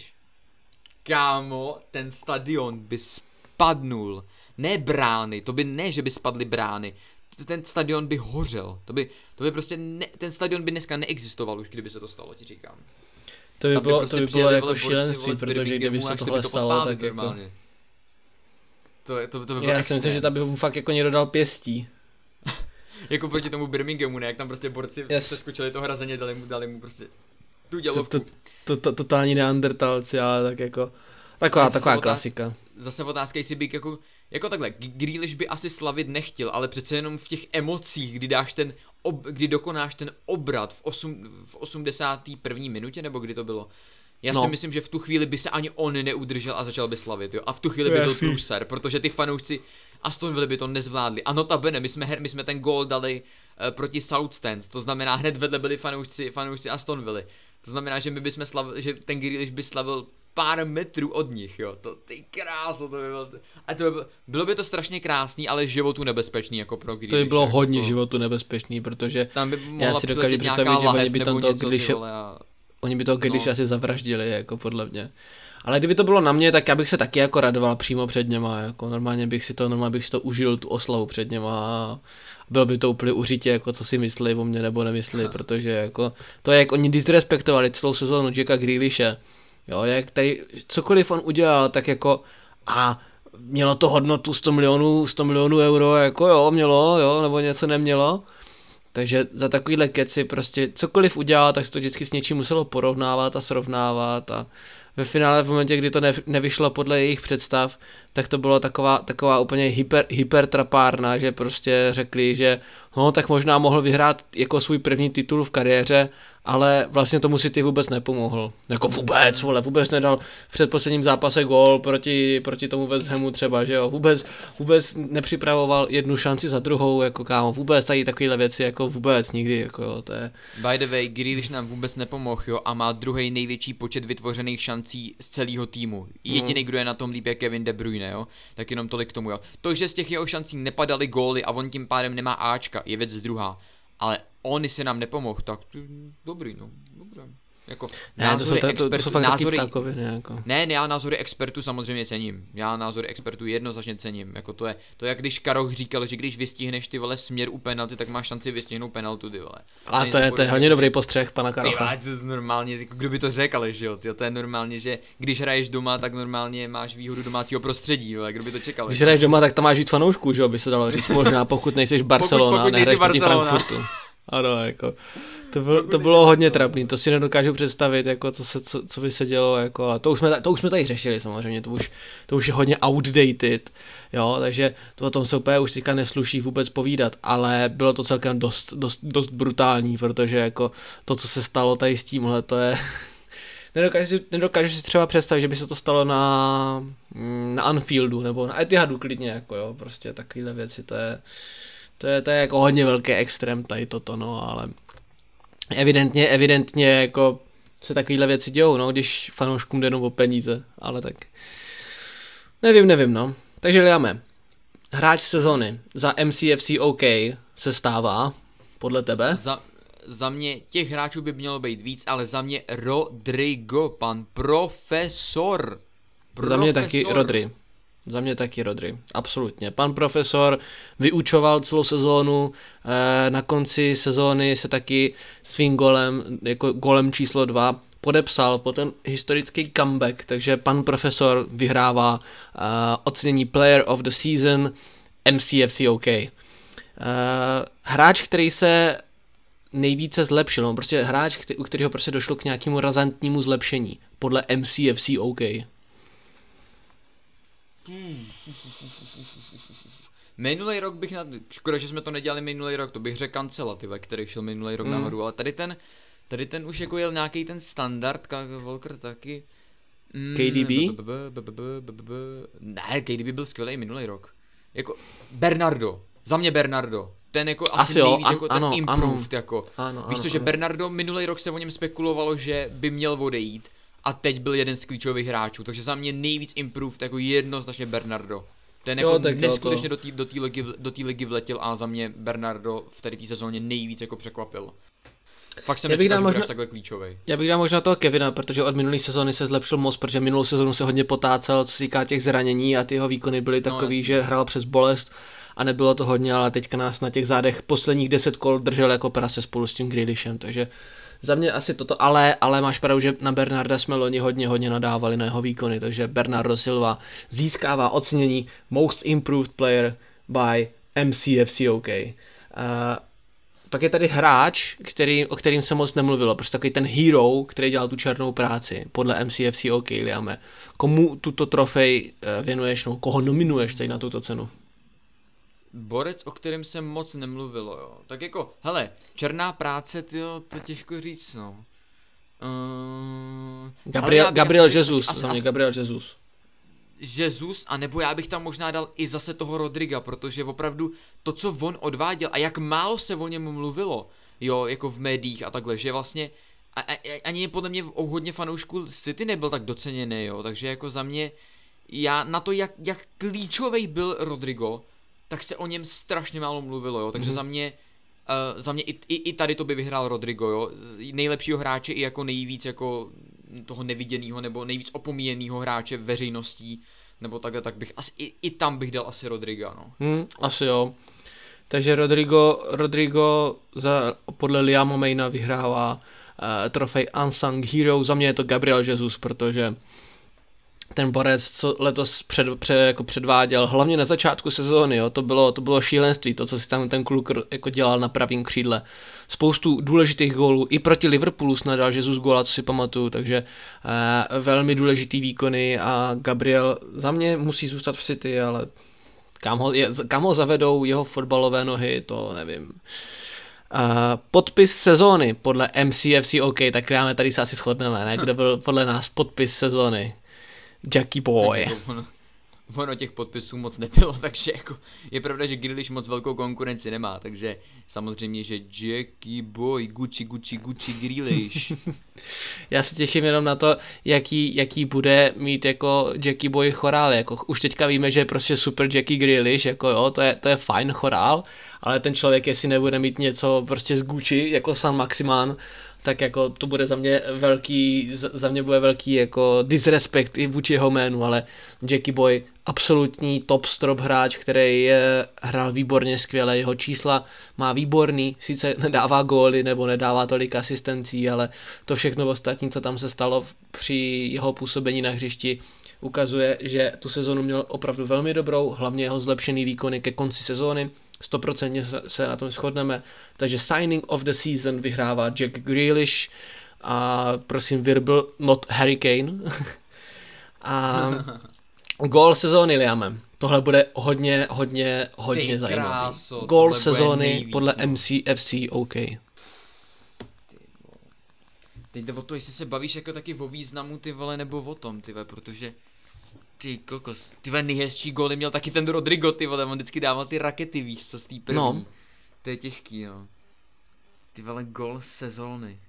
Kámo, ten stadion by spadnul. Ne brány, ne, že by spadly brány. Ten stadion by hořel. To by prostě, ten stadion by dneska neexistoval už, kdyby se to stalo, ti říkám. To by bylo jako šílenství, protože kdyby se tohle stalo, tak jako... To by bylo Já si myslím, že tam by ho fakt jako někdo dal pěstí. Jako proti tomu Birminghamu, ne? Jak tam prostě borci se skočili toho hrazeně, dali mu prostě tu dělovku. Totální neandertalci, ale tak jako taková klasika. Zase otázka, jestli by jako takhle, Grealish by asi slavit nechtěl, ale přece jenom v těch emocích, kdy dokonáš ten obrat v 81. minutě, nebo kdy to bylo? Já si myslím, že v tu chvíli by se ani on neudržel a začal by slavit, jo. A v tu chvíli by byl průser, protože ty fanoušci Aston Villa by to nezvládli. A notabene, my jsme ten gól dali proti Southend, to znamená hned vedle byli fanoušci Aston Villa. To znamená, že my bychom slavili, že ten Grealish by slavil pár metrů od nich, jo. Ty kráso, to by bylo. A bylo by to strašně krásný, ale životu nebezpečný jako pro Grealish. To by bylo hodně životu nebezpečný, protože tam by já si dokážu představit, že oni by tam toho Grealishe oni by toho Grealishe asi zavraždili, jako podle mě. Ale kdyby to bylo na mě, tak já bych se taky jako radoval přímo před něma, jako normálně bych si to užil, tu oslavu před něma a bylo by to úplně uřitě, jako co si myslí o mě nebo nemyslí, protože jako to je, jak oni disrespektovali celou sezónu Jacka Grealishe, jo, jak tady cokoliv on udělal, tak jako a mělo to hodnotu 100 milionů euro, jako jo, mělo, jo, nebo něco nemělo. Takže za takovýhle keci prostě cokoliv udělal, tak se to vždycky s něčím muselo porovnávat a srovnávat a ve finále v momentě, kdy to nevyšlo podle jejich představ, tak to bylo taková úplně hypertrapárna, že prostě řekli, že no tak možná mohl vyhrát jako svůj první titul v kariéře, ale vlastně tomu City vůbec nepomohl. Jako vůbec nedal v předposledním zápase gól proti tomu West Hamu třeba, že jo, vůbec nepřipravoval jednu šanci za druhou, jako kámo, vůbec tady takovéhle věci, jako vůbec nikdy, jako jo, to je... By the way, Grealish nám vůbec nepomohl, jo, a má druhý největší počet vytvořených šancí z celého týmu. Jediný, kdo je na tom líp, je Kevin De Bruyne, jo, tak jenom tolik k tomu, jo. To, že z těch jeho šancí nepadaly góly a on tím pádem nemá Ačka, je věc druhá, ale on si nám nepomohl, tak dobrý, no, dobře. Jako, to jsou fakt taky ptákoviny, jako. Ne, já názory expertů samozřejmě cením. Já názory expertů jednoznačně cením. Jako to je jak když Karoch říkal, že když vystihneš ty vole směr u penalty, tak máš šanci vystihnout penaltu, ty vole. A to je hodně dobrý postřeh pana Karocha. To je normálně, jako kdo by to řekl, ale že jo, to je normálně, že když hraješ doma, tak normálně máš výhodu domácího prostředí, vole, kdo by to čekal. Když hraješ doma, tak tam máš víc fanoušků, že jo, by se dalo říct, možná pokud nejseš Barcelona, pokud nejsi proti Frankfurtu. Ano, jako. To bylo hodně trapný, to si nedokážu představit, jako co by se dělo, jako, ale to už jsme tady řešili samozřejmě, to už je hodně outdated, jo, takže to o tom se úplně už teďka nesluší vůbec povídat, ale bylo to celkem dost brutální, protože jako to, co se stalo tady s tímhle, Nedokážu si třeba představit, že by se to stalo na Anfieldu nebo na Etihadu klidně, jako jo, prostě takovýhle věci, to je jako hodně velký extrém tady toto, no, ale evidentně jako se takovýhle věci dějou, no, když fanouškům jde jenom o peníze, ale tak nevím, no. Takže Liame, hráč sezony za MCFC OK se stává, podle tebe? Za mě těch hráčů by mělo být víc, ale za mě Rodrigo, pan profesor. Za mě taky Rodri, absolutně. Pan profesor vyučoval celou sezónu, na konci sezóny se taky svým golem, jako golem číslo 2, podepsal po ten historický comeback, takže pan profesor vyhrává ocenění Player of the Season MCFC OK. Hráč, který se nejvíce zlepšil, no, prostě hráč, u kterého prostě došlo k nějakému razantnímu zlepšení podle MCFC OK. Minulý rok bych škoda, že jsme to nedělali minulý rok, to bych řekl Cancela, který šel minulý rok nahoru, ale tady ten už jako jel nějaký ten standard, Walker taky. KDB? Ne, KDB byl skvělý minulý rok. Jako Bernardo, za mě Bernardo. Ten jako asi jo, nejvíc jako ten improved jako. Víš to, že ano. Bernardo minulý rok se o něm spekulovalo, že by měl odejít a teď byl jeden z klíčových hráčů, takže za mě nejvíc improved jako jednoznačně Bernardo. Ten jako neskutečně do té ligy vletěl a za mě Bernardo v tady té sezóně nejvíc jako překvapil. Fakt jsem nečekal, že bude až takhle klíčový. Já bych dal možná toho Kevina, protože od minulé sezóny se zlepšil moc, protože minulou sezónu se hodně potácel, co se týká těch zranění a ty jeho výkony byly takový, že hrál přes bolest a nebylo to hodně, ale teďka nás na těch zádech posledních 10 kol držel jako prase spolu s tím Grealishem, takže za mě asi toto, ale máš pravdu, že na Bernarda jsme loni hodně nadávali na jeho výkony, takže Bernardo Silva získává ocenění Most Improved Player by MCFC OK. Pak je tady hráč, o kterým se moc nemluvilo, prostě takový ten hero, který dělal tu černou práci, podle MCFC OK, Liame. Komu tuto trofej věnuješ, no, koho nominuješ tady na tuto cenu? Borec, o kterém se moc nemluvilo, jo. Tak jako, hele, černá práce, tyjo, to těžko říct, no. Gabriel Jesus, za mě Gabriel Jesus. Jesus, anebo já bych tam možná dal i zase toho Rodriga, protože opravdu to, co on odváděl a jak málo se o něm mluvilo, jo, jako v médiích a takhle, že vlastně ani podle mě hodně fanoušků City nebyl tak doceněný, jo, takže jako za mě, já na to, jak klíčový byl Rodrigo, tak se o něm strašně málo mluvilo, jo, takže za mě i tady to by vyhrál Rodrigo, jo, nejlepšího hráče i jako nejvíc jako toho neviděného nebo nejvíc opomíjeného hráče veřejností, nebo takhle, tak bych asi i tam bych dal asi Rodriga, no. Asi jo. Takže Rodrigo podle Liama Mayna vyhrává trofej Unsung Hero, za mě je to Gabriel Jesus, protože ten borec, co letos jako předváděl, hlavně na začátku sezóny, jo, to bylo šílenství, to, co si tam ten kluk jako dělal na pravém křídle. Spoustu důležitých gólů, i proti Liverpoolu snad dal Jesus góla, co si pamatuju, takže velmi důležitý výkony a Gabriel za mě musí zůstat v City, ale kam ho zavedou jeho fotbalové nohy, to nevím. Podpis sezóny podle MCFC OK, tak tady se asi shodneme, ne? Kdo byl podle nás podpis sezóny? Jackie Boy. Ono těch podpisů moc nebylo, takže jako je pravda, že Grealish moc velkou konkurenci nemá, takže samozřejmě, že Jackie Boy, Gucci Grealish. Já se těším jenom na to, jaký bude mít jako Jackie Boy chorál, jako už teďka víme, že je prostě super Jackie Grealish, jako jo, to je fajn chorál, ale ten člověk, jestli nebude mít něco prostě z Gucci, jako San Maximan, tak jako to bude za mě bude velký jako disrespekt i vůči jeho jménu, ale Jackie Boy absolutní top strop hráč, který hrál výborně skvěle, jeho čísla má výborný, sice nedává góly nebo nedává tolik asistencí, ale to všechno ostatní, co tam se stalo při jeho působení na hřišti, ukazuje, že tu sezonu měl opravdu velmi dobrou, hlavně jeho zlepšený výkony ke konci sezóny. 100% se na tom shodneme, takže signing of the season vyhrává Jack Grealish a prosím Virbl, not Harry Kane. A gól sezóny, Liame. Tohle bude hodně zajímavý. Gól sezóny podle MCFC OK. teď jde o to, jestli se bavíš jako taky o významu, ty vole, nebo o tom, ty vole, protože ty kokos, ty vole, nejhezčí góly měl taky ten Rodrigo, ty vole, on vždycky dával ty rakety, víš co, z té první. No. To je těžký, no. Ty vole, gól sezóny.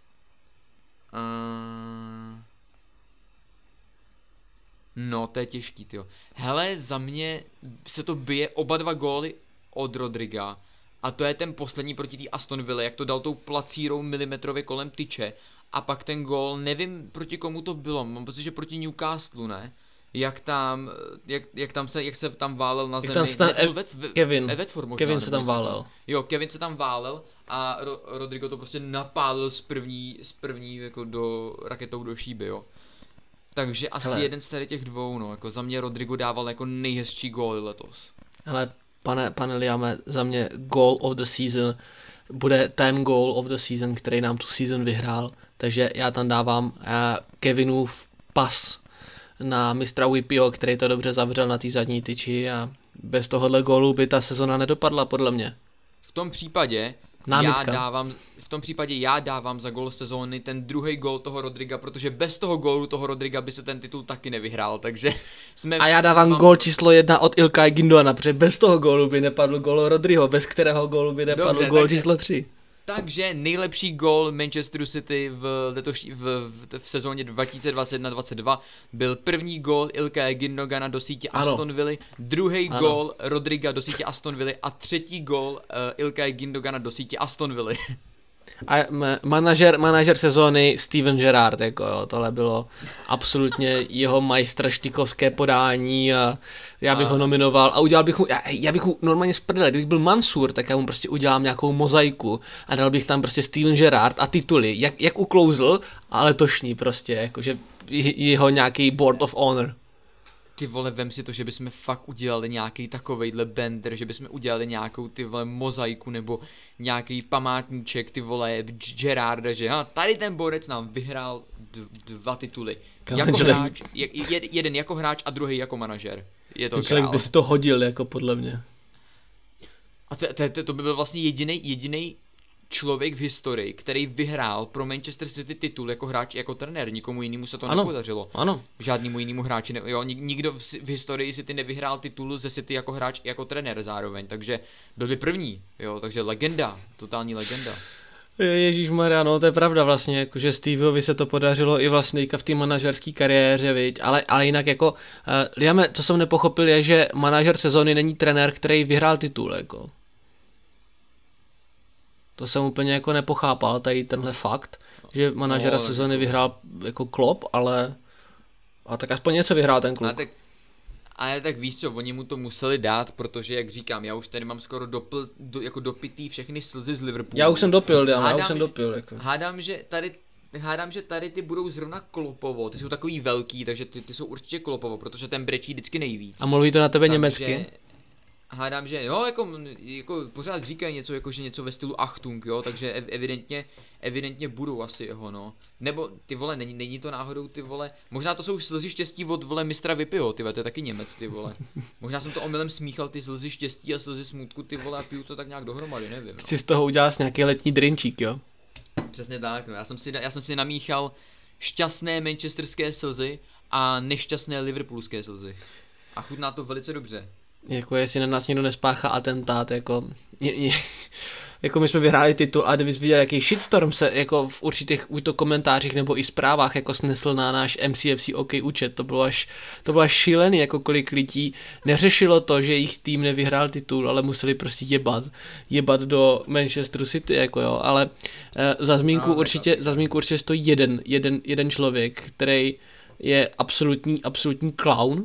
No, to je těžký, tyjo. Hele, za mě se to bije oba dva góly od Rodriga. A to je ten poslední proti té Aston Ville, jak to dal tou placírou milimetrově kolem tyče. A pak ten gól, nevím proti komu to bylo, mám pocit, že proti Newcastlu, ne? Jak se tam válel na zemi. Kevin se tam válel. Jo, Kevin se tam válel a Rodrigo to prostě napálil z první jako raketou do šíby, jo. Takže asi jeden z tady těch dvou, no, jako za mě Rodrigo dával jako nejhezčí góly letos. Hele, pane Liame, za mě goal of the season bude ten goal of the season, který nám tu season vyhrál, takže já tam dávám Kevinův pas na mistra Whippyho, který to dobře zavřel na té zadní tyči a bez tohohle gólu by ta sezona nedopadla, podle mě. V tom případě já dávám za gól sezóny ten druhý gól toho Rodriga, protože bez toho gólu toho Rodriga by se ten titul taky nevyhrál, takže jsme... A já dávám gól číslo 1 od Ilkay Gündoğana, protože bez toho gólu by nepadl gól Rodriho, bez kterého gólu by nepadl gól číslo 3. Takže nejlepší gól Manchesteru City v sezóně 2021-22 byl první gól Ilkaye Gündoğana do sítě Aston Villa, druhý gól Rodriga do sítě Aston Villa a třetí gól Ilkaye Gündoğana do sítě Aston Villa. A manažer sezóny Steven Gerrard, jako jo, tohle bylo absolutně jeho majstrštykovské podání a já bych ho nominoval a udělal bych mu, já bych mu normálně z prdele, kdybych byl Mansur, tak já mu prostě udělám nějakou mozaiku a dal bych tam prostě Steven Gerrard a tituly, jak uklouzl, ale letošní prostě, jakože jeho nějaký board of honor. Ty vole, vem si to, že bychom fakt udělali nějaký takovejhle bender, že bychom udělali nějakou ty vole mozaiku nebo nějaký památníček, ty vole Gerarda, že tady ten borec nám vyhrál 2 tituly. Jako hráč, jeden jako hráč a druhý jako manažer. Je to král. Člověk by si to hodil, jako podle mě. A to by byl vlastně jediný člověk v historii, který vyhrál pro Manchester City titul jako hráč, jako trenér, nikomu jinému se to nepodařilo. Ano. Žádnému jinému hráči, nikdo v historii City nevyhrál titul ze City jako hráč i jako trenér zároveň, takže byl by první, jo, takže legenda, totální legenda. Ježíšmarja, no to je pravda vlastně, jako, že Steveovi se to podařilo i vlastně v té manažerské kariéře, viď? Ale jinak jako, Liame, co jsem nepochopil je, že manažer sezóny není trenér, který vyhrál titul, jako. To jsem úplně jako nepochápal, tady tenhle fakt, že manažera sezóny vyhrál jako Klopp, ale a tak aspoň něco vyhrál ten klub. Ale tak víš co, oni mu to museli dát, protože jak říkám, já už tady mám skoro dopitý všechny slzy z Liverpoolu. Já už jsem dopil. Jako. Hádám, že tady ty budou zrovna Kloppovo, ty jsou takový velký, takže ty jsou určitě Kloppovo, protože ten brečí vždycky nejvíc. A mluví to na tebe německy? Hádám, že jo, jako pořád říkají něco, jako že něco ve stylu Achtung, jo, takže evidentně budou asi jeho, no. Nebo, ty vole, není to náhodou, ty vole, možná to jsou slzy štěstí od, vole, mistra Whippyho, ty vole, to je taky Němec, ty vole. Možná jsem to omylem smíchal, ty slzy štěstí a slzy smutku, ty vole, a piju to tak nějak dohromady, nevím. No. Chci z toho udělat nějaký letní drinčík, jo? Přesně tak, no, já jsem si namíchal šťastné manchesterské slzy a nešťastné liverpoolské slzy. A chutná to velice dobře. Jako jestli na nás někdo nespáchá atentát, jako jako my jsme vyhráli titul a kdybys viděl, jaký shitstorm se jako v určitých komentářích nebo i zprávách jako snesl na náš MCFC OK účet, to bylo až šílený, jako kolik lidí neřešilo to, že jejich tým nevyhrál titul, ale museli prostě jebat do Manchesteru City, jako jo, ale za zmínku určitě stojí jeden člověk, který je absolutní clown,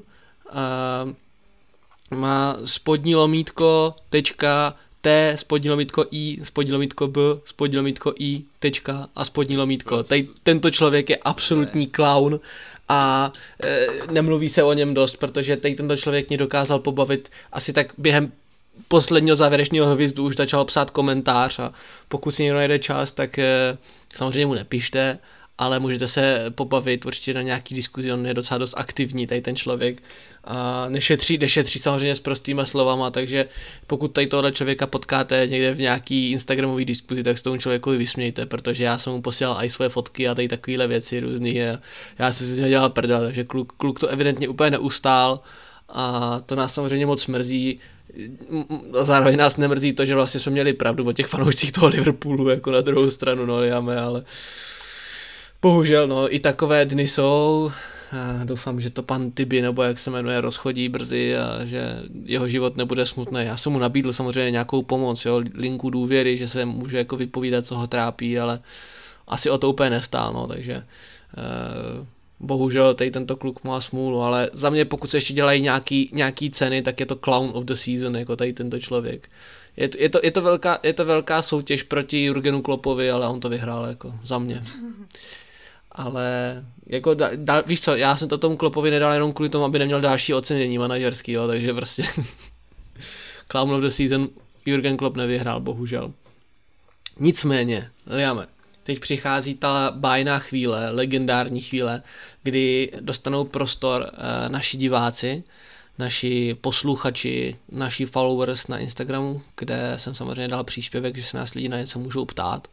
má spodní lomítko, tečka, T, spodní lomítko I, spodní lomítko B, spodní lomítko I, tečka a spodní lomítko. Tento člověk je absolutní clown a nemluví se o něm dost, protože tento člověk mě dokázal pobavit asi tak během posledního závěrečného hvězdu už začal psát komentář a pokud si někdo najde čas, tak samozřejmě mu nepište, ale můžete se pobavit určitě na nějaký diskuzi, on je docela dost aktivní, tady ten člověk. A nešetří samozřejmě s prostýma slovama, takže pokud tady tohle člověka potkáte někde v nějaký instagramový diskuzi, tak s tomu člověku vysmějte, protože já jsem mu posílal i svoje fotky a tady takovéhle věci různý. Já jsem si z něho dělal prdel, takže kluk to evidentně úplně neustál a to nás samozřejmě moc mrzí. A zároveň nás nemrzí to, že vlastně jsme měli pravdu o těch fanoušcích toho Liverpoolu, jako na druhou stranu, no, ale bohužel, no, i takové dny jsou. A doufám, že to pan Tibi, nebo jak se jmenuje, rozchodí brzy a že jeho život nebude smutný. Já jsem mu nabídl samozřejmě nějakou pomoc, jo, linku důvěry, že se může jako vypovídat, co ho trápí, ale asi o to úplně nestál, no, takže bohužel tady tento kluk má smůlu, ale za mě pokud se ještě dělají nějaký ceny, tak je to Clown of the Season, jako tady tento člověk. Je to velká soutěž proti Jurgenu Kloppovi, ale on to vyhrál, jako za mě. Ale jako víš co, já jsem to tomu Kloppovi nedal jenom kvůli tomu, aby neměl další ocenění manažerský, jo, takže prostě Clown of the Season Jurgen Klopp nevyhrál, bohužel. Nicméně, Liame, teď přichází ta bájná chvíle, legendární chvíle, kdy dostanou prostor naši diváci, naši posluchači, naši followers na Instagramu, kde jsem samozřejmě dal příspěvek, že se nás lidi na něco můžou ptát.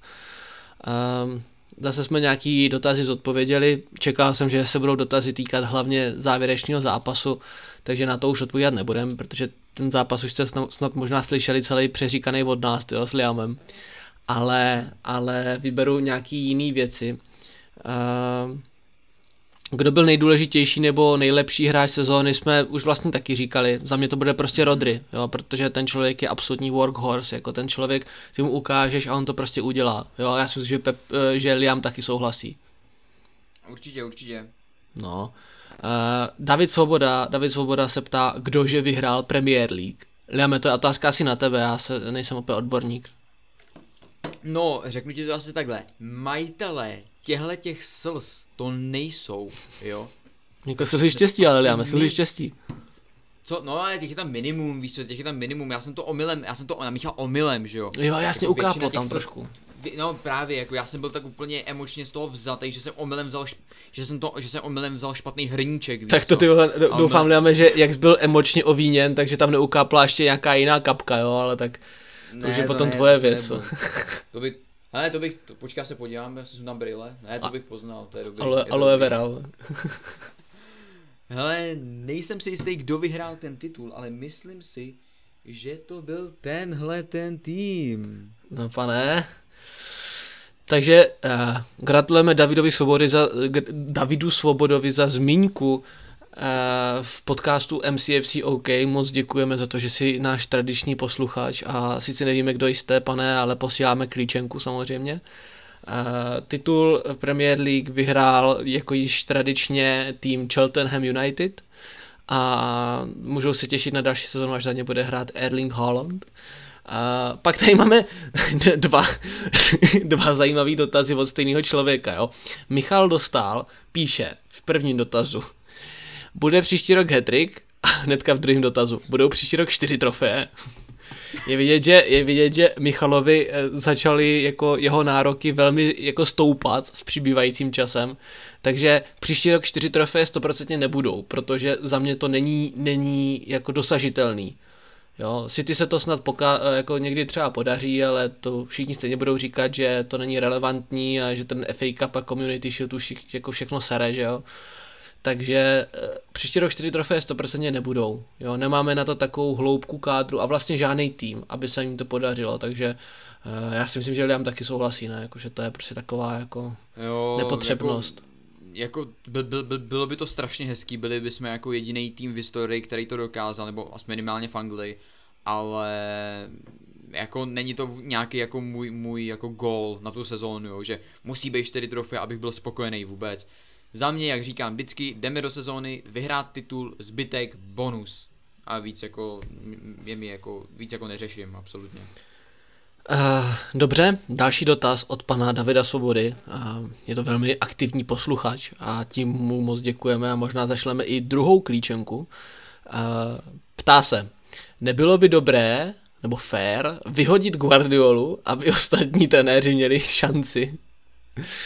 Zase jsme nějaký dotazy zodpověděli, čekal jsem, že se budou dotazy týkat hlavně závěrečného zápasu, takže na to už odpovídat nebudem, protože ten zápas už jste snad možná slyšeli celý přeříkaný od nás, tyjo, s Liamem. Ale vyberu nějaký jiný věci. Kdo byl nejdůležitější nebo nejlepší hráč sezóny, jsme už vlastně taky říkali. Za mě to bude prostě Rodri, jo, protože ten člověk je absolutní workhorse, jako ten člověk si mu ukážeš a on to prostě udělá. Jo, já si myslím, že Liam taky souhlasí. Určitě. No. David Svoboda se ptá, kdože vyhrál Premier League. Liame, to je otázka asi na tebe, já nejsem opět odborník. No, řeknu ti to asi takhle. Majitelé těch slz to nejsou, jo. Jako slzy štěstí, ale Liame, slzy štěstí. Co? No ale těch je tam minimum, víš co, těch je tam minimum, já jsem to namíchal omylem, že jo. Jo, jasně, jako ukáplo tam trošku. No právě, jako já jsem byl tak úplně emočně z toho vzatý, že jsem omylem vzal špatný hrníček, víš. Tak to ty vole, doufám, Liame, že jak jsi byl emočně ovíněn, takže tam neukápla ještě nějaká jiná kapka, jo, ale tak to už je potom tvoje věc. Počkej, se podívám, já jsem tam brýle, to bych poznal, to je dobrý. Aloe vera. Hele, nejsem si jistý, kdo vyhrál ten titul, ale myslím si, že to byl ten tým. No pane. Takže gratulujeme Davidu Svobodovi za zmínku v podcastu MCFC OK. Moc děkujeme za to, že jsi náš tradiční posluchač a sice nevíme, kdo jste, pane, ale posíláme klíčenku samozřejmě. Titul Premier League vyhrál jako již tradičně tým Cheltenham United a můžou se těšit na další sezonu, až za ně bude hrát Erling Haaland. Pak tady máme dva zajímavý dotazy od stejného člověka. Jo? Michal Dostál píše v prvním dotazu: bude příští rok hat-trick? A hnedka v druhém dotazu: budou příští rok 4 trofeje? Je vidět, že Michalovi začaly jako jeho nároky velmi jako stoupat s přibývajícím časem, takže příští rok 4 trofeje 100% nebudou, protože za mě to není jako dosažitelný. Jo, City se to snad jako někdy třeba podaří, ale to všichni stejně budou říkat, že to není relevantní a že ten FA Cup a Community Shield už jako všechno sere, že jo. Takže příští rok 4 trofeje 100% nebudou. Jo, nemáme na to takovou hloubku kádru a vlastně žádný tým, aby se jim to podařilo, takže já si myslím, že Liam taky souhlasí, ne? Jako, že to je prostě taková jako nepotřebnost. Jako bylo by to strašně hezký, byli bychom jako jediný tým v historii, který to dokázal, nebo aspoň minimálně v Anglii, ale jako není to nějaký jako můj jako goal na tu sezónu, jo, že musí být 4 trofeje, abych byl spokojený vůbec. Za mě, jak říkám vždycky, jdeme do sezóny, vyhrát titul, zbytek, bonus. A víc jako, víc jako neřeším, absolutně. Dobře, další dotaz od pana Davida Svobody. Je to velmi aktivní posluchač a tím mu moc děkujeme a možná zašleme i druhou klíčenku. Ptá se: nebylo by dobré nebo fair vyhodit Guardiolu, aby ostatní trenéři měli šanci?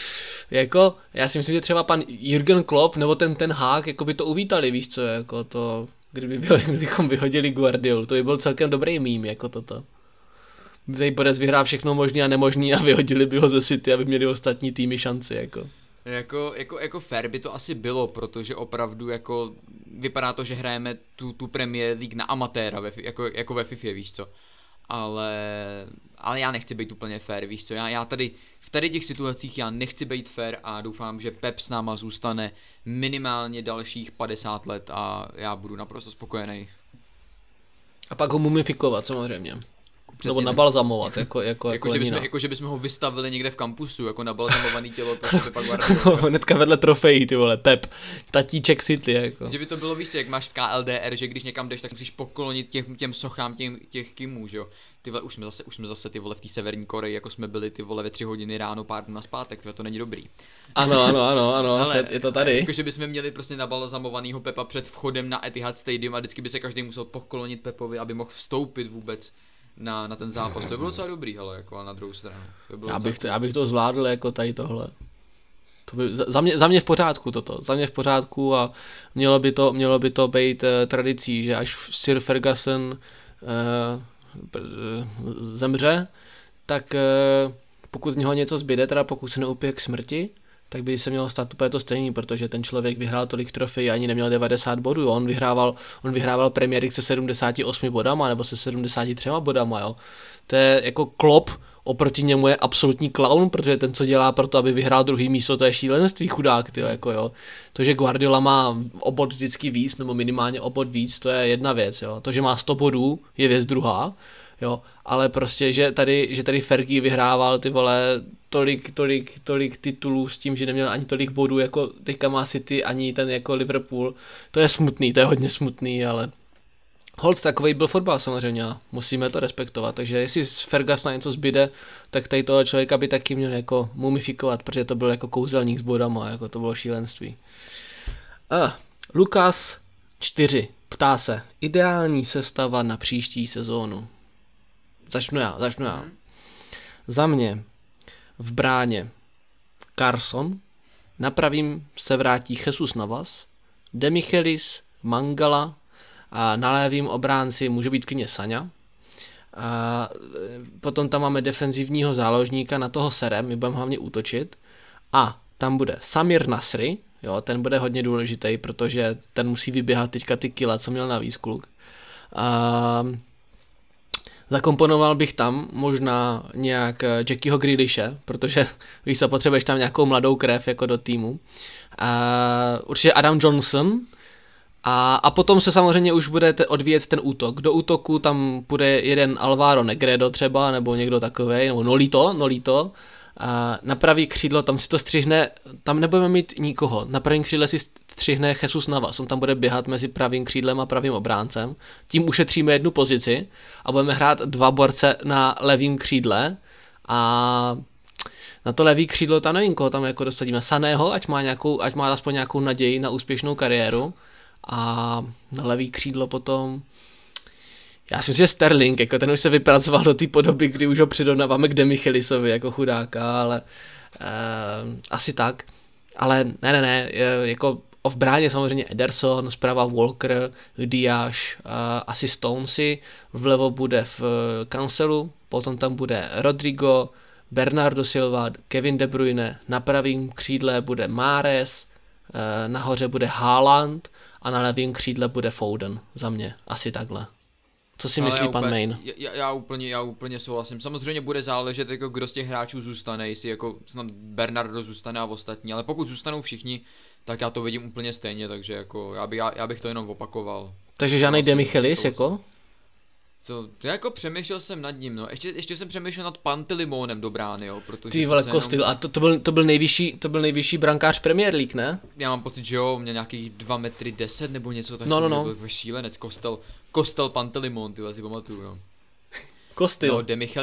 Jako, já si myslím, že třeba pan Jürgen Klopp nebo ten Hák jako by to uvítali, víš co, jako to, kdybychom vyhodili Guardiolu, to by byl celkem dobrý mím, jako toto. Tady Borec vyhrá všechno možný a nemožný a vyhodili by ho ze City, aby měli ostatní týmy šanci, jako. Jako fair by to asi bylo, protože opravdu jako vypadá to, že hrajeme tu Premier League na amatéra, jako ve FIFA, víš co. Ale já nechci být úplně fair, víš co, já tady v tady těch situacích já nechci být fair a doufám, že Pep s náma zůstane minimálně dalších 50 let a já budu naprosto spokojený. A pak ho mumifikovat samozřejmě. Přesně, nebo nabalzamovat, jako že bychom ho vystavili někde v kampusu, jako nabalzamovaný tělo, protože Pepa Guardiola. Hnedka vedle trofejí, ty vole, Pep, tatíček City, jako. Že by to bylo, víš co, jak máš v KLDR, že když někam jdeš, tak musíš poklonit těm sochám těch Kimů, že jo. Ty vole, už jsme zase ty vole v té Severní Koreji, jako jsme byli ty vole ve 3 hodiny ráno pár dnů nazpátek, to není dobrý. Ano, ale je to tady. Jakože bychom měli prostě nabalzamovanýho Pepa před vchodem na Etihad Stadium a vždycky by se každý musel poklonit Pepovi, aby mohl vstoupit vůbec na ten zápas. To by bylo docela dobrý, ale jako a na druhou stranu. Já bych to zvládl jako tady tohle. To by, za mě v pořádku toto. Za mě v pořádku a mělo by to být tradicí, že až Sir Ferguson zemře, tak pokud z něho něco zbyde, teda pokud se neupije k smrti, tak by se mělo stát úplně to stejný, protože ten člověk vyhrál tolik trofejí a ani neměl 90 bodů. On vyhrával Premier League se 78 bodama nebo se 73 bodama, jo. To je jako Klopp, oproti němu je absolutní klaun, protože ten, co dělá pro to, aby vyhrál druhý místo, to je šílenství, chudák, tyjo, jako jo. To, že Guardiola má o bod vždycky víc, nebo minimálně o bod víc, to je jedna věc, jo. To, že má 100 bodů, je věc druhá, jo. Ale prostě, že tady Fergie vyhrával ty vole tolik titulů s tím, že neměl ani tolik bodů, jako teďka má City, ani ten jako Liverpool, to je smutný, to je hodně smutný, ale hold, takovej byl fotbal samozřejmě a musíme to respektovat, takže jestli z Fergusona něco zbyde, tak tady toho člověka by taky měl jako mumifikovat, protože to byl jako kouzelník s bodama, jako to bylo šílenství. Lukas 4, ptá se, ideální sestava na příští sezónu. Začnu já. Za mě v bráně Carson, na pravým se vrátí Jesus Navas, Demichelis, Mangala a na levým obránci může být klidně Saňa. A potom tam máme defenzivního záložníka, na toho serem, my budeme hlavně útočit. A tam bude Samir Nasri, jo, ten bude hodně důležitý, protože ten musí vyběhat teďka ty kila, co měl navíc kluk. Zakomponoval bych tam možná nějak Jackieho Grealishe, protože víš co, potřebuješ tam nějakou mladou krev jako do týmu. Určitě Adam Johnson a potom se samozřejmě už bude odvíjet ten útok. Do útoku tam půjde jeden Alvaro Negredo třeba, nebo někdo takovej, nebo Nolito. A na pravý křídlo tam si to střihne, tam nebudeme mít nikoho, na pravém křídle si střihne Jesus Navas, on tam bude běhat mezi pravým křídlem a pravým obráncem, tím ušetříme jednu pozici a budeme hrát 2 borce na levém křídle a na to levý křídlo tam nevím, koho tam jako dosadíme, Saného, ať má aspoň nějakou naději na úspěšnou kariéru a na levý křídlo potom já si myslím, že Sterling, jako ten už se vypracoval do té podoby, kdy už ho přirovnáváme k Demichelisovi jako chudáka, ale asi tak. Ale ne, jako v bráně samozřejmě Ederson, zprava Walker, Diaz, asi Stonesy, vlevo bude v Cancelu, potom tam bude Rodrigo, Bernardo Silva, Kevin De Bruyne, na pravém křídle bude Mahrez, nahoře bude Haaland a na levém křídle bude Foden, za mě, asi takhle. Co si myslí pan Main? Já úplně souhlasím. Samozřejmě bude záležet, jako kdo z těch hráčů zůstane, jestli jako snad Bernardo zůstane a ostatní, ale pokud zůstanou všichni, tak já to vidím úplně stejně, takže jako já bych to jenom opakoval. Takže žádnej Demichelis jako? To jako přemýšlel jsem nad ním, no. Ještě jsem přemýšlel nad Pantilimónem do brány, jo, protože ty vole kostil, jenom... a to byl nejvyšší brankář Premier League, ne? Já mám pocit, že jo, měl nějakých 2,10 m nebo něco takového, no. Byl šílenec, Kostel Pantilimon, ty vole, si pamatuju, no. Kostil. No,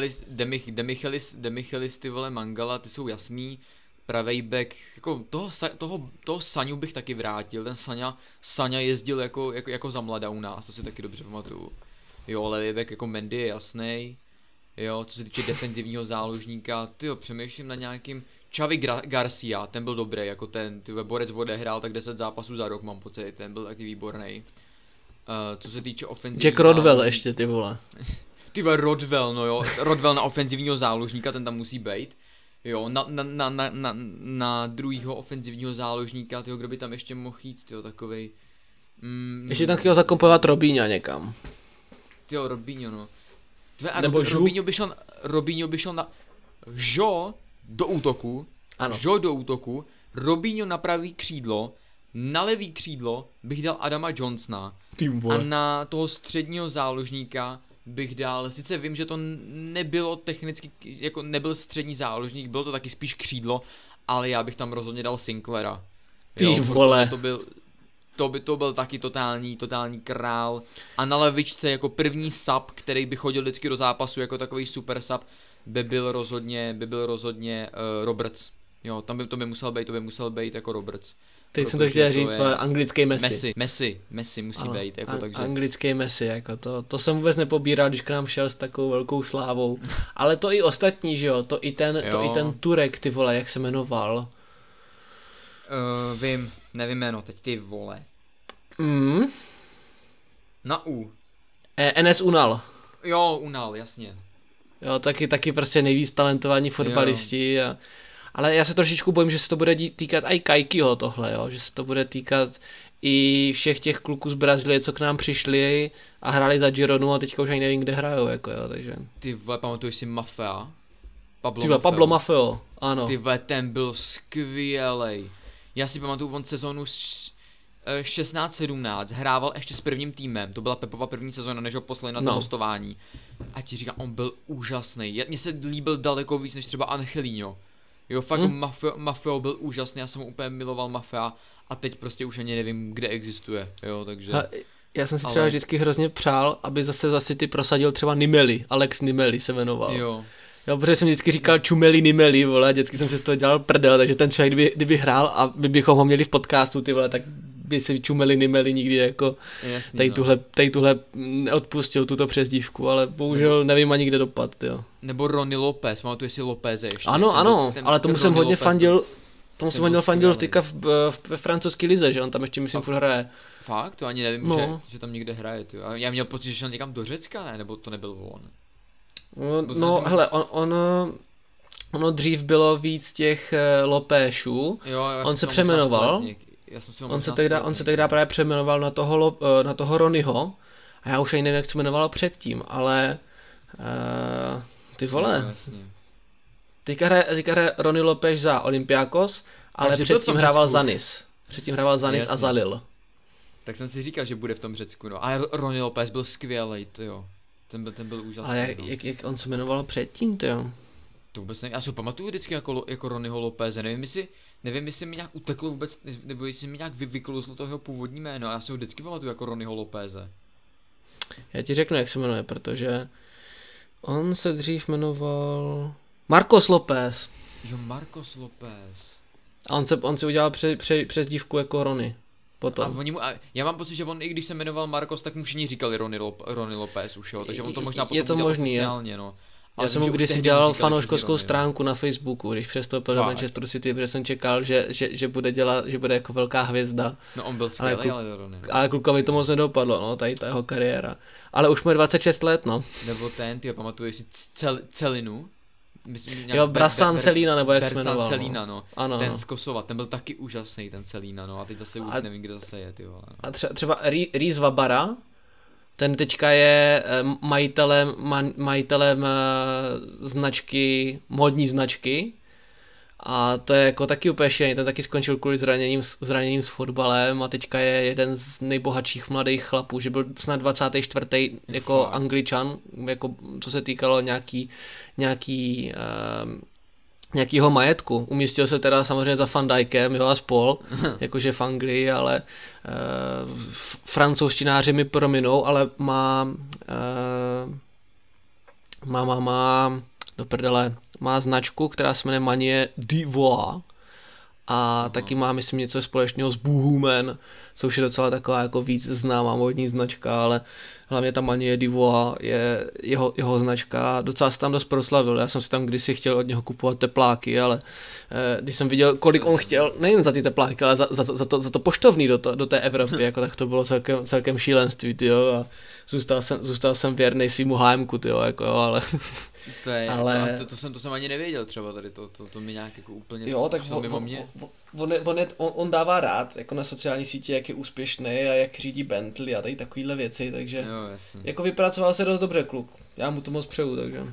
Demichelis, ty vole, Mangala, ty jsou jasný. Pravej back, jako toho Saňu bych taky vrátil, ten Saňa jezdil jako za mladá u nás, to si taky dobře pamatuju. Jo, levý back jako Mendy je jasnej. Jo, co se týče defenzivního záložníka, tyjo, přemýšlím na nějakým Xavi Garcia, ten byl dobrý, jako ten borec odehrál tak 10 zápasů za rok, mám pocit, ten byl taky výborný. Co se týče ofenzivní Jack Rodwell ještě, ty vole. Ty vole, Rodwell, no jo, Rodwell na ofenzivního záložníka, ten tam musí být. Jo, na druhýho ofenzivního záložníka, tyho, kdo by tam ještě mohl jít, tyho, takovej. Ještě tam chtěl zakompovat Robíňa někam. Tyjo, Robinho, no. A Nebo Robinho by šel na Žo do útoku, ano. Žo do útoku, Robinho na pravý křídlo, na levý křídlo bych dal Adama Johnsona a na toho středního záložníka bych dal, sice vím, že to nebylo technicky, jako nebyl střední záložník, bylo to taky spíš křídlo, ale já bych tam rozhodně dal Sinclaira. Ty vole. To byl taky totální král. A na levičce jako první sub, který by chodil vždycky do zápasu jako takový super sub, by byl rozhodně Roberts. Jo, to by musel být jako Roberts. Teď jsem to chtěl říct, anglický Messi. Messi musí být, jako takže. Anglický Messi, jako to jsem vůbec nepobíral, když k nám šel s takovou velkou slávou. Ale to i ostatní, že jo, to i ten Turek, ty vole, jak se jmenoval. Vím, nevím jméno, teď ty vole. Na U. Enes Unal. Jo, Unal, jasně. Jo, taky prostě nejvíc talentovaní fotbalisti. Ale já se trošičku bojím, že se to bude týkat i Kajkyho tohle, jo, že se to bude týkat i všech těch kluků z Brazílie, co k nám přišli a hráli za Gironu a teďka už ani nevím, kde hrajou, jako jo, takže. Ty vole, pamatuješ si Maffea? Pablo Maffeo, ano. Ty vole, ten byl skvělej. Já si pamatuju, on sezónu 16-17 hrával ještě s prvním týmem, to byla Pepova první sezóna, než ho poslali na to hostování. A ti říkám, on byl úžasný. Mně se líbil daleko víc než třeba Angelino. Jo, fakt Maffeo byl úžasný, já jsem úplně miloval Maffea a teď prostě už ani nevím, kde existuje, jo, takže. Já jsem si třeba vždycky hrozně přál, aby zase za City prosadil třeba Nimeli, Alex Nimeli se jmenoval. Jo, protože jsem vždycky říkal Čumeli Nimeli, vole, a vždycky jsem si z toho dělal prdel, takže ten člověk, kdyby hrál a my bychom ho měli v podcastu, ty vole, tak by si Čumeli Nimeli nikdy jako tuhle neodpustil tuto přezdívku, ale bohužel nevím ani kde dopad, jo. Nebo Ronny Lopez, pamatuješ si Lopeze ještě? Ano, ale tomu jsem hodně fandil, v teďka ve francouzské lize, že on tam ještě myslím furt hraje. Fakt? To ani nevím, že tam někde hraje, ty. Já měl pocit, že šel někam do Řecka, ne? Nebo to nebyl on? Hele, ono dřív bylo víc těch Lopéšů, on se přeměnoval, on se tehdy právě přeměnoval na toho Ronnyho a já už ani nevím, jak se jmenovalo předtím, ale ty vole, teďka hraje Ronny Lopez za Olympiakos, ale předtím hrával za Nice. A za Lille. Tak jsem si říkal, že bude v tom Řecku, no. A Ronny Lopez byl skvělej, to jo. Ten byl úžasný. Ale jak on se jmenoval předtím, to jo? To vůbec nevím. Já si ho pamatuju vždycky jako Ronnyho Lopeze. Nevím, jestli mi nějak uteklo vůbec, nebo jestli mi nějak vyklouzlo toho jeho původní jméno. Já si ho vždycky pamatuju jako Ronnyho Lopeze. Já ti řeknu, jak se jmenuje, protože on se dřív jmenoval Marcos Lopez. Jo, Marcos Lopez. A on se udělal přezdívku jako Ronny. Potom. Já mám pocit, že on i když se jmenoval Marcos, tak mu všichni říkali Ronny Lopez už, jo, takže on to možná potom udělal oficiálně, no. Já jsem mu kdysi dělal fanouškovskou stránku na Facebooku, když přestoupil do Manchesteru City, protože jsem čekal, že bude jako velká hvězda. No on byl skvělý, ale Ronny. Ale klukovi to moc nedopadlo, no, tady ta jeho kariéra. Ale už mu je 26 let, no. Nebo ty pamatuješ si Celinu? Jo, Brasan Celina, nebo jak se jmenoval. Celina, no. Ano, ten z Kosova, ten byl taky úžasný, ten Celina, no. A teď zase už nevím, kde zase je, ty vole. No. A třeba Riz Vabara, ten teďka je majitelem módní značky. A to je jako taky úplně šílený, ten taky skončil kvůli zraněním s fotbalem a teďka je jeden z nejbohatších mladých chlapů, že byl snad 24. jako Angličan, jako co se týkalo nějakýho majetku. Umístil se teda samozřejmě za Van Dijkem, jo, a spol, jakože v Anglii, ale francouzštináři mi prominou, ale má do prdele, má značku, která se jmenuje Manier d'Ivoire a taky má, myslím, něco společného s Boohooman, což je docela taková jako víc známá módní značka, ale hlavně tam Magny Duvois je jeho značka, docela se tam dost proslavil, já jsem si tam kdysi chtěl od něho kupovat tepláky, ale když jsem viděl, kolik on chtěl, nejen za ty tepláky, ale za to poštovní do té Evropy, jako, tak to bylo celkem šílenství, tyjo, a zůstal jsem věrnej svýmu HMku, tyjo, jako, ale... To jsem ani nevěděl třeba tady, to mi nějak jako úplně jo, tak mimo mě. On dává rád jako na sociální sítě, jak je úspěšný a jak řídí Bentley a tady takovýhle věci, takže jo, jako vypracoval se dost dobře kluk, já mu to moc přeju, takže.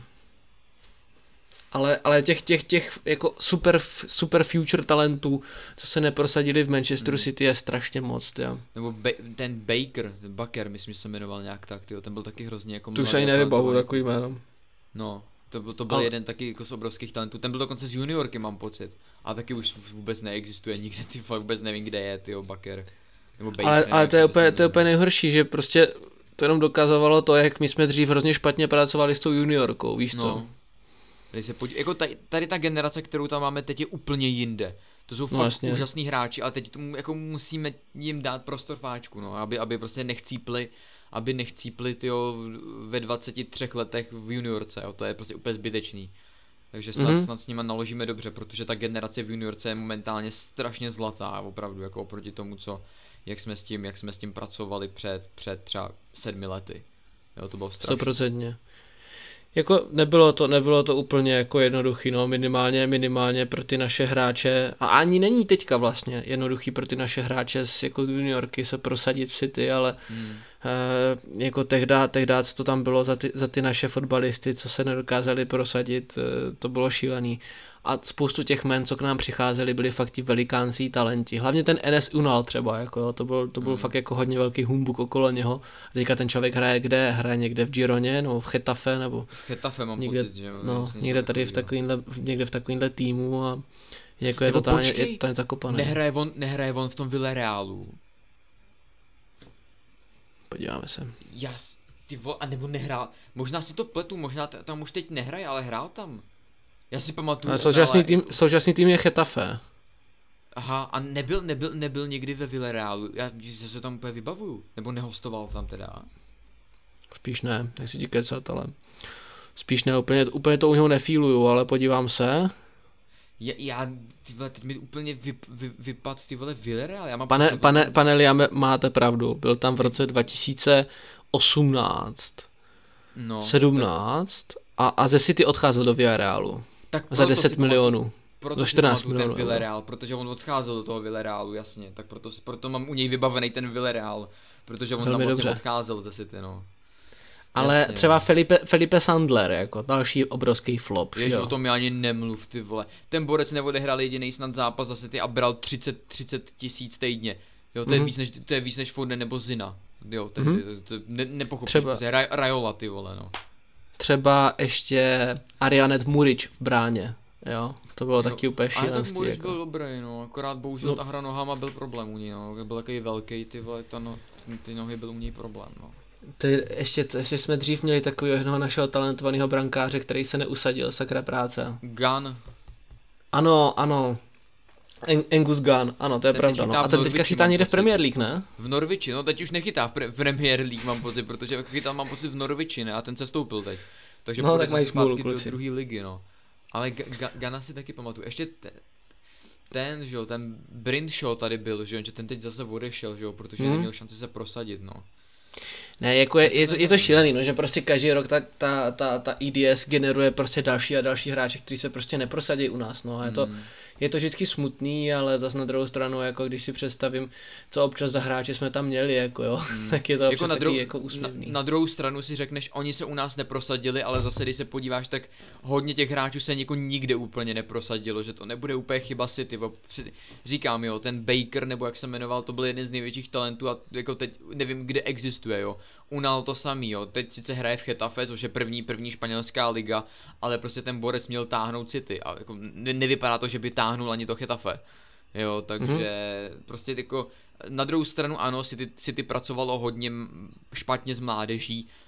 Ale těch jako super future talentů, co se neprosadili v Manchesteru City, je strašně moc, jo. Nebo ten Baker, myslím, že se jmenoval nějak tak, tyjo, ten byl taky hrozně jako... Tu už ani nevybavu takový jméno. No, to byl jeden taky jako z obrovských talentů, ten byl dokonce z juniorky, mám pocit. A taky už vůbec neexistuje nikde, ty vůbec nevím, kde je, tyjo, Baker. Nebo Baker, ale to je úplně nejhorší, že prostě to jenom dokazovalo to, jak my jsme dřív hrozně špatně pracovali s tou juniorkou, víš co? No. Jako tady ta generace, kterou tam máme teď, je úplně jinde. To jsou fakt úžasný hráči, ale teď tomu jako musíme jim dát prostor fáčku, no, aby prostě nechcípli tyjo, ve 23 letech v juniorce, jo, to je prostě úplně zbytečný. Takže snad s nima naložíme dobře, protože ta generace v juniorce je momentálně strašně zlatá, opravdu, jako oproti tomu, jak jsme s tím pracovali před třeba 7 lety. Jo, to bylo strašné. 100%. Jako nebylo to úplně jako jednoduchý, no, minimálně pro ty naše hráče, a ani není teďka vlastně jednoduchý pro ty naše hráče jako z juniorky se prosadit v City, ale jako tehdy to tam bylo za ty naše fotbalisty, co se nedokázali prosadit, to bylo šílený. A spoustu těch men, co k nám přicházeli, byli fakt ti velikáncí talenti. Hlavně ten Enes Unal třeba, jako jo, to byl fakt jako hodně velký humbuk okolo něho. A teďka ten člověk hraje kde? Hraje někde v Gironě, nebo v Getafe, nebo... V Getafe mám někde, pocit, že... No, někde tady někde v takovýmhle týmu a jako je totálně zakopaný. Nehraje on v tom Villarealu. Podíváme se. A nebo nehrál, možná si to pletu, možná tam už teď nehraje, ale hrál tam. Já si pamatuju. Současný tým je Getafe. Aha, a nebyl někdy ve Villarealu, já se tam úplně vybavuju, nebo nehostoval tam teda? Spíš ne, nechci ti kecat, ale spíš ne, úplně to u něho nefíluju, ale podívám se. Teď mi úplně vypad ty vole Villarreal, já mám Pane Liame, máte pravdu, byl tam v roce 2018, 17 a ze City odcházel do Villarealu. Za 10 milionů. Za 14 milionů. Ten Villarreal, protože on odcházel do toho Villarealu, jasně. Tak proto mám u něj vybavený ten Villarreal, protože on tam vlastně odcházel ze City, no. Ale jasně, třeba Felipe Sandler, jako další obrovský flop. Jež o tom já ani nemluv, ty vole. Ten borec neodehrál jediný snad zápas za City a bral 30 tisíc týdně. Jo, to je víc než Foden nebo Zina. Jo, to nepochopíš, prostě Raiola, ty vole, no. Třeba ještě Arianet Murič v bráně, jo, to bylo taky úplně šílenství. Ale tak Murič byl dobrý, no, akorát bohužel ta hra nohama byl problém u něj, no, byl takový velký, ty vole, ty nohy byl u něj problém, no. Ještě jsme dřív měli takového jednoho našeho talentovaného brankáře, který se neusadil, sakra práce. Gunn. Ano, Angus Gunn, ano, to je pravda, no. A ten teďka chytá někde v Premier League, ne? V Norwichi, no teď už nechytá v Premier League, mám pocit, protože chytal, mám pocit, v Norwichi, ne, a ten se stoupil teď. Takže no, tak mají smůlu, do druhé ligy, no. Ale Gunna si taky pamatuju, ještě ten Brinshaw tady byl, že ten teď zase odešel, že jo, protože neměl šanci se prosadit, no. Ne, jako je to šílený, no, že prostě každý rok ta EDS generuje prostě další a další hráče, kteří se prostě neprosadí u nás, no, a je to vždycky smutný, ale zase na druhou stranu, jako když si představím, co občas za hráče jsme tam měli, jako jo, tak je to jako taky jako úsměvný. Na druhou stranu si řekneš, oni se u nás neprosadili, ale zase když se podíváš, tak hodně těch hráčů se nikde úplně neprosadilo, že to nebude úplně chyba City, říkám jo, ten Baker, nebo jak se jmenoval, to byl jeden z největších talentů a jako teď nevím, kde existuje, jo. Unal to samý, jo, teď sice hraje v Getafe, což je první španělská liga, ale prostě ten borec měl táhnout City a jako nevypadá to, že by táhnul ani to Getafe, jo, takže prostě jako na druhou stranu ano, City pracovalo hodně špatně s mládeží,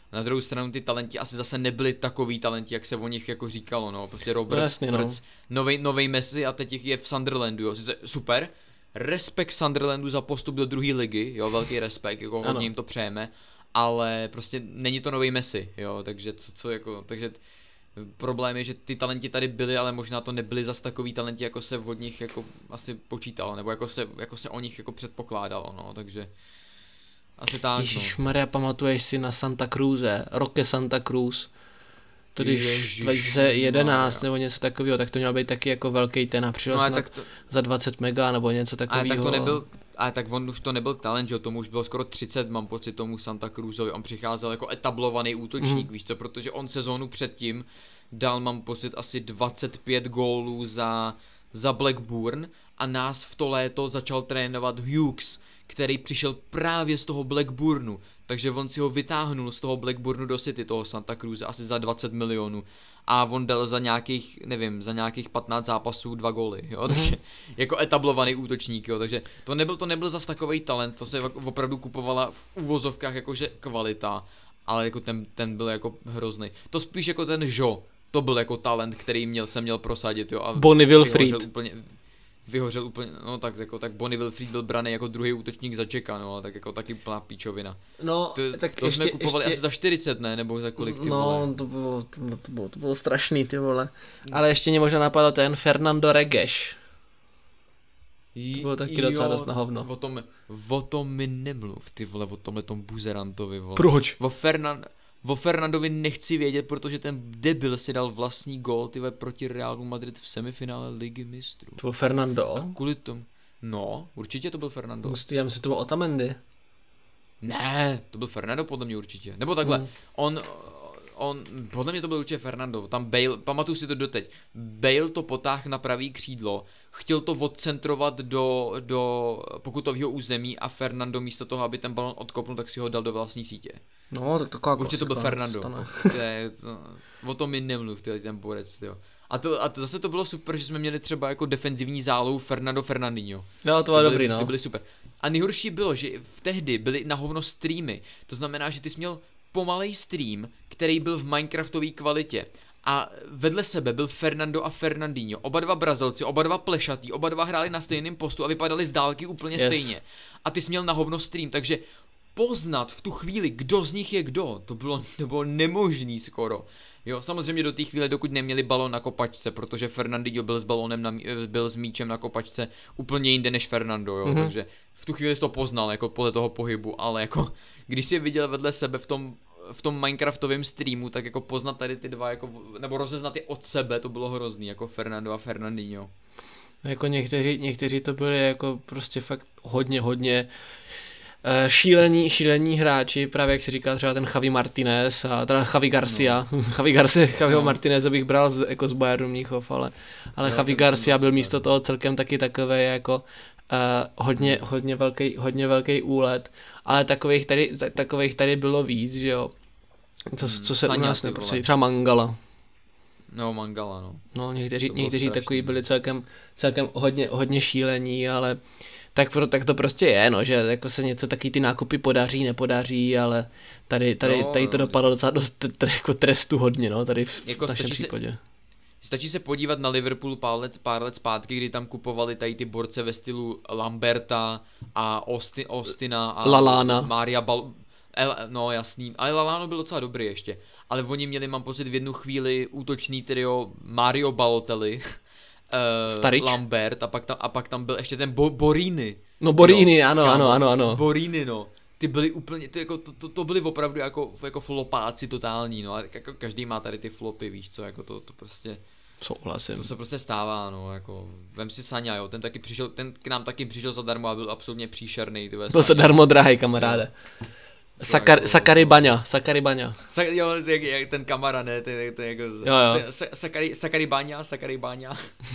Na druhou stranu ty talenti asi zase nebyli takový talenti, jak se o nich jako říkalo, no. Prostě Roberts, novej Messi a teď je v Sunderlandu, jo. Sice super, respekt Sunderlandu za postup do druhé ligy, jo, velký respekt, jako hodně jim to přejeme, ale prostě není to novej Messi, jo, takže takže problém je, že ty talenti tady byly, ale možná to nebyly zas takový talenti, jako se od nich jako asi počítalo, nebo jako se o nich jako předpokládalo, no, takže asi tak, Ježišmarja, pamatuješ si na Santa Cruze, Roque Santa Cruz, to když 2011 nebo něco takového, tak to měl být taky jako velký ten a přišel za 20 mega nebo něco takového. Ale tak to nebyl, ale tak on už to nebyl talent, že jo, tomu už bylo skoro 30, mám pocit, tomu Santa Cruzovi, on přicházel jako etablovaný útočník, víš co, protože on sezónu předtím dal, mám pocit, asi 25 gólů za Blackburn a nás v to léto začal trénovat Hughes, který přišel právě z toho Blackburnu, takže on si ho vytáhnul z toho Blackburnu do City, toho Santa Cruze, asi za 20 milionů a on dal za nějakých 15 zápasů 2 góly, jo, takže jako etablovaný útočník, jo, takže to nebyl zas takovej talent, to se opravdu kupovala v uvozovkách jakože kvalita, ale jako ten byl jako hrozný. To spíš jako ten Jo, to byl jako talent, který se měl prosadit, jo, a Bonnie Wilfried. Vyhořel úplně, no tak Bonnie Wilfried byl braný jako druhý útočník za Jacka, no, a tak jako taky plná píčovina. No, tak to jsme kupovali asi za 40, ne, nebo za kolik, ty vole? No, to bylo strašný, ty vole. Ale ještě mě možná napadl ten Fernando Regues. To bylo taky docela dost na hovno. O tom mi nemluv, ty vole, o tomhletom buzerantovi, vole. Proč? O Fernandovi nechci vědět, protože ten debil si dal vlastní gól, ty vole, proti Realu Madrid v semifinále Ligy mistrů. To byl Fernando? A kvůli tomu. No, určitě to byl Fernando. Já myslím, že to byl Otamendi. Ne, to byl Fernando podle mě určitě. Nebo takhle, podle mě to byl určitě Fernando, tam Bale, pamatuju si to doteď, Bale to potáhl na pravý křídlo, chtěl to odcentrovat do pokutového území a Fernando místo toho, aby ten balon odkopnul, tak si ho dal do vlastní sítě. No, tak taková určitě to byl Fernando. O tom mi nemluv, ten borec, jo. A to zase to bylo super, že jsme měli třeba jako defenzivní zálohu Fernandinho. No, to bylo dobrý, no. Ty byly super. A nejhorší bylo, že v tehdy byly na hovno streamy, to znamená, že ty jsi měl pomalej stream, který byl v Minecraftové kvalitě. A vedle sebe byl Fernando a Fernandinho, oba dva Brazilci, oba dva plešatý, oba dva hráli na stejném postu a vypadali z dálky úplně stejně. A ty jsi měl na hovno stream, takže poznat v tu chvíli, kdo z nich je kdo, to bylo nemožný skoro. Jo, samozřejmě do té chvíle, dokud neměli balón na kopačce, protože Fernandinho byl s balónem byl s míčem na kopačce úplně jinde než Fernando, jo, takže v tu chvíli jsi to poznal, jako podle toho pohybu, ale jako, když jsi je viděl vedle sebe v tom Minecraftovém streamu, tak jako poznat tady ty dva, jako, nebo rozeznat je od sebe, to bylo hrozný, jako Fernando a Fernandinho. Jako někteří to byli jako prostě fakt hodně šílení hráči, právě jak si říkal třeba ten Javi Martinez a teda Javi Garcia. No. Javiho Martineze bych bral jako z Bayernu Mnichov, ale Javi Garcia byl místo toho celkem taky takový jako hodně velký úlet, ale takových tady bylo víc, že jo. Co se u nás neprosí, třeba Mangala. No, Mangala, no. No, někteří takový byli celkem hodně šílení, ale tak to prostě je, no, že jako se něco taky ty nákupy podaří, nepodaří, ale tady to dopadlo docela dost jako trestu hodně, no, tady v jako našem případě. Stačí se podívat na Liverpool pár let zpátky, kdy tam kupovali tady ty borce ve stylu Lamberta a Austina a Lallana. Maria no jasný, ale Lallana byl docela dobrý ještě, ale oni měli, mám pocit, v jednu chvíli útočný trio Mario Balotelli, Lambert a pak tam byl ještě ten Borini. No Borini, ano. Borini, no. Ty byli úplně, to byli opravdu jako flopáci totální, no, a jako každý má tady ty flopy, víš co, jako to prostě. Souhlasím. To se prostě stává, no, jako, vem si Saňa, jo, ten k nám taky přišel zadarmo a byl absolutně příšerný, ty byl zadarmo drahý, kamaráde. Sakari Baňa. Jo, jak ten kamara, ne, to jako Sakari Baňa.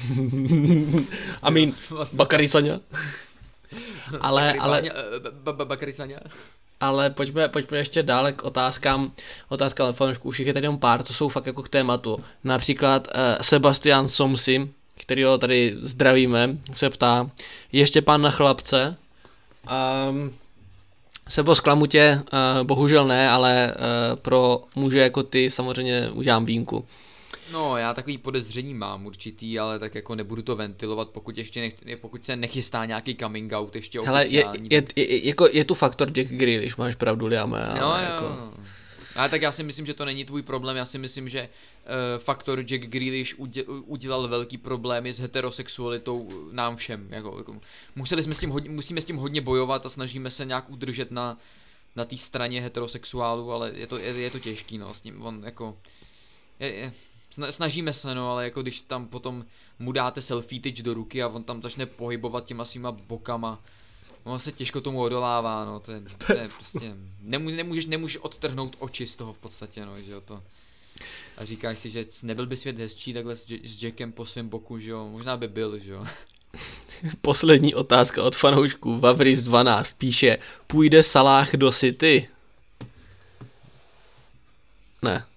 I mean, Bakary Saňa. Ale Bakary Saňa. Ale pojďme ještě dále k otázkám fanoušků. Už je tady jenom pár, co jsou fakt jako k tématu. Například Sebastian Somsi, kterýho tady zdravíme, se ptá, ještě pán na chlapce. Sebo, zklamu tě, bohužel ne, ale pro muže jako ty samozřejmě udělám výjimku. No, já takový podezření mám určitý, ale tak jako nebudu to ventilovat, pokud se nechystá nějaký coming out ještě oficiální. Hele, je tu faktor Jack Grealish, máš pravdu, Liame. No, jako... Ale tak já si myslím, že to není tvůj problém, já si myslím, že faktor Jack Grealish udělal velký problémy s heterosexualitou nám všem. Jako, musíme s tím hodně bojovat a snažíme se nějak udržet na té straně heterosexuálů, ale je to těžký, no, s ním, on jako... Snažíme se, no, ale jako když tam potom mu dáte selfie tyč do ruky a on tam začne pohybovat těma svýma bokama, on se těžko tomu odolává, no, to je prostě, nemůžeš odtrhnout oči z toho v podstatě, no, že jo, to. A říkáš si, že nebyl by svět hezčí takhle s Jackem po svém boku, že jo, možná by byl, že jo. Poslední otázka od fanoušků, Vavris 12 píše, půjde Salah do City? Ne.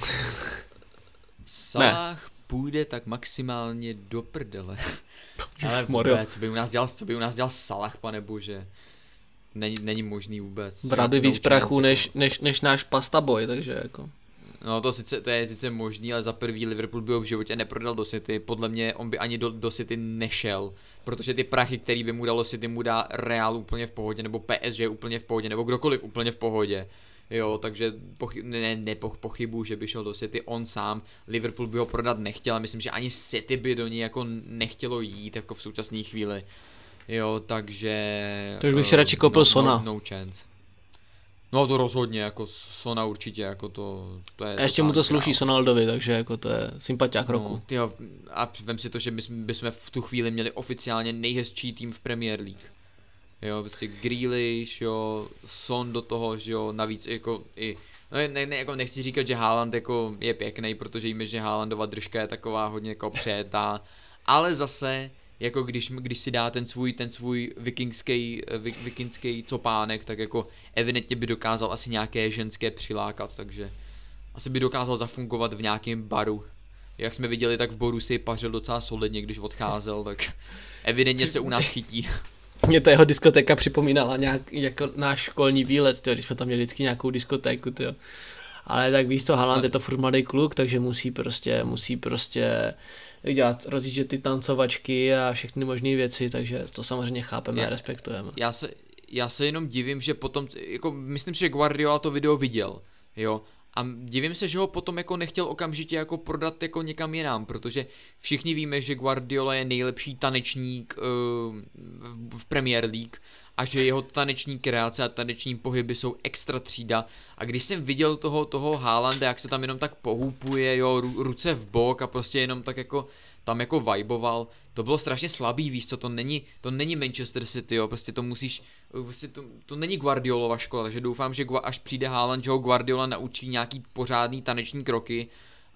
Salah půjde tak maximálně do prdele. Ale vůbec, co by u nás dělal Salah, pane bože. Není možný vůbec. Bral by víc prachu než náš pasta boy, takže jako. No to je sice možný, ale za prvý Liverpool by ho v životě neprodal do City. Podle mě on by ani do City nešel. Protože ty prachy, který by mu dalo City, mu dá Real úplně v pohodě, nebo PSG úplně v pohodě, nebo kdokoliv úplně v pohodě. Jo, takže pochybuju, že by šel do City on sám. Liverpool by ho prodat nechtěl a myslím, že ani City by do něj jako nechtělo jít jako v současné chvíli. Jo, takže... To už bych si radši koupil Sona. No chance. No to rozhodně, jako Sona určitě, jako to je... A ještě mu to sluší Sonaldovi, takže jako to je sympatiák roku. Tyjo, a vem si to, že bychom v tu chvíli měli oficiálně nejhezčí tým v Premier League. Jo, prostě Grealish, jo, Son do toho, že jo, navíc jako i, no jako nechci říkat, že Haaland jako je pěkný, protože víme, že Haalandova držka je taková hodně jako přejetá, ale zase, jako když si dá ten svůj vikingský copánek, tak jako evidentně by dokázal asi nějaké ženské přilákat, takže asi by dokázal zafungovat v nějakém baru. Jak jsme viděli, tak v Borussii pařil docela solidně, když odcházel, tak evidentně se u nás chytí. Mě ta jeho diskotéka připomínala nějak jako náš školní výlet, tyjo, když jsme tam měli vždycky nějakou diskotéku, tyjo. Ale tak víš to, Haaland je to furt mladý kluk, takže musí prostě rozjíždět ty tancovačky a všechny možné věci, takže to samozřejmě chápeme a respektujeme. Já se jenom divím, že potom, jako myslím si, že Guardiola to video viděl, jo. A divím se, že ho potom jako nechtěl okamžitě jako prodat jako někam jinam, protože všichni víme, že Guardiola je nejlepší tanečník v Premier League a že jeho taneční kreace a taneční pohyby jsou extra třída. A když jsem viděl toho Haalanda, jak se tam jenom tak pohupuje, jo, ruce v bok a prostě jenom tak jako tam jako viboval, to bylo strašně slabý, víš co, to není Manchester City, jo, prostě to musíš, prostě to není Guardiolova škola, takže doufám, že až přijde Haaland, že ho Guardiola naučí nějaký pořádný taneční kroky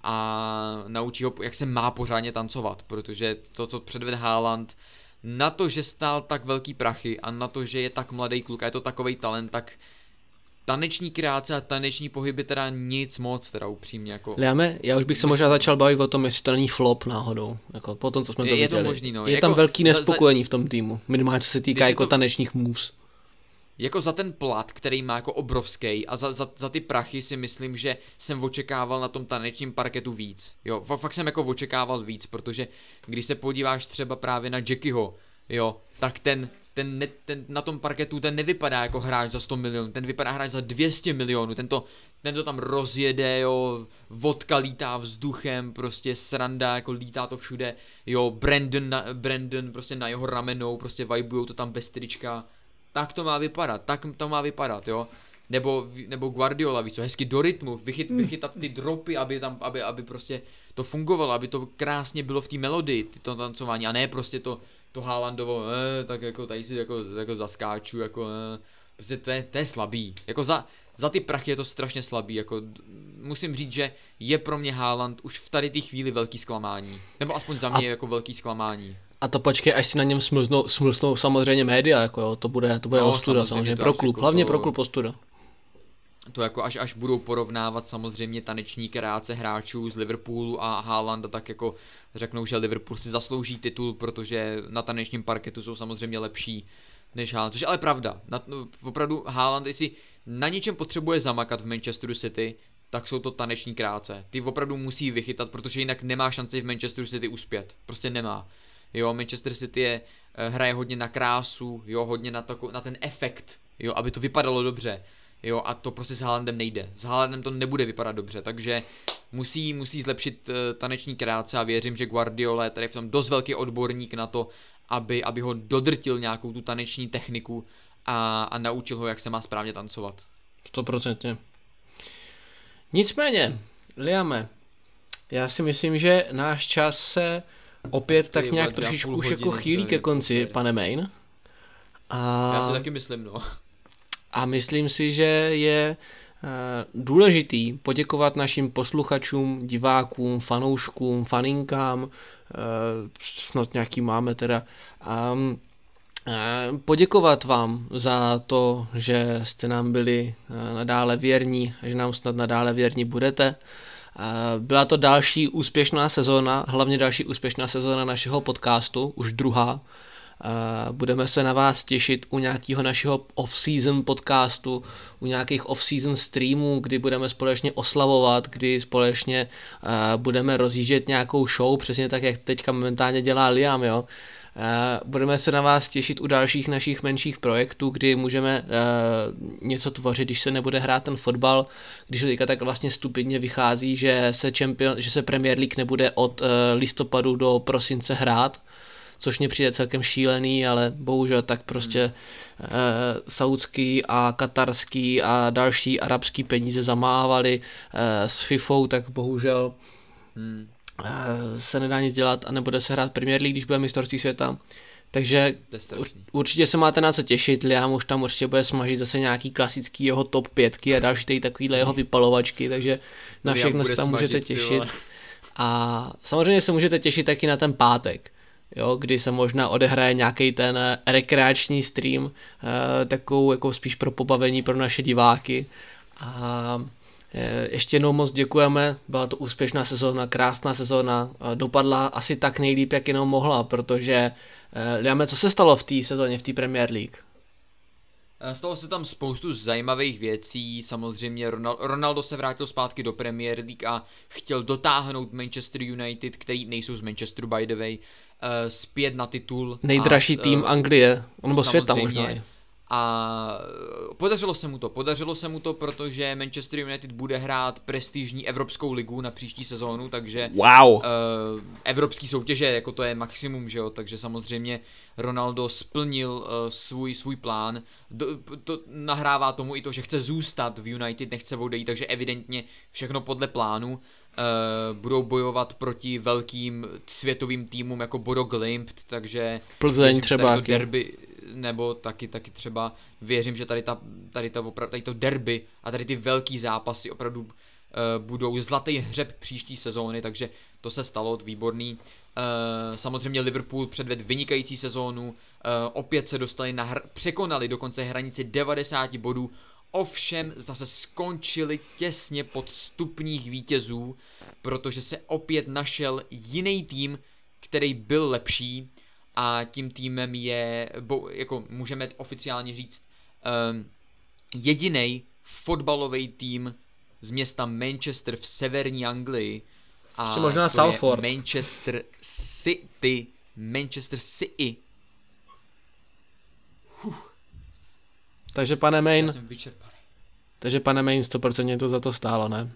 a naučí ho, jak se má pořádně tancovat, protože to, co předved Haaland, na to, že stál tak velký prachy a na to, že je tak mladý kluk a je to takovej talent, tak taneční kreace a taneční pohyby teda nic moc, teda upřímně jako. Liame, já už bych se možná začal bavit o tom, jestli to není flop náhodou, jako po tom, co jsme to viděli. Je to možný, no. Je jako tam velký nespokojení v tom týmu, minimálně co se týká jako tanečních moves. Jako za ten plat, který má jako obrovský a za ty prachy si myslím, že jsem očekával na tom tanečním parketu víc. Jo, fakt jsem jako očekával víc, protože když se podíváš třeba právě na Jackyho, jo, tak ten na tom parketu ten nevypadá jako hráč za 100 milionů, ten vypadá hráč za 200 milionů, ten to tam rozjede, jo, vodka lítá vzduchem, prostě sranda, jako lítá to všude, jo, Brandon prostě na jeho ramenou, prostě vibujou to tam bez trička, tak to má vypadat, jo. Nebo Guardiola, víš co, hezky do rytmu, vychytat ty dropy, aby prostě to fungovalo, aby to krásně bylo v té melodii, to tancování, a ne prostě to Haalandovo, tak jako tady si jako zaskáču, jako prostě to je slabý, jako za ty prachy je to strašně slabý, jako musím říct, že je pro mě Haaland už v tady té chvíli velký zklamání, nebo aspoň za mě jako velký zklamání. A to počkej, až si na něm smlsnou samozřejmě média, jako jo, to bude ostuda samozřejmě pro klub, jako hlavně pro klub ostuda. To jako až budou porovnávat samozřejmě taneční kreace hráčů z Liverpoolu a Haalanda, tak jako řeknou, že Liverpool si zaslouží titul, protože na tanečním parketu jsou samozřejmě lepší. než Haaland, což je ale pravda. Opravdu Haaland, jestli na něčem potřebuje zamakat v Manchesteru City, tak jsou to taneční kráce. Ty opravdu musí vychytat, protože jinak nemá šanci v Manchesteru City uspět. Prostě nemá. Jo, Manchester City hraje hodně na krásu, jo, hodně na ten efekt, jo, aby to vypadalo dobře. Jo, a to prostě s Haalandem nejde. S Haalandem to nebude vypadat dobře, takže musí zlepšit taneční kráce a věřím, že Guardiola je tady v tom dost velký odborník na to, aby ho dodrtil nějakou tu taneční techniku a naučil ho, jak se má správně tancovat. 100%. Nicméně, Liame, já si myslím, že náš čas se opět tak nějak trošičku už jako chýlí ke konci, pane Main. Já si taky myslím, no. A myslím si, že je důležitý poděkovat našim posluchačům, divákům, fanouškům, faninkám, snad nějaký máme teda, poděkovat vám za to, že jste nám byli nadále věrní, že nám snad nadále věrní budete. Byla to další úspěšná sezóna, hlavně další úspěšná sezóna našeho podcastu, už druhá. Budeme se na vás těšit u nějakého našeho off-season podcastu, u nějakých off-season streamů, kdy budeme společně oslavovat, kdy společně budeme rozjíždět nějakou show, přesně tak, jak teďka momentálně dělá Liam, jo. Budeme se na vás těšit u dalších našich menších projektů, kdy můžeme něco tvořit, když se nebude hrát ten fotbal, když teďka tak vlastně stupidně vychází, že se Premier League nebude od listopadu do prosince hrát, což mě přijde celkem šílený, ale bohužel tak prostě saudský a katarský a další arabský peníze zamávali s FIFou, tak bohužel se nedá nic dělat a nebude se hrát Premier League, když bude mistrovství světa. Takže určitě se máte na co těšit, Liam už tam určitě bude smažit zase nějaký klasický jeho top 5 a další takovýhle jeho vypalovačky, takže na všechno se tam můžete těšit. A samozřejmě se můžete těšit taky na ten pátek, jo, kdy se možná odehraje nějaký ten rekreační stream, takovou jako spíš pro pobavení pro naše diváky. A ještě jednou moc děkujeme, byla to úspěšná sezóna, krásná sezóna, dopadla asi tak nejlíp, jak jenom mohla, protože Liame, co se stalo v té sezóně, v té Premier League? Stalo se tam spoustu zajímavých věcí, samozřejmě Ronaldo se vrátil zpátky do Premier League a chtěl dotáhnout Manchester United, který nejsou z Manchesteru by the way, zpět na titul. Nejdražší tým Anglie, nebo světa možná. A podařilo se mu to, protože Manchester United bude hrát prestižní Evropskou ligu na příští sezónu, takže evropský soutěže, jako to je maximum, že jo, takže samozřejmě Ronaldo splnil svůj plán, to nahrává tomu i to, že chce zůstat v United, nechce odejít, takže evidentně všechno podle plánu. Budou bojovat proti velkým světovým týmům jako Bodo Glimt, takže Plzeň třeba to derby, nebo taky třeba věřím, že tady to derby a tady ty velký zápasy opravdu budou zlatý hřeb příští sezóny, takže to se stalo, výborný. Samozřejmě Liverpool předvedl vynikající sezónu, opět se dostali překonali dokonce hranici 90 bodů, ovšem zase skončili těsně pod stupních vítězů, protože se opět našel jiný tým, který byl lepší, a tím týmem je, jako můžeme oficiálně říct, jediný fotbalový tým z města Manchester v severní Anglii. A ještě možná to Salford. je Manchester City. Takže pane Main, já jsem vyčerpaný. Takže pane Main, 100% to za to stálo, ne?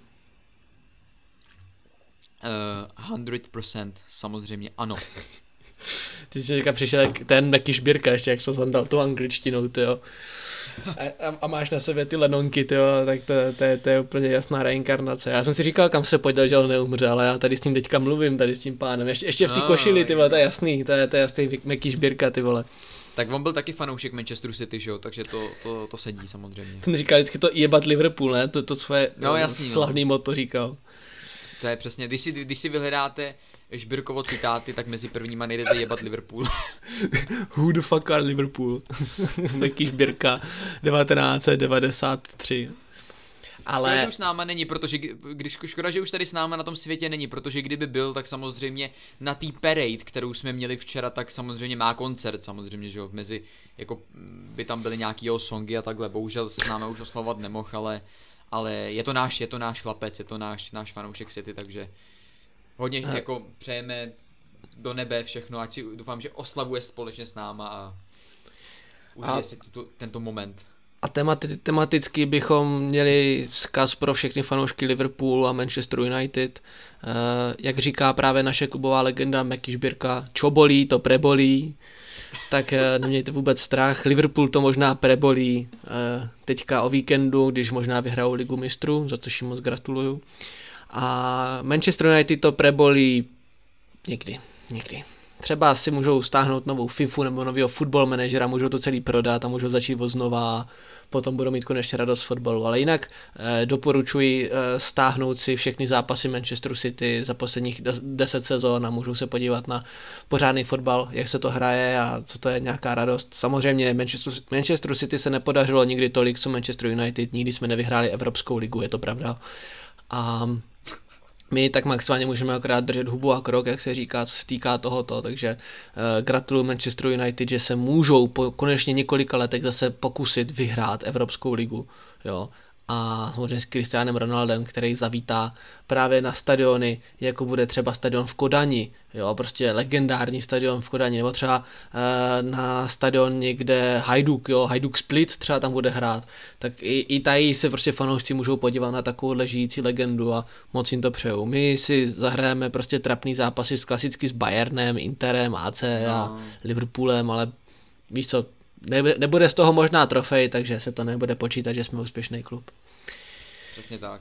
100% samozřejmě ano. Ty jsi teďka přišel jak ten Meky Šbírka, ještě jak jsi zandal tu angličtinou, tyjo. A máš na sebe ty lenonky, tyjo, tak to je úplně jasná reinkarnace. Já jsem si říkal, kam se poděl, že on neumře, ale já tady s ním teďka mluvím, tady s tím pánem. Ještě v té košili, ty vole, to je jasný, to je jasný Meky Šbírka, ty vole. Tak on byl taky fanoušek Manchesteru City, že jo, takže to sedí samozřejmě. Ten říkal vždycky to jebat Liverpool, ne? To svoje slavný motto říkal. To je přesně, když si vyhledáte Šbírkovo citáty, tak mezi prvníma nejdete jebat Liverpool. Who the fuck are Liverpool? Meky Šbírka 1993. Ale... Škoda, že už s náma není, protože škoda, že už tady s náma na tom světě není, protože kdyby byl, tak samozřejmě na té parade, kterou jsme měli včera, tak samozřejmě má koncert, samozřejmě, že jo, mezi, jako by tam byly nějaký jeho songy a takhle, bohužel s náma už oslavovat nemohl, ale je to náš chlapec, je to náš fanoušek City, takže hodně jako přejeme do nebe všechno, ať si doufám, že oslavuje společně s náma a užije si tento moment. A tematicky bychom měli vzkaz pro všechny fanoušky Liverpoolu a Manchester United. Jak říká právě naše klubová legenda Meky Žbírka, čo bolí, to prebolí. Tak nemějte vůbec strach. Liverpool to možná prebolí teďka o víkendu, když možná vyhrajou Ligu mistrů, za což jim moc gratuluju. A Manchester United to prebolí někdy. Třeba si můžou stáhnout novou FIFU nebo nového football manažera, můžou to celý prodat a můžou začít od znova, potom budou mít konečně radost z fotbalu. Ale jinak doporučuji stáhnout si všechny zápasy Manchesteru City za posledních 10 sezon a můžou se podívat na pořádný fotbal, jak se to hraje a co to je nějaká radost. Samozřejmě Manchesteru City se nepodařilo nikdy tolik, co Manchester United, nikdy jsme nevyhráli Evropskou ligu, je to pravda. A my tak maximálně můžeme akorát držet hubu a krok, jak se říká, co se týká tohoto, takže gratuluju Manchesteru United, že se můžou po konečně několika letech zase pokusit vyhrát Evropskou ligu, jo. A samozřejmě s Cristianem Ronaldem, který zavítá právě na stadiony, jako bude třeba stadion v Kodani, jo, prostě legendární stadion v Kodani, nebo třeba na stadion někde Hajduk Split třeba tam bude hrát, tak i tady se prostě fanoušci můžou podívat na takovouhle žijící legendu a moc jim to přeju. My si zahrajeme prostě trapný zápasy klasicky s Bayernem, Interem, AC a Liverpoolem, ale víš co, nebude z toho možná trofej, takže se to nebude počítat, že jsme úspěšný klub. Přesně tak.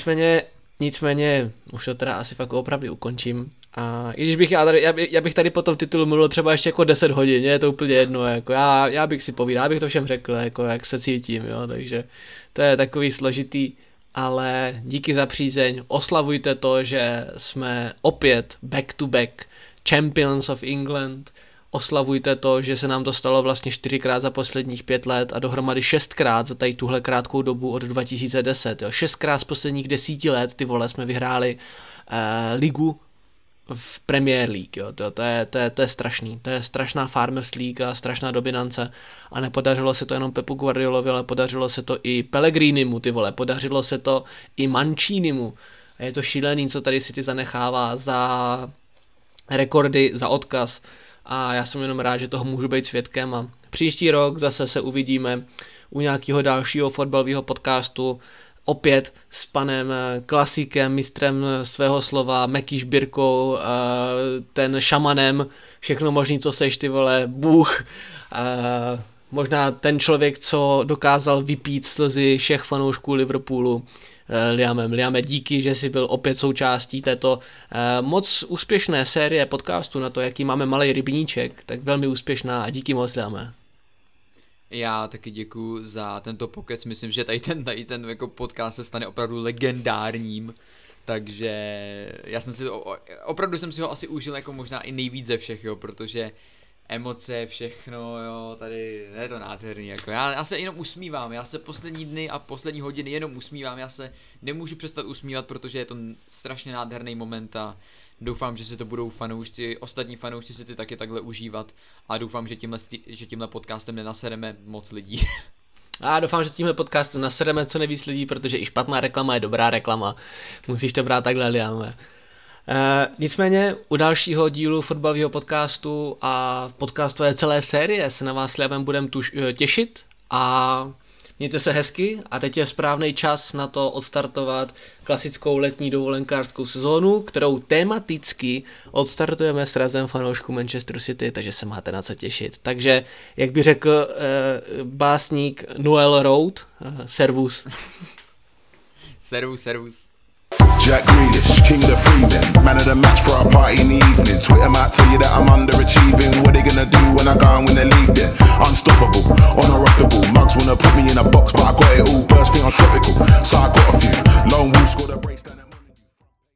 Nicméně, už to teda asi fakt opravdu ukončím. A i když bych já bych tady po tom titulu mluvil třeba ještě jako 10 hodin, je to úplně jedno, jako já bych si povídal, já bych to všem řekl, jako jak se cítím, jo, takže to je takový složitý, ale díky za přízeň, oslavujte to, že jsme opět back to back Champions of England. Oslavujte to, že se nám to stalo vlastně 4krát za posledních 5 let a dohromady 6krát za tady tuhle krátkou dobu od 2010. Jo. 6krát z posledních 10 let, ty vole, jsme vyhráli ligu v Premier League. Jo. To je strašný. To je strašná Farmers League a strašná dominance. A nepodařilo se to jenom Pepu Guardiolovi, ale podařilo se to i Pellegrinimu, ty vole. Podařilo se to i Mancinimu. A je to šílený, co tady City zanechává za rekordy, za odkaz. A já jsem jenom rád, že toho můžu být svědkem a příští rok zase se uvidíme u nějakého dalšího fotbalového podcastu opět s panem klasikem, mistrem svého slova, Meky Žbírkou, ten šamanem, všechno možný, co seš, ty vole, Bůh, možná ten člověk, co dokázal vypít slzy všech fanoušků Liverpoolu, Liamem. Liame, díky, že jsi byl opět součástí této moc úspěšné série podcastů na to, jaký máme malej rybníček, tak velmi úspěšná a díky moc, Liame. Já taky děkuju za tento pokec, myslím, že tady ten jako podcast se stane opravdu legendárním, takže já jsem si opravdu jsem si ho asi užil jako možná i nejvíc ze všech, jo, protože emoce, všechno, jo, tady je to nádherný, jako já se jenom usmívám, já se poslední dny a poslední hodiny jenom usmívám, já se nemůžu přestat usmívat, protože je to strašně nádherný moment a doufám, že si to budou ostatní fanoušci si ty taky takhle užívat a doufám, že tímhle podcastem nenasereme moc lidí. A doufám, že tímhle podcastem nasereme co nejvíc lidí, protože i špatná reklama je dobrá reklama, musíš to brát takhle, Liame. Nicméně u dalšího dílu fotbalového podcastu a podcastové celé série se na vás s Liamem budeme těšit a mějte se hezky a teď je správný čas na to odstartovat klasickou letní dovolenkářskou sezónu, kterou tematicky odstartujeme s razem fanoušků Manchesteru City, takže se máte na co těšit. Takže, jak by řekl básník Noel Road, servus. Servus. Jack Grealish, King the Freeman, man of the match for our party in the evening. Twitter might tell you that I'm underachieving. What they gonna do when I go and win the league then? Unstoppable, on or off the ball. Mugs wanna put me in a box, but I got it all. First thing I'm tropical, so I got a few. Lone Wolf scored a brace down.